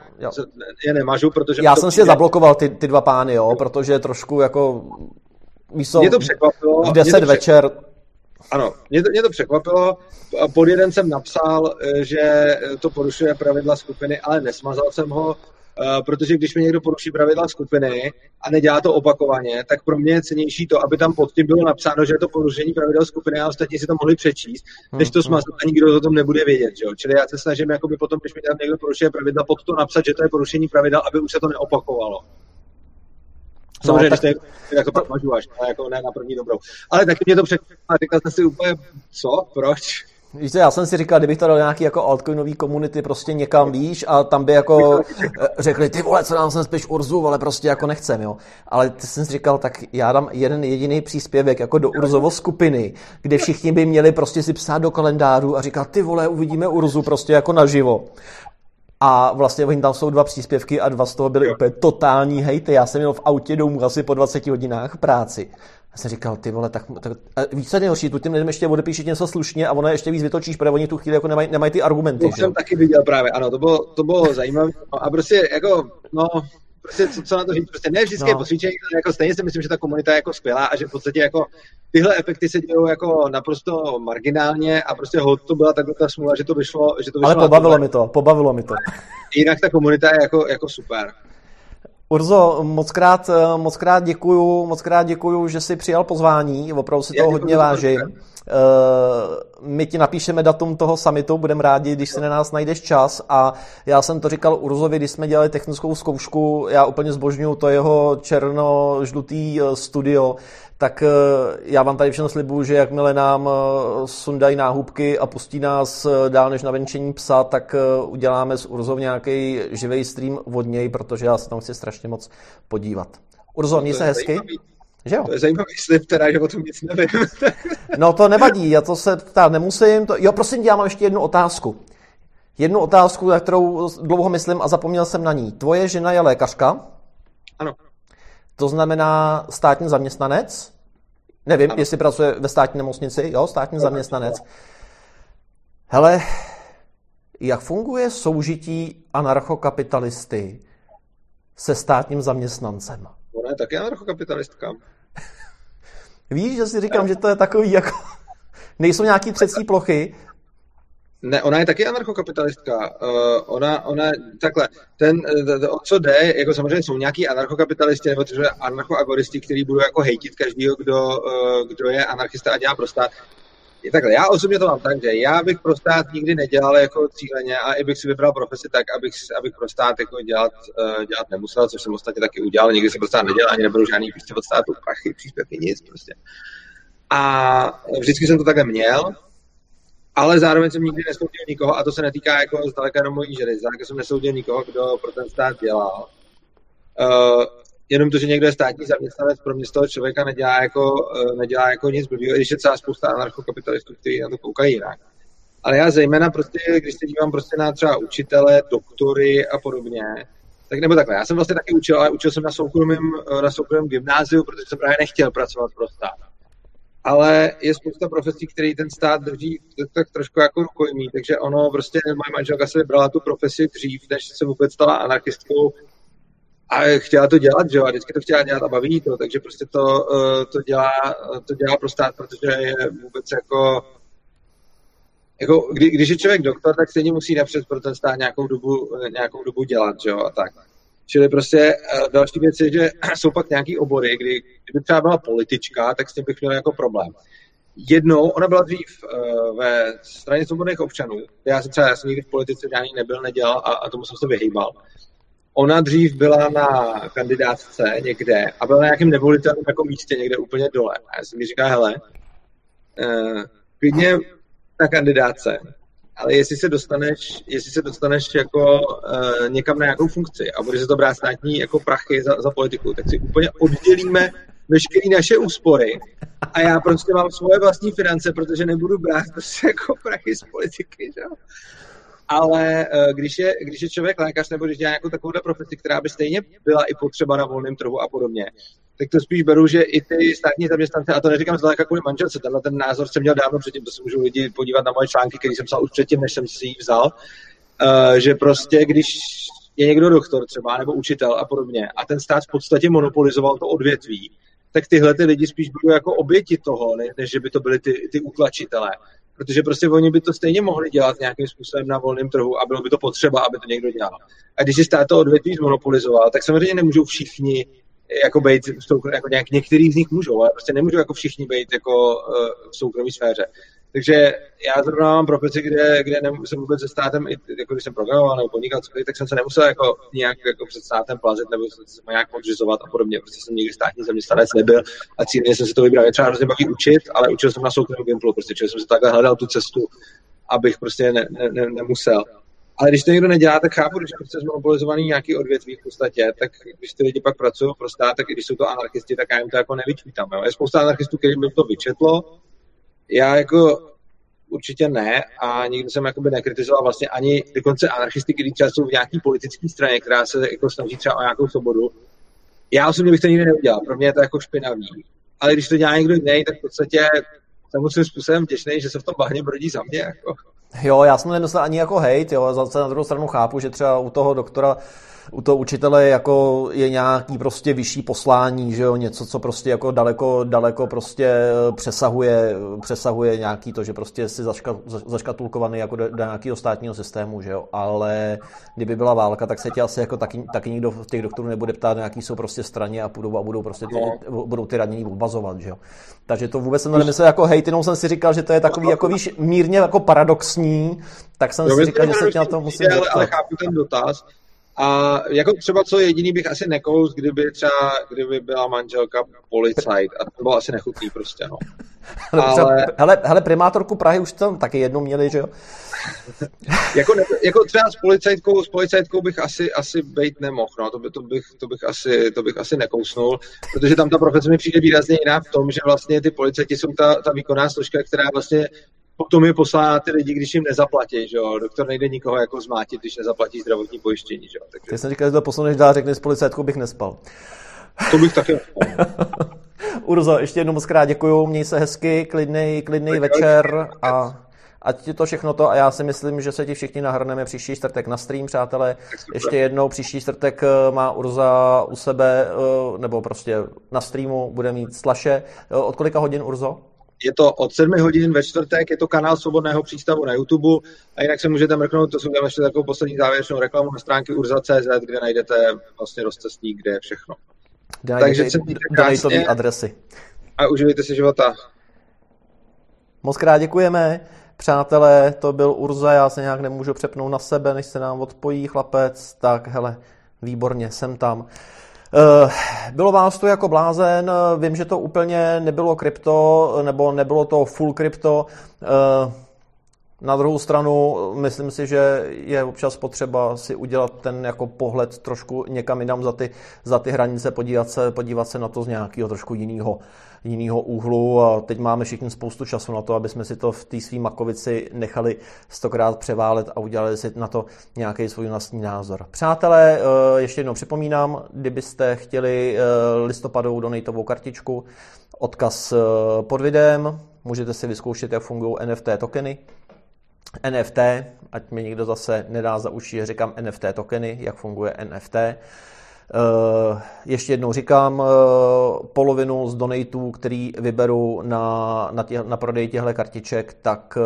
je nemažu, protože...
Já jsem si je zablokoval, ty, ty dva pány, jo, protože trošku jako, víš,
mě to překvapilo.
V deset
to
večer.
Ano, mě to, mě to překvapilo. Pod jeden jsem napsal, že to porušuje pravidla skupiny, ale nesmazal jsem ho. Uh, protože když mi někdo poruší pravidla skupiny a nedělá to opakovaně, tak pro mě je cennější to, aby tam pod tím bylo napsáno, že je to porušení pravidel skupiny a ostatní si to mohli přečíst, než to smazat a nikdo o tom nebude vědět. Že jo? Čili já se snažím jakoby potom, když mi tam někdo porušuje pravidla, pod to napsat, že to je porušení pravidel, aby už se to neopakovalo. Samozřejmě, no, tak... když to jako pak mažuváš, jako ne na první dobrou. Ale taky mě to překvapilo a říkal jsem si úplně, co, proč?
Víš, já jsem si říkal, kdybych to dal nějaký jako altcoinový komunity prostě někam, víš, a tam by jako řekli, ty vole, co nám sem spíš Urzu, ale prostě jako nechcem, jo. Ale ty jsem si říkal, tak já dám jeden jediný příspěvek jako do Urzovo skupiny, kde všichni by měli prostě si psát do kalendářů a říkat, ty vole, uvidíme Urzu prostě jako naživo. A vlastně oni tam jsou dva příspěvky a dva z toho byly úplně totální hejty. Já jsem měl v autě domů asi po dvaceti hodinách práci. Já jsem říkal, ty vole, tak, tak víš, co je nejhorší, tu tím lidem ještě odepíšeš něco slušně a ono ještě víc vytočíš, protože oni tu chvíli jako nemají, nemají ty argumenty.
To jsem taky viděl právě, ano, to bylo, to bylo zajímavé. A prostě jako, no, prostě co, co na to říct, prostě ne vždycky no. je posvíčení, jako stejně si myslím, že ta komunita je jako skvělá a že v podstatě jako tyhle efekty se dějou jako naprosto marginálně a prostě hod to byla takhle ta smůla, že to vyšlo, že to vyšlo.
Ale pobavilo mi to, pobavilo mi to.
Jinak ta komunita je jako, jako super.
Urzo, moc krát, moc krát děkuju, moc krát děkuju, že jsi přijal pozvání, opravdu si toho hodně vážím. My ti napíšeme datum toho summitu, budeme rádi, když si na nás najdeš čas a já jsem to říkal Urzovi, když jsme dělali technickou zkoušku, já úplně zbožňuju to jeho černo-žlutý studio, tak já vám tady všechno slibuju, že jakmile nám sundají náhubky a pustí nás dál než na venčení psa, tak uděláme s Urzou nějaký živý stream od něj, protože já se tam chci strašně moc podívat. Urzo, měj se hezky.
Zajímavý.
Že jo?
To je zajímavý slib, teda, že o tom nic nevím.
No to nevadí, já to se ptát nemusím. To... Jo, prosím tě, já mám ještě jednu otázku. Jednu otázku, na kterou dlouho myslím a zapomněl jsem na ní. Tvoje žena je lékařka?
Ano.
To znamená státní zaměstnanec? Nevím, ano. Jestli pracuje ve státní nemocnici, jo, státní ano. zaměstnanec. Hele, jak funguje soužití anarchokapitalisty se státním zaměstnancem?
Ona je taky anarchokapitalistka.
Víš, že si říkám, že to je takový jako... Nejsou nějaký třecí plochy?
Ne, ona je taky anarchokapitalistka. Uh, ona, ona, takhle, ten, o co jde, jako samozřejmě jsou nějaký anarchokapitalisti, nebo třeba anarchoagoristi, kteří budou jako hejtit každýho, kdo, uh, kdo je anarchista a dělá pro stát. Je takhle, já osobně to mám tak, že já bych pro stát nikdy nedělal jako cíleně a i bych si vybral profesi tak, abych, abych pro stát jako dělat, uh, dělat nemusel, což jsem ostatně taky udělal, nikdy jsem pro stát nedělal, ani neberu žádný prostě od státu prachy, příspěvky, nic prostě. A vždycky jsem to takhle měl, ale zároveň jsem nikdy nesoudil nikoho, a to se netýká jako zdaleka jenom mojí ženy, zdaleka jsem nesoudil nikoho, kdo pro ten stát dělal. Uh, jenom to, že někdo je státní zaměstnanec, pro mě z toho člověka nedělá jako, uh, nedělá jako nic blbýho, když je celá spousta anarchokapitalistů, kteří na to koukají jinak. Ale já zejména prostě, když se dívám prostě na třeba učitele, doktory a podobně, tak nebo takhle, já jsem vlastně taky učil, ale učil jsem na soukromém, na soukromém gymnáziu, protože jsem právě nechtěl pracovat pro stát. Ale je spousta profesí, který ten stát drží tak trošku jako rukojmí, takže ono prostě, moje manželka se vybrala tu profesi dřív, než se vůbec stala anarchistkou a chtěla to dělat, že jo, a vždycky to chtěla dělat a baví to, takže prostě to, to, dělá, to dělá pro stát, protože je vůbec jako, jako kdy, když je člověk doktor, tak stejně musí napřed pro ten stát nějakou dobu, nějakou dobu dělat, že jo, a tak. Čili prostě další věc je, že jsou pak nějaký obory, kdy kdyby třeba byla politička, tak s tím bych měl jako problém. Jednou, ona byla dřív uh, ve straně svobodných občanů, já jsem třeba, já jsem nikdy v politice žádný nebyl, nedělal a, a tomu jsem se vyhýbal. Ona dřív byla na kandidátce někde a byla na nějakém nevolitelném jako místě někde úplně dole. A já jsem mi říkal, hele, uh, klidně na kandidátce, ale jestli se dostaneš, jestli se dostaneš jako uh, někam na nějakou funkci a bude se to brát státní jako prachy za, za politiku, tak si úplně oddělíme veškeré naše úspory a já prostě mám svoje vlastní finance, protože nebudu brát prostě jako prachy z politiky, že? Ale uh, když, je, když je člověk lékař nebo když dělá nějakou takovou profesi, která by stejně byla i potřeba na volném trhu a podobně, tak to spíš beru, že i ty státní zaměstnance, a to neříkám zdaleka kvůli manželce, tenhle ten názor jsem měl dávno předtím, to se můžou lidi podívat na moje články, který jsem psal už předtím, než jsem si ji vzal, uh, že prostě když je někdo doktor třeba, nebo učitel a podobně, a ten stát v podstatě monopolizoval to odvětví, tak tyhle ty lidi spíš budou jako oběti toho, ne, než že by to byly ty, ty utlačitelé. protože prostě oni by to stejně mohli dělat nějakým způsobem na volném trhu a bylo by to potřeba, aby to někdo dělal. A když si stát to odvětví zmonopolizoval, tak samozřejmě nemůžou všichni jako být, jako nějak, některý z nich můžou, ale prostě nemůžou jako všichni být jako uh, v soukromé sféře. Takže já zrovna mám profesi, kde, kde jsem vůbec se státem, jako když jsem programoval nebo podnikal, tak jsem se nemusel jako nějak jako před státem plazit nebo se nějak podřizovat a podobně. Prostě jsem nikdy státní zaměstnanec nebyl a cíleně jsem si to vybral. Je třeba hrozně baví učit, ale učil jsem na soukromém Gimplu, prostě čili jsem si takhle hledal tu cestu, abych prostě ne, ne, ne, nemusel. Ale když to někdo nedělá, tak chápu, když je prostě zmonopolizovaný nějaký odvětví v podstatě, tak když ty lidi pak pracují pro stát, tak když jsou to anarchisti, tak já jim to jako nevyčítám. Jo. Je spousta anarchistů, kterým by to vyčetlo. Já jako určitě ne a nikdy jsem jakoby nekritizoval vlastně ani dokonce anarchisty, kteří třeba jsou v nějaký politické straně, která se jako snaží třeba o nějakou svobodu. Já osobně bych to nikdy neudělal, pro mě je to jako špinavý. Ale když to dělá někdo jiný, tak v podstatě jsem svým způsobem vděčný, že se v tom bahně brodí za mě. Jako.
Jo, já jsem nemyslel ani jako hejt, jo, zase na druhou stranu chápu, že třeba u toho doktora, u toho učitele jako je nějaký prostě vyšší poslání, že jo, něco, co prostě jako daleko, daleko prostě přesahuje, přesahuje nějaký to, že prostě si zaška, zaškatulkovaný jako do, do nějakého státního systému, že jo, ale kdyby byla válka, tak se tě asi jako taky, taky nikdo z těch doktorů nebude ptát, nějaký jsou prostě straně a půjdou a budou prostě ty, no. budou ty ranění obazovat, že jo. Takže to vůbec jsem to nemyslel jako hejt, jenom jsem si říkal, že to je takový jako víš, mírně jako paradoxní, tak jsem jo, si říkal, že se tě na to musím
ale, ale chápu ten dotaz. A jako třeba co jediný bych asi nekous, kdyby třeba, kdyby byla manželka policajt a to bylo asi nechutný prostě, no.
Ale... Hele, hele, primátorku Prahy už tam taky jednou měli, že jo?
jako, ne, jako třeba s policajtkou, s policajtkou bych asi, asi bejt nemohl, no, to, by, to, bych, to, bych asi, to bych asi nekousnul, protože tam ta profese mi přijde výrazně jiná v tom, že vlastně ty policajti jsou ta, ta výkonná složka, která vlastně potom je poslá ty lidi, když jim nezaplatí, že jo. Doktor nejde nikoho jako zmátit, když nezaplatí zdravotní pojištění, že jo. Takže...
Teď jsem říkal, že to posuneš dál, řekne, s policajtkou bych nespal.
To bych taky
Urzo, ještě jednou moc krát děkuju, měj se hezky, klidnej, klidnej večer a ať ti to všechno to a já si myslím, že se ti všichni nahrneme příští čtvrtek na stream, přátelé. Ještě jednou příští čtvrtek má Urza u sebe, nebo prostě na streamu bude mít slaše. Od kolika hodin, Urzo?
Je to od sedmi hodin ve čtvrtek, je to kanál Svobodného přístavu na YouTube a jinak se můžete mrknout, to jsou tam ještě takovou poslední závěrečnou reklamu na stránky urza tečka cé zet, kde najdete vlastně rozcestník, kde je všechno.
Kde Takže se mějte adresy.
A užijte si života.
Moc krát děkujeme. Přátelé, to byl Urza, já se nějak nemůžu přepnout na sebe, než se nám odpojí chlapec, tak hele, výborně, jsem tam. Bylo vás to jako blázen, vím, že to úplně nebylo krypto, nebo nebylo to full krypto. Na druhou stranu, myslím si, že je občas potřeba si udělat ten jako pohled trošku někam jinam za ty, za ty hranice, podívat se, podívat se na to z nějakého trošku jiného, jiného úhlu. A teď máme všichni spoustu času na to, aby jsme si to v té svý makovici nechali stokrát převálet a udělali si na to nějaký svůj vlastní názor. Přátelé, ještě jednou připomínám, kdybyste chtěli listopadovou donatovou kartičku, odkaz pod videem, můžete si vyzkoušet, jak fungují N F T tokeny. N F T, ať mi někdo zase nedá za uši, že říkám N F T tokeny, jak funguje N F T. Ještě jednou říkám, polovinu z donatů, který vyberu na, na, tě, na prodej těchto kartiček, tak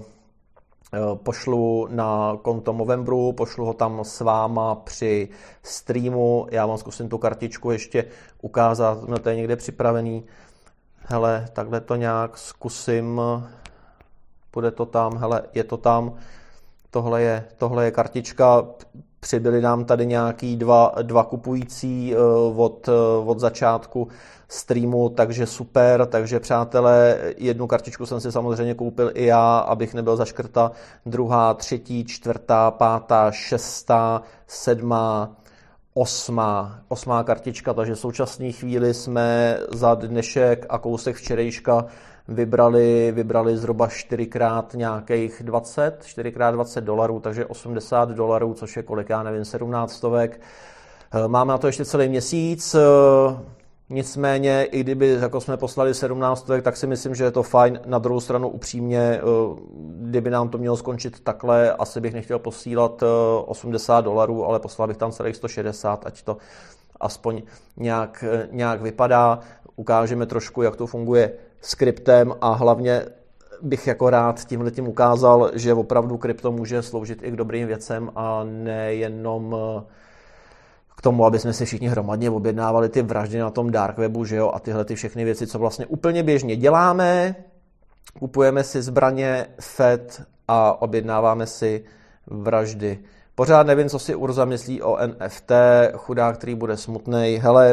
pošlu na konto Movembru, pošlu ho tam s váma při streamu. Já vám zkusím tu kartičku ještě ukázat, no to je někde připravený. Hele, takhle to nějak zkusím. Bude to tam, hele, je to tam, tohle je, tohle je kartička, přibyli nám tady nějaký dva, dva kupující od, od začátku streamu, takže super, takže přátelé, jednu kartičku jsem si samozřejmě koupil i já, abych nebyl zaškrta, druhá, třetí, čtvrtá, pátá, šestá, sedmá, osmá, osmá kartička, takže v současné chvíli jsme za dnešek a kousek včerejška Vybrali, vybrali zhruba čtyřikrát nějakých dvacet, čtyřikrát dvacet dolarů, takže osmdesát dolarů, což je kolik, já nevím, sedmnáct stovek. Máme na to ještě celý měsíc, nicméně, i kdyby jako jsme poslali sedmnáct stovek, tak si myslím, že je to fajn. Na druhou stranu upřímně, kdyby nám to mělo skončit takhle, asi bych nechtěl posílat osmdesát dolarů, ale poslal bych tam celých sto šedesát, ať to aspoň nějak, nějak vypadá. Ukážeme trošku, jak to funguje s kryptem a hlavně bych jako rád tímhletím ukázal, že opravdu krypto může sloužit i k dobrým věcem a nejenom k tomu, aby jsme si všichni hromadně objednávali ty vraždy na tom dark webu, že jo, a tyhle ty všechny věci, co vlastně úplně běžně děláme. Kupujeme si zbraně F E D a objednáváme si vraždy. Pořád nevím, co si Urza myslí o N F T, chudák, který bude smutnej. Hele,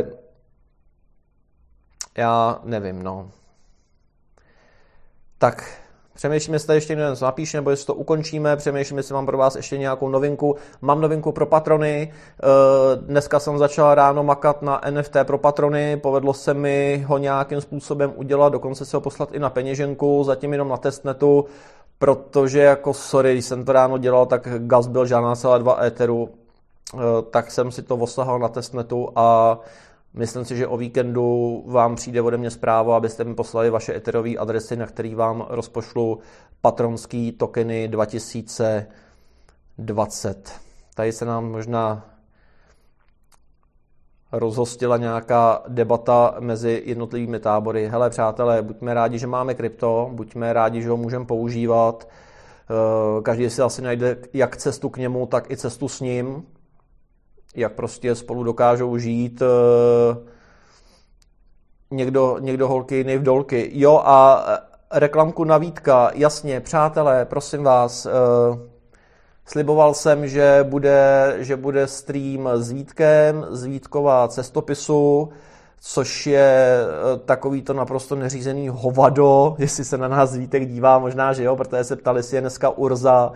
já nevím, no. Tak, přemýšlím, jestli ještě někdo něco napíše, nebo jestli to ukončíme. Přemýšlím, jestli mám pro vás ještě nějakou novinku. Mám novinku pro patrony. Dneska jsem začal ráno makat na N F T pro patrony. Povedlo se mi ho nějakým způsobem udělat, dokonce se ho poslat i na peněženku, zatím jenom na testnetu, protože jako sorry, když jsem to ráno dělal, tak gas byl žádná celá dva éteru, tak jsem si to osahal na testnetu a myslím si, že o víkendu vám přijde ode mě zpráva, abyste mi poslali vaše etherové adresy, na který vám rozpošlu patronský tokeny dva tisíce dvacet. Tady se nám možná rozhostila nějaká debata mezi jednotlivými tábory. Hele přátelé, buďme rádi, že máme krypto, buďme rádi, že ho můžeme používat. Každý si asi najde jak cestu k němu, tak i cestu s ním. Jak prostě spolu dokážou žít. Někdo, někdo holky, jiný vdolky. Jo a reklamku na Vítka. Jasně, přátelé, prosím vás, sliboval jsem, že bude, že bude stream s Vítkem, z Vítkova cestopisu, což je takový to naprosto neřízený hovado, jestli se na nás Vítek dívá, možná, že jo, protože se ptali, jestli je dneska Urza.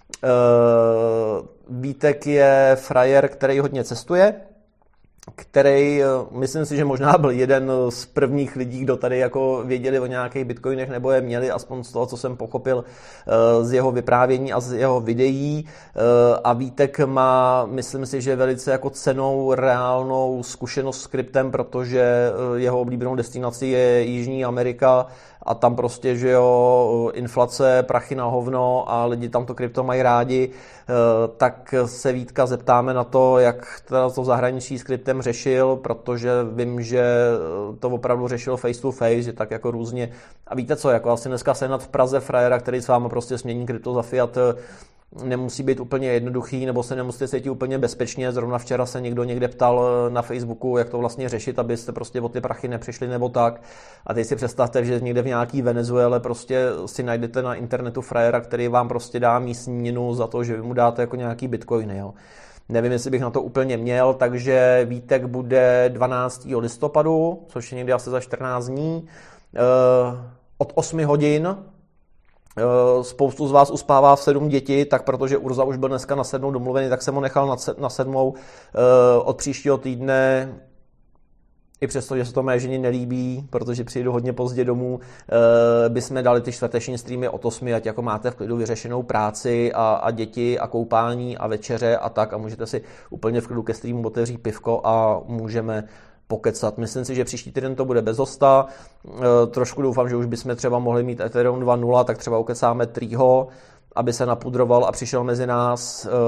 Vítek je frajer, který hodně cestuje, který, myslím si, že možná byl jeden z prvních lidí, kdo tady jako věděli o nějakých bitcoinech nebo je měli, aspoň z toho, co jsem pochopil z jeho vyprávění a z jeho videí. A Vítek má, myslím si, že velice jako cennou reálnou zkušenost s kryptem, protože jeho oblíbenou destinací je Jižní Amerika a tam prostě, že jo, inflace, prachy na hovno a lidi tam to krypto mají rádi, tak se Vítka zeptáme na to, jak to v zahraničí s kryptem řešil, protože vím, že to opravdu řešil face to face, že tak jako různě. A víte co, jako asi dneska sehnat v Praze frajera, který s vámi prostě smění krypto za fiat, nemusí být úplně jednoduchý, nebo se nemusíte cítit úplně bezpečně. Zrovna včera se někdo někde ptal na Facebooku, jak to vlastně řešit, abyste prostě o ty prachy nepřišli nebo tak. A teď si představte, že někde v nějaký Venezuele prostě si najdete na internetu frajera, který vám prostě dá místninu za to, že vy mu dáte jako nějaký bitcoiny. Jo. Nevím, jestli bych na to úplně měl, takže Vítek bude dvanáctého listopadu, což je někdy asi za čtrnáct dní, od osmi hodin. Spoustu z vás uspává v sedm děti, tak protože Urza už byl dneska na sedmou domluvený, tak jsem ho nechal na sedmou. Od příštího týdne, i přesto, že se to mé ženě nelíbí, protože přijdu hodně pozdě domů, bychom dali ty čtvrteční streamy od osmi, ať jako máte v klidu vyřešenou práci a, a děti a koupání a večeře a tak a můžete si úplně v klidu ke streamu otevřít pivko a můžeme pokecat. Myslím si, že příští týden to bude bez hosta. E, trošku doufám, že už bychom třeba mohli mít Ethereum dva tečka nula, tak třeba ukecáme Trýho, aby se napudroval a přišel mezi nás. E,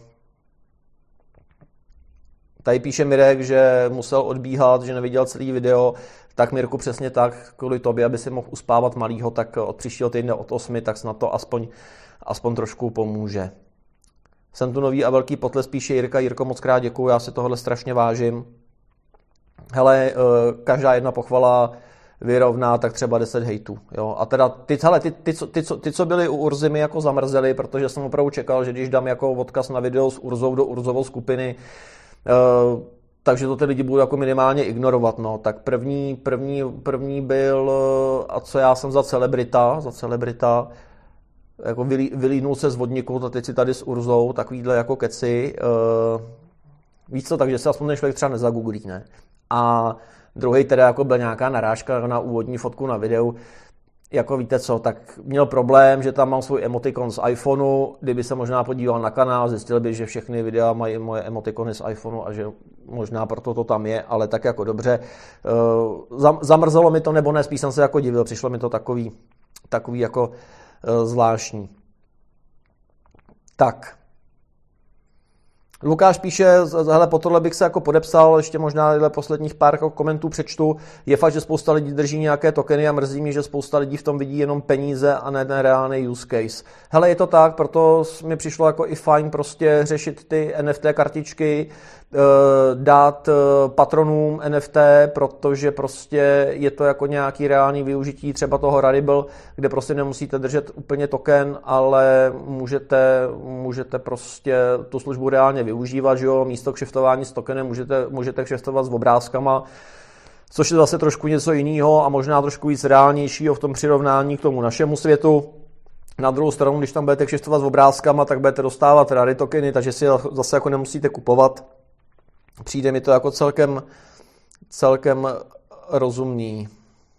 tady píše Mirek, že musel odbíhat, že neviděl celý video. Tak Mirku, přesně tak, kvůli tobě, aby si mohl uspávat malýho, tak od příštího týdne od osmi, tak snad to aspoň, aspoň trošku pomůže. Jsem tu nový a velký potles, píše Jirka. Jirko, moc krát děkuju, já si tohle strašně vážím. Hele, každá jedna pochvala vyrovná tak třeba deset hejtů. Jo? A teda ty, hele, ty, ty, ty, ty, co, ty, co byli u Urzy, mi jako zamrzeli, protože jsem opravdu čekal, že když dám jako odkaz na video s Urzou do Urzovou skupiny, uh, takže to ty lidi budou jako minimálně ignorovat. No. Tak první, první, první byl, a co já jsem za celebrita, za celebrita, jako vylí, vylínul se z vodníku, a teď si tady s Urzou, takovýhle jako keci. Uh, víc co, takže se aspoň ten člověk třeba nezagooglí, ne? A druhý teda jako byl nějaká narážka na úvodní fotku na videu. Jako víte co, tak měl problém, že tam mám svůj emotikon z iPhoneu, kdyby se možná podíval na kanál, zjistil by, že všechny videa mají moje emotikony z iPhoneu a že možná proto to tam je, ale tak jako dobře. Zamrzelo mi to, nebo ne, spíš jsem se jako divil, přišlo mi to takový, takový jako zvláštní. Tak. Lukáš píše, hele, po tohle bych se jako podepsal, ještě možná posledních pár komentů přečtu. Je fakt, že spousta lidí drží nějaké tokeny a mrzí mě, že spousta lidí v tom vidí jenom peníze a ne ten reálný use case. Hele, je to tak, proto mi přišlo jako i fajn prostě řešit ty N F T kartičky, dát patronům N F T, protože prostě je to jako nějaký reálný využití třeba toho Rarible, kde prostě nemusíte držet úplně token, ale můžete, můžete prostě tu službu reálně využívat, že jo, místo kšeftování s tokenem můžete, můžete kšeftovat s obrázkama, což je zase trošku něco jiného a možná trošku víc reálnějšího v tom přirovnání k tomu našemu světu. Na druhou stranu, když tam budete kšeftovat s obrázkama, tak budete dostávat rary tokeny, takže si zase jako nemusíte kupovat. Přijde mi to jako celkem, celkem rozumný.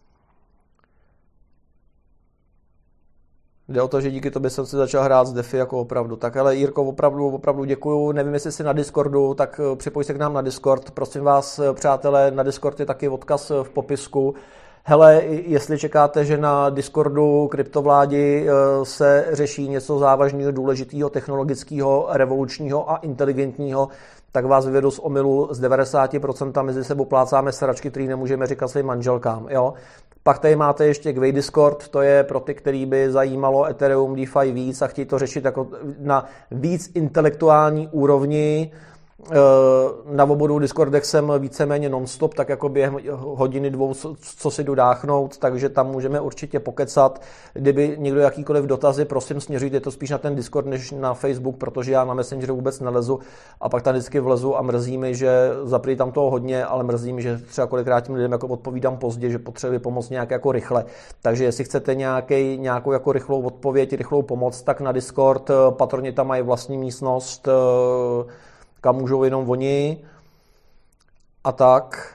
Jde o to, že díky tobě jsem si začal hrát s DeFi jako opravdu. Tak ale Jirko, opravdu, opravdu děkuju. Nevím, jestli jsi na Discordu, tak připoj se k nám na Discord. Prosím vás, přátelé, na Discord je taky odkaz v popisku. Hele, jestli čekáte, že na Discordu kryptovládi se řeší něco závažného, důležitého, technologického, revolučního a inteligentního, tak vás vyvedu z omylu. Z devadesát procent mezi sebou plácáme sračky, který nemůžeme říkat svým manželkám. Jo? Pak tady máte ještě Gwei Discord, to je pro ty, který by zajímalo Ethereum, DeFi víc a chtějí to řešit jako na víc intelektuální úrovni. Na obou Discordech jsem víceméně non-stop, tak jako během hodiny, dvou, co si jdu dáchnout, takže tam můžeme určitě pokecat. Kdyby někdo jakýkoliv dotazy, prosím, směřujte to spíš na ten Discord, než na Facebook, protože já na Messengeru vůbec nelezu a pak tam vždycky vlezu a mrzí mi, že zaprý tam toho hodně, ale mrzí mi, že třeba kolikrát tím lidem jako odpovídám pozdě, že potřebuji pomoct nějak jako rychle. Takže jestli chcete nějaký, nějakou jako rychlou odpověď, rychlou pomoc, tak na Discord, patroni tam mají vlastní místnost, kam můžou jenom oni a tak.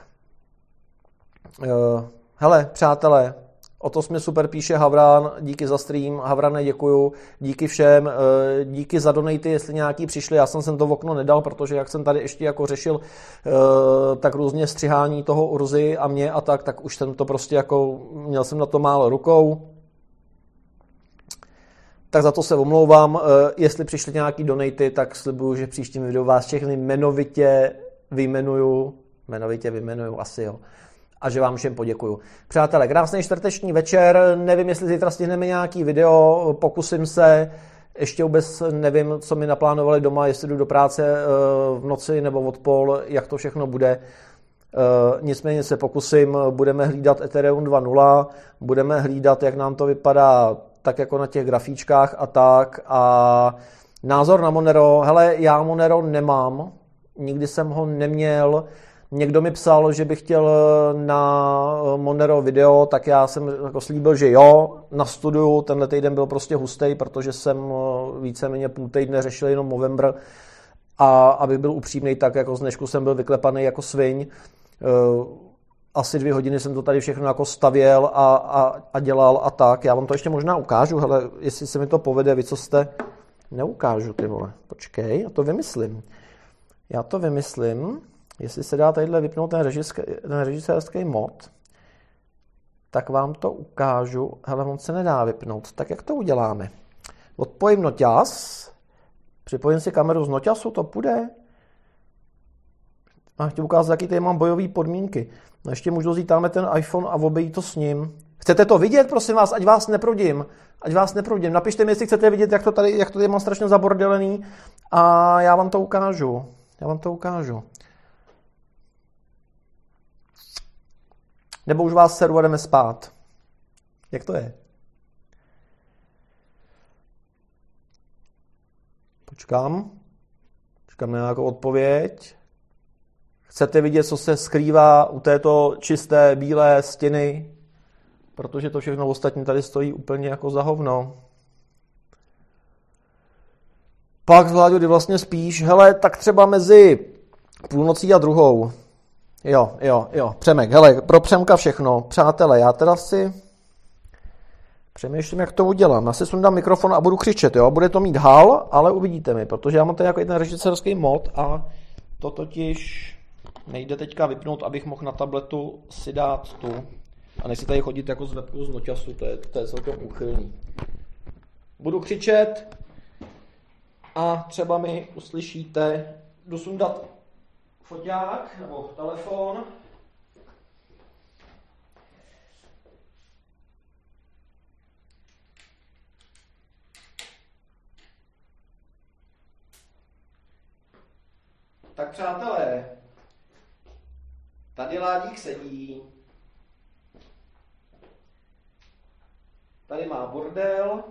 Hele, přátelé, o to jsme super, píše Havran, díky za stream, Havrane, děkuju, díky všem, díky za donaty, jestli nějaký přišli, já jsem sem to v okno nedal, protože jak jsem tady ještě jako řešil tak různě střihání toho Urzy a mě a tak, tak už jsem to prostě jako, měl jsem na to málo rukou. Tak za to se omlouvám. Jestli přišly nějaký donaty, tak slibuju, že v příštím videu vás všechny jmenovitě vyjmenuju. Jmenovitě vyjmenuju, asi jo. A že vám všem poděkuju. Přátelé, krásný čtvrteční večer. Nevím, jestli zítra stihneme nějaký video. Pokusím se. Ještě vůbec nevím, co mi naplánovali doma, jestli jdu do práce v noci nebo odpol, jak to všechno bude. Nicméně se pokusím. Budeme hlídat Ethereum dva tečka nula. Budeme hlídat, jak nám to vypadá tak jako na těch grafíčkách a tak. A názor na Monero, hele, já Monero nemám, nikdy jsem ho neměl. Někdo mi psal, že by chtěl na Monero video, tak já jsem jako slíbil, že jo, nastuduju. Tenhle týden byl prostě hustý, protože jsem víceméně půl týdne řešil jenom Movember a abych byl upřímný, tak jako z dnešku jsem byl vyklepaný jako sviň. Asi dvě hodiny jsem to tady všechno jako stavěl a, a, a dělal a tak. Já vám to ještě možná ukážu, hele, jestli se mi to povede, vy co jste, neukážu, ty vole. Počkej, já to vymyslím. Já to vymyslím, jestli se dá tadyhle vypnout ten, režiský, ten režisérský mod, tak vám to ukážu. Hele, on se nedá vypnout. Tak jak to uděláme? Odpojím noťas, připojím si kameru z noťasu, to půjde. A chtěl ukázat, jaký tady mám bojové podmínky. No ještě můžu vzít tam ten iPhone a obejít to s ním. Chcete to vidět, prosím vás, ať vás neprudím. Ať vás neprudím. Napište mi, jestli chcete vidět, jak to tady, jak to tady mám strašně zabordelený a já vám to ukážu. Já vám to ukážu. Nebo už vás seru a jdeme spát. Jak to je? Počkám. Počkám na nějakou odpověď. Chcete vidět, co se skrývá u této čisté bílé stěny? Protože to všechno ostatní tady stojí úplně jako za hovno. Pak, Vláďo, kdy vlastně spíš? Hele, tak třeba mezi půlnocí a druhou. Jo, jo, jo, Přemek, hele, pro Přemka všechno. Přátelé, já teda si přemýšlím, jak to udělám. Já si sundám mikrofon a budu křičet, jo. Bude to mít hal, ale uvidíte mi, protože já mám tady jako jeden režisérský mod a to totiž nejde teďka vypnout, abych mohl na tabletu si dát tu. A nechci tady chodit jako z webku z noťasu, to je, to je celkem úchylný. Budu křičet a třeba mi uslyšíte jdu sundat foťák nebo telefon. Tak přátelé, tady Ládík sedí, tady má bordel,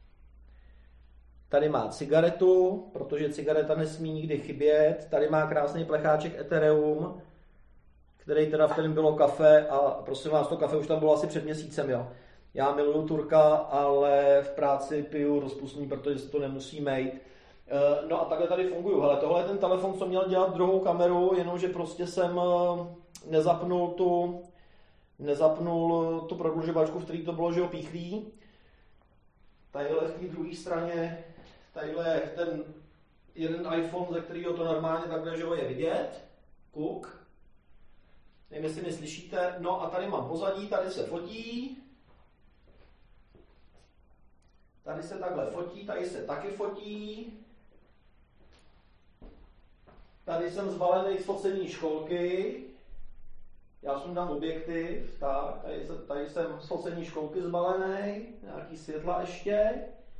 tady má cigaretu, protože cigareta nesmí nikdy chybět, tady má krásný plecháček Ethereum, který teda v kterém bylo kafe a prosím vás, to kafe už tam bylo asi před měsícem, jo. Já miluju Turka, ale v práci piju rozpustný, protože se to nemusí mejt. No a takhle tady funguju. Hele, tohle je ten telefon, co měl dělat druhou kameru, jenomže prostě jsem nezapnul tu, nezapnul tu prodlužovačku, v který to bylo, že ho píchlý. Tadyhle v té druhé straně, tadyhle je ten jeden iPhone, ze kterého to normálně takhle, že ho je vidět. Kuk. Nevím, jestli mě slyšíte. No a tady mám pozadí, tady se fotí. Tady se takhle fotí, tady se taky fotí. Tady jsem zbalený z focení školky. Já jsem dám objektiv, tak, tady, tady jsem z focení školky zbalený, nějaký světla ještě.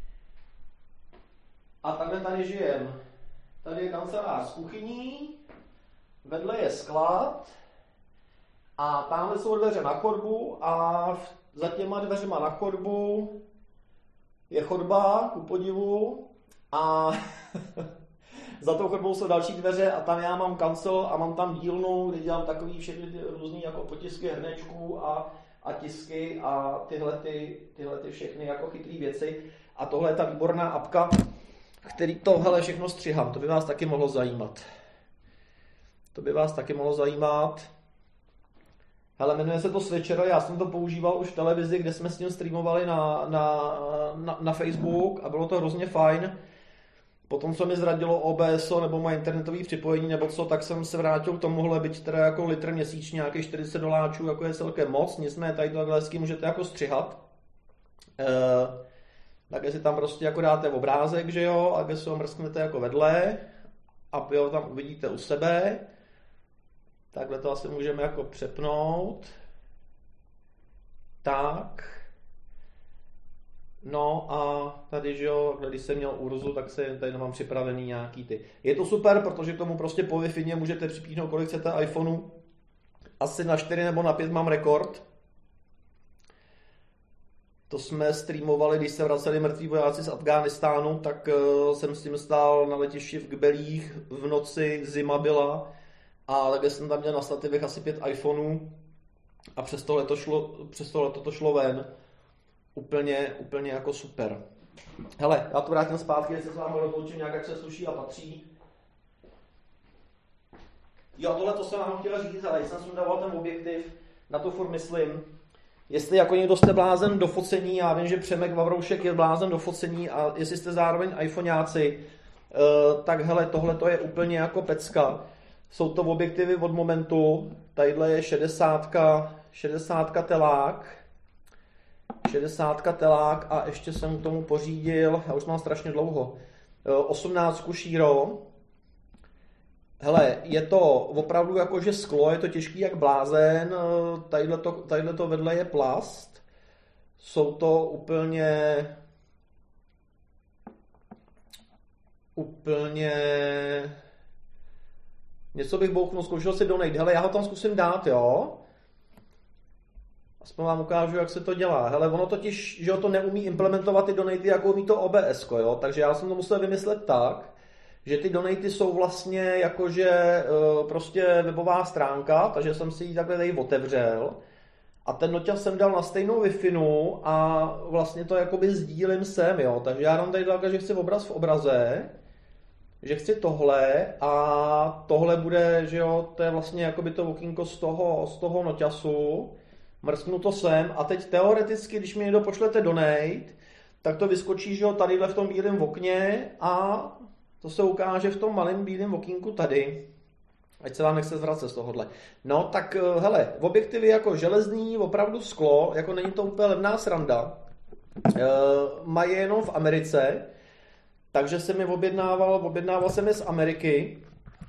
A takhle tady žijem. Tady je kancelář s kuchyní, vedle je sklad a tamhle jsou dveře na chodbu a za těma dveřema na chodbu je chodba, ku podivu, a za tou chodbou jsou další dveře a tam já mám kancel a mám tam dílnu, kde dělám takový všechny ty různý jako potisky hrnečků a, a tisky a tyhle, ty, tyhle ty všechny jako chytrý věci. A tohle je ta výborná apka, který tohle všechno střihám. To by vás taky mohlo zajímat. To by vás taky mohlo zajímat. Hele, jmenuje se to Switcher, já jsem to používal už v televizi, kde jsme s tím streamovali na, na, na, na Facebook a bylo to hrozně fajn. Potom, co mi zradilo O B S O nebo moje internetové připojení nebo co, tak jsem se vrátil k tomuhle, byť teda jako litr měsíčně, nějakých čtyřicet doláčů, jako je celkem moc, nicméně tady to hezky můžete jako střihat. E, tak si tam prostě jako dáte obrázek, že jo, a když se ho mrsknete jako vedle a vy ho tam uvidíte u sebe. Takhle to asi můžeme jako přepnout. Tak. No a tady, že jo, když jsem měl Urzu, tak se tady mám připravený nějaký ty. Je to super, protože k tomu prostě po Wi-Fi můžete připíchnout, kolik chcete iPhoneu. Asi na čtyři nebo na pět mám rekord. To jsme streamovali, když se vraceli mrtví vojáci z Afghánistánu, tak uh, jsem s tím stál na letišti v Kbelích v noci, zima byla, ale jsem tam měl na stativech asi pět iPhoneů a přes tohle to šlo, přes tohle to šlo ven. Úplně, úplně jako super. Hele, já to vrátím zpátky, jestli se vám rozloučím nějak, jak se sluší a patří. Jo, tohle to jsem vám chtěl říct, ale jsem si dával ten objektiv, na to furt myslím. Jestli jako někdo jste blázen do focení, já vím, že Přemek Vavroušek je blázen do focení a jestli jste zároveň iPhoneáci, tak hele, tohle to je úplně jako pecka. Jsou to objektivy od Momentu, tadyhle je šedesátka, šedesátka telák, šedesátka telák a ještě jsem k tomu pořídil, já už mám strašně dlouho, osmnáctku Shiro. Hele, je to opravdu jakože sklo, je to těžký jak blázen, tadyhle to, tadyhle to vedle je plast. Jsou to úplně úplně něco bych bouchnul, zkoušel si donate. Hele, já ho tam zkusím dát, jo. Aspoň vám ukážu, jak se to dělá. Hele, ono totiž, že to neumí implementovat ty donaty, jako umí to O B S, jo. Takže já jsem to musel vymyslet tak, že ty donaty jsou vlastně jakože prostě webová stránka, takže jsem si ji takhle tady otevřel a ten noťaz jsem dal na stejnou Wi-Fi a vlastně to jakoby sdílím sem, jo. Takže já dám tady takhle, že chci obraz v obraze, že chci tohle a tohle bude, že jo, to je vlastně jakoby to okýnko z toho, z toho noťasu, mrsknu to sem a teď teoreticky, když mi někdo pošlete donate, tak to vyskočí, že jo, tadyhle v tom bílém okně a to se ukáže v tom malém bílém okýnku tady. Ať se vám nechce zvracet z tohohle. No tak hele, objektivy jako železný, opravdu sklo, jako není to úplně levná sranda. E, mají jenom v Americe, takže jsem mi objednával, objednával jsem je z Ameriky.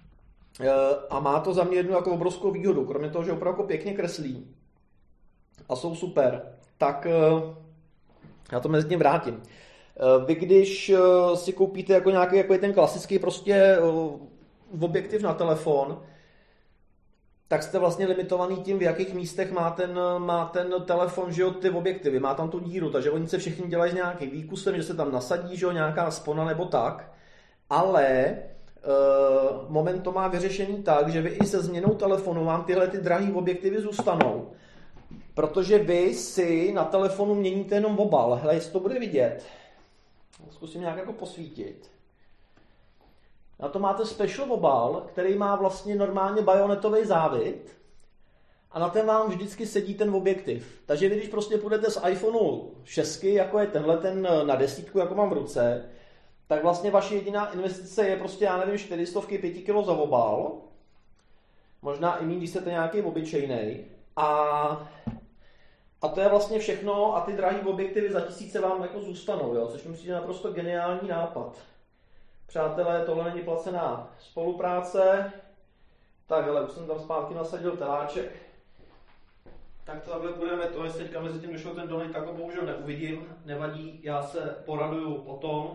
A má to za mě jednu jako obrovskou výhodu, kromě toho, že opravdu jako pěkně kreslí a jsou super, tak já to mezi tím vrátím. Vy když si koupíte jako nějaký jako ten klasický prostě objektiv na telefon, tak jste vlastně limitovaný tím, v jakých místech má ten, má ten telefon, že jo, ty objektivy, má tam tu díru, takže oni se všichni dělají s nějakým výkusem, že se tam nasadí, že jo, nějaká spona nebo tak, ale uh, moment to má vyřešený tak, že vy i se změnou telefonu vám tyhle ty drahý objektivy zůstanou, protože vy si na telefonu měníte jenom obal. Hele, jestli to bude vidět, zkusím nějak jako posvítit. Na to máte special obal, který má vlastně normálně bajonetový závit a na ten vám vždycky sedí ten objektiv. Takže vy, když prostě půjdete z iPhoneu šest, jako je tenhle ten na desítku, jako mám v ruce, tak vlastně vaše jediná investice je prostě, já nevím, čtyři stovky, pět kilo za obal, možná i méně, když jste nějaký obyčejnej. A, a to je vlastně všechno a ty drahý objektivy za tisíce vám jako zůstanou, jo? Což mi přijde naprosto geniální nápad. Přátelé, tohle není placená spolupráce. Tak, ale už jsem tam zpátky nasadil teláček. Tak to takhle budeme, to jestli teďka mezi tím došel ten donate, tak ho bohužel neuvidím. Nevadí, já se poraduju potom.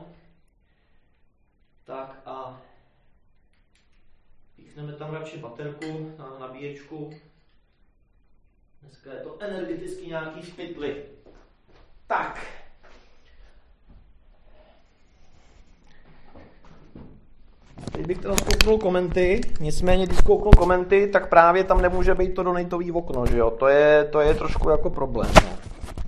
Tak a píchneme tam radši baterku na nabíječku. Dneska je to energeticky nějaký špitly. Tak. Teď bych teda zkouknul komenty, nicméně když zkouknu komenty, tak právě tam nemůže být to donatový okno, že jo? To je, to je trošku jako problém, no.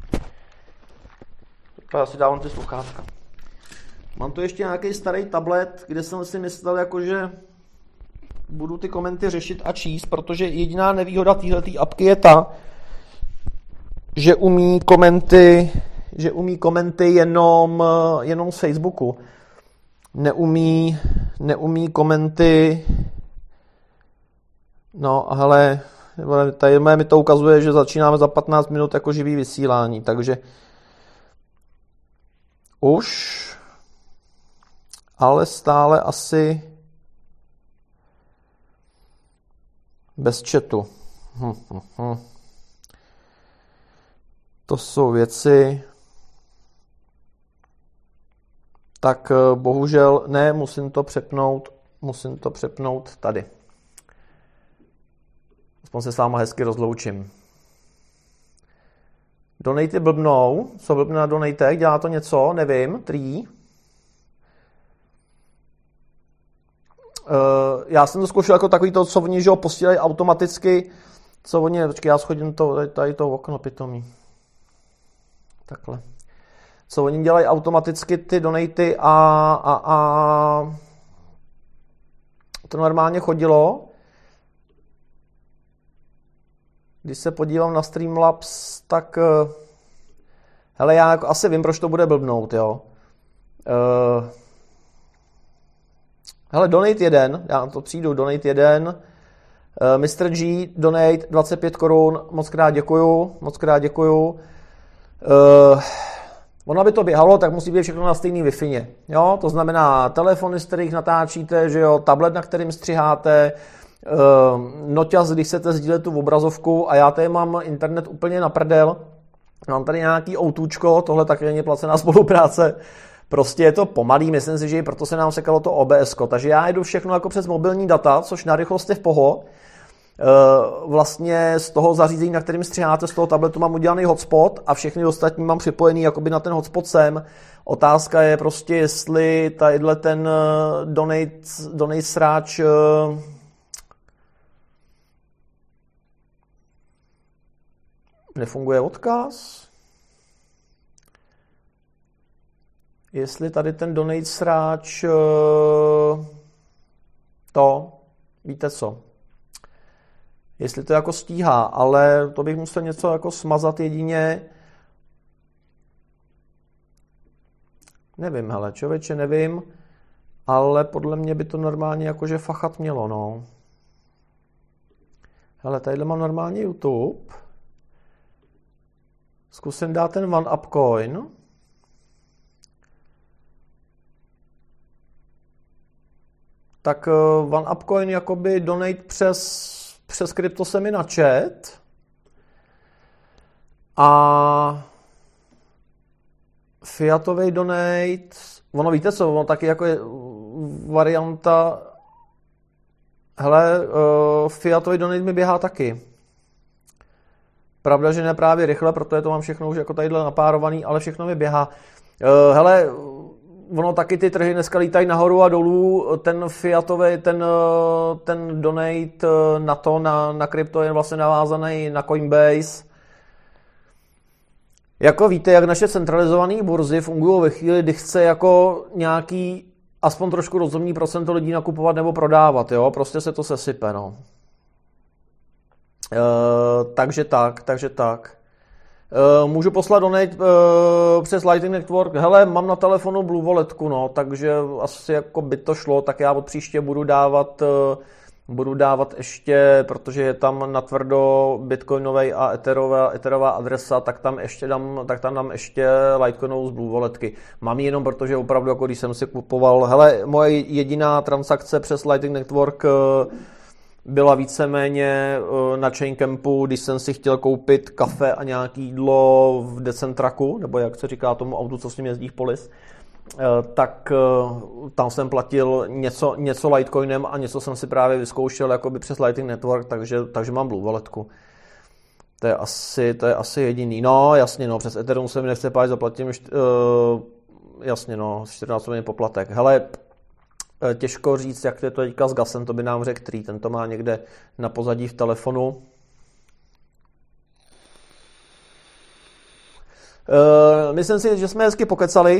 Já si dávám ty sluchátka. Mám tu ještě nějaký starý tablet, kde jsem si myslel, jakože budu ty komenty řešit a číst, protože jediná nevýhoda téhletý apky je ta, že umí komenty, že umí komenty jenom, jenom z Facebooku. Neumí, neumí komenty, no hele, tady mi to ukazuje, že začínáme za patnáct minut jako živý vysílání, takže už, ale stále asi bez chatu. Hm, hm, hm. To jsou věci. Tak bohužel ne, musím to přepnout, musím to přepnout tady. Aspoň se s váma hezky rozloučím. Donaty blbnou, co blbne na donatech, dělá to něco, nevím, trý. Uh, já jsem to zkoušel jako takový to, co oni, že ho posílají automaticky, co oni, počkej, já schodím to, tady, tady to okno pitomí. Takhle. Co oni dělají automaticky ty donaty a, a, a to normálně chodilo. Když se podívám na Streamlabs, tak hele, já jako asi vím, proč to bude blbnout, jo. Uh, hele, donate jeden, já na to přijdu, donate jeden. Uh, mister G, donate dvacet pět korun, moc krát děkuju, moc krát děkuju. Uh, Ono, aby to běhalo, tak musí být všechno na stejný Wi-Fi. Jo? To znamená telefony, z kterých natáčíte, že jo? Tablet, na kterým střiháte, noťaz, když chcete sdílet tu obrazovku a já tady mám internet úplně na prdel. Mám tady nějaký autůčko, tohle taky není placená spolupráce. Prostě je to pomalý, myslím si, že proto se nám sekalo to O B S ko. Takže já jedu všechno jako přes mobilní data, což na rychlost je v poho. Vlastně z toho zařízení, na kterým střiháte, z toho tabletu mám udělaný hotspot a všechny ostatní mám připojený jakoby na ten hotspot sem. Otázka je prostě, jestli tadyhle ten donate, donate sráč nefunguje odkaz. Jestli tady ten donate sráč to, víte co, jestli to jako stíhá, ale to bych musel něco jako smazat jedině. Nevím, hele, člověče, nevím, ale podle mě by to normálně jakože fachat mělo, no. Hele, tadyhle mám normálně YouTube. Zkusím dát ten OneUpCoin. tak uh, OneUpCoin jakoby donate přes, přes CryptoSemi na chat. A fiatový donate, ono víte co, ono taky jako je varianta, hele, uh, fiatový donate mi běhá taky. Pravda, že ne právě rychle, protože to mám všechno už jako tadyhle napárovaný, ale všechno mi běhá. Uh, hele, ono taky ty trhy dneska lítají nahoru a dolů, ten fiatový, ten, ten donate na to, na, na krypto je vlastně navázaný na Coinbase. Jako víte, jak naše centralizované burzy fungují ve chvíli, kdy chce jako nějaký aspoň trošku rozumný procento lidí nakupovat nebo prodávat, jo? Prostě se to sesype, no. E, takže tak, takže tak. E, můžu poslat donate e, přes Lightning Network. Hele, mám na telefonu Blue Walletku, no, takže asi jako by to šlo, tak já od příště budu dávat, e, budu dávat ještě, protože je tam natvrdo bitcoinový a etherová, etherová adresa, tak tam ještě dám, tak tam dám ještě Litecoinovou z Blue Walletky. Mám ji jenom protože opravdu, jako když jsem si kupoval, hele, moje jediná transakce přes Lightning Network e, byla víceméně na Chaincampu, když jsem si chtěl koupit kafe a nějaké jídlo v Decentraku, nebo jak se říká tomu autu, co s ním jezdí v Polis, tak tam jsem platil něco, něco Litecoinem a něco jsem si právě vyzkoušel jakoby přes Lightning Network, takže, takže mám Blue Walletku. To je asi, to je asi jediný. No, jasně, no, přes Ethereum se mi nechce pálit, zaplatím, št, uh, jasně, no, čtrnáct poplatek. Hele, těžko říct, jak to je to teďka s gasem, to by nám řekl Trý, ten to má někde na pozadí v telefonu. Uh, myslím si, že jsme hezky pokecali.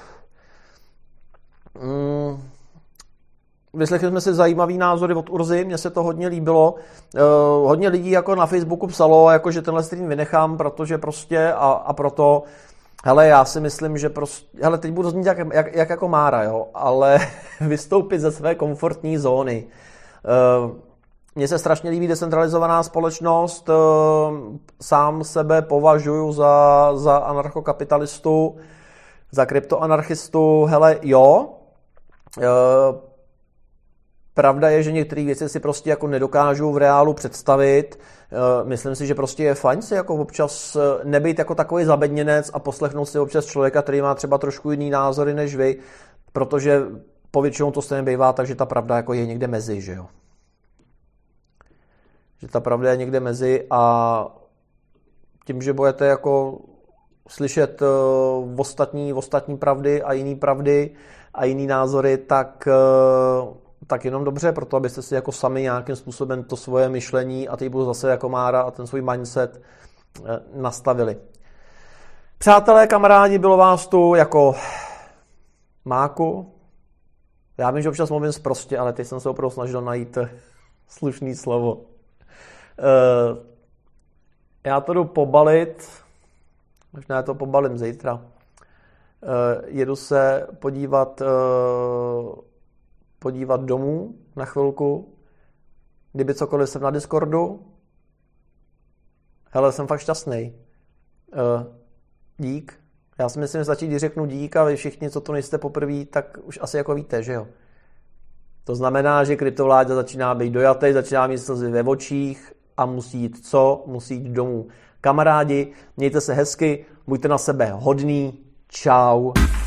Um, vyslechli jsme si zajímavý názory od Urzy, mně se to hodně líbilo. Uh, hodně lidí jako na Facebooku psalo, jako, že tenhle stream vynechám, protože prostě a, a proto. Hele, já si myslím, že prostě, hele, teď budu znít jak, jak, jak jako Mára, jo, ale vystoupit ze své komfortní zóny. Mně se strašně líbí decentralizovaná společnost, sám sebe považuji za, za anarchokapitalistu, za kryptoanarchistu, hele, jo. Pravda je, že některé věci si prostě jako nedokážu v reálu představit. Myslím si, že prostě je fajn si jako občas nebejt jako takový zabedněnec a poslechnout si občas člověka, který má třeba trošku jiný názory než vy, protože povětšinou to stejně bývá, takže ta pravda jako je někde mezi, že jo. Že ta pravda je někde mezi a tím, že budete jako slyšet uh, ostatní, ostatní pravdy a jiný pravdy a jiný názory, tak uh, tak jenom dobře, proto abyste si jako sami nějakým způsobem to svoje myšlení a teď budu zase jako Mára a ten svůj mindset nastavili. Přátelé, kamarádi, bylo vás tu jako máku. Já vím, že občas mluvím sprostě, ale teď jsem se opravdu snažil najít slušný slovo. Já to jdu pobalit, možná já to pobalím zítra. Jedu se podívat podívat domů na chvilku. Kdyby cokoliv, jsem na Discordu. Hele, jsem fakt šťastný. Uh, dík. Já si myslím, že stačí, když řeknu dík a vy všichni, co tu nejste poprvé, tak už asi jako víte, že jo. To znamená, že kryptovláda začíná být dojatý, začíná mít slzy ve očích a musí jít co? Musí jít domů. Kamarádi, mějte se hezky, buďte na sebe hodný. Čau.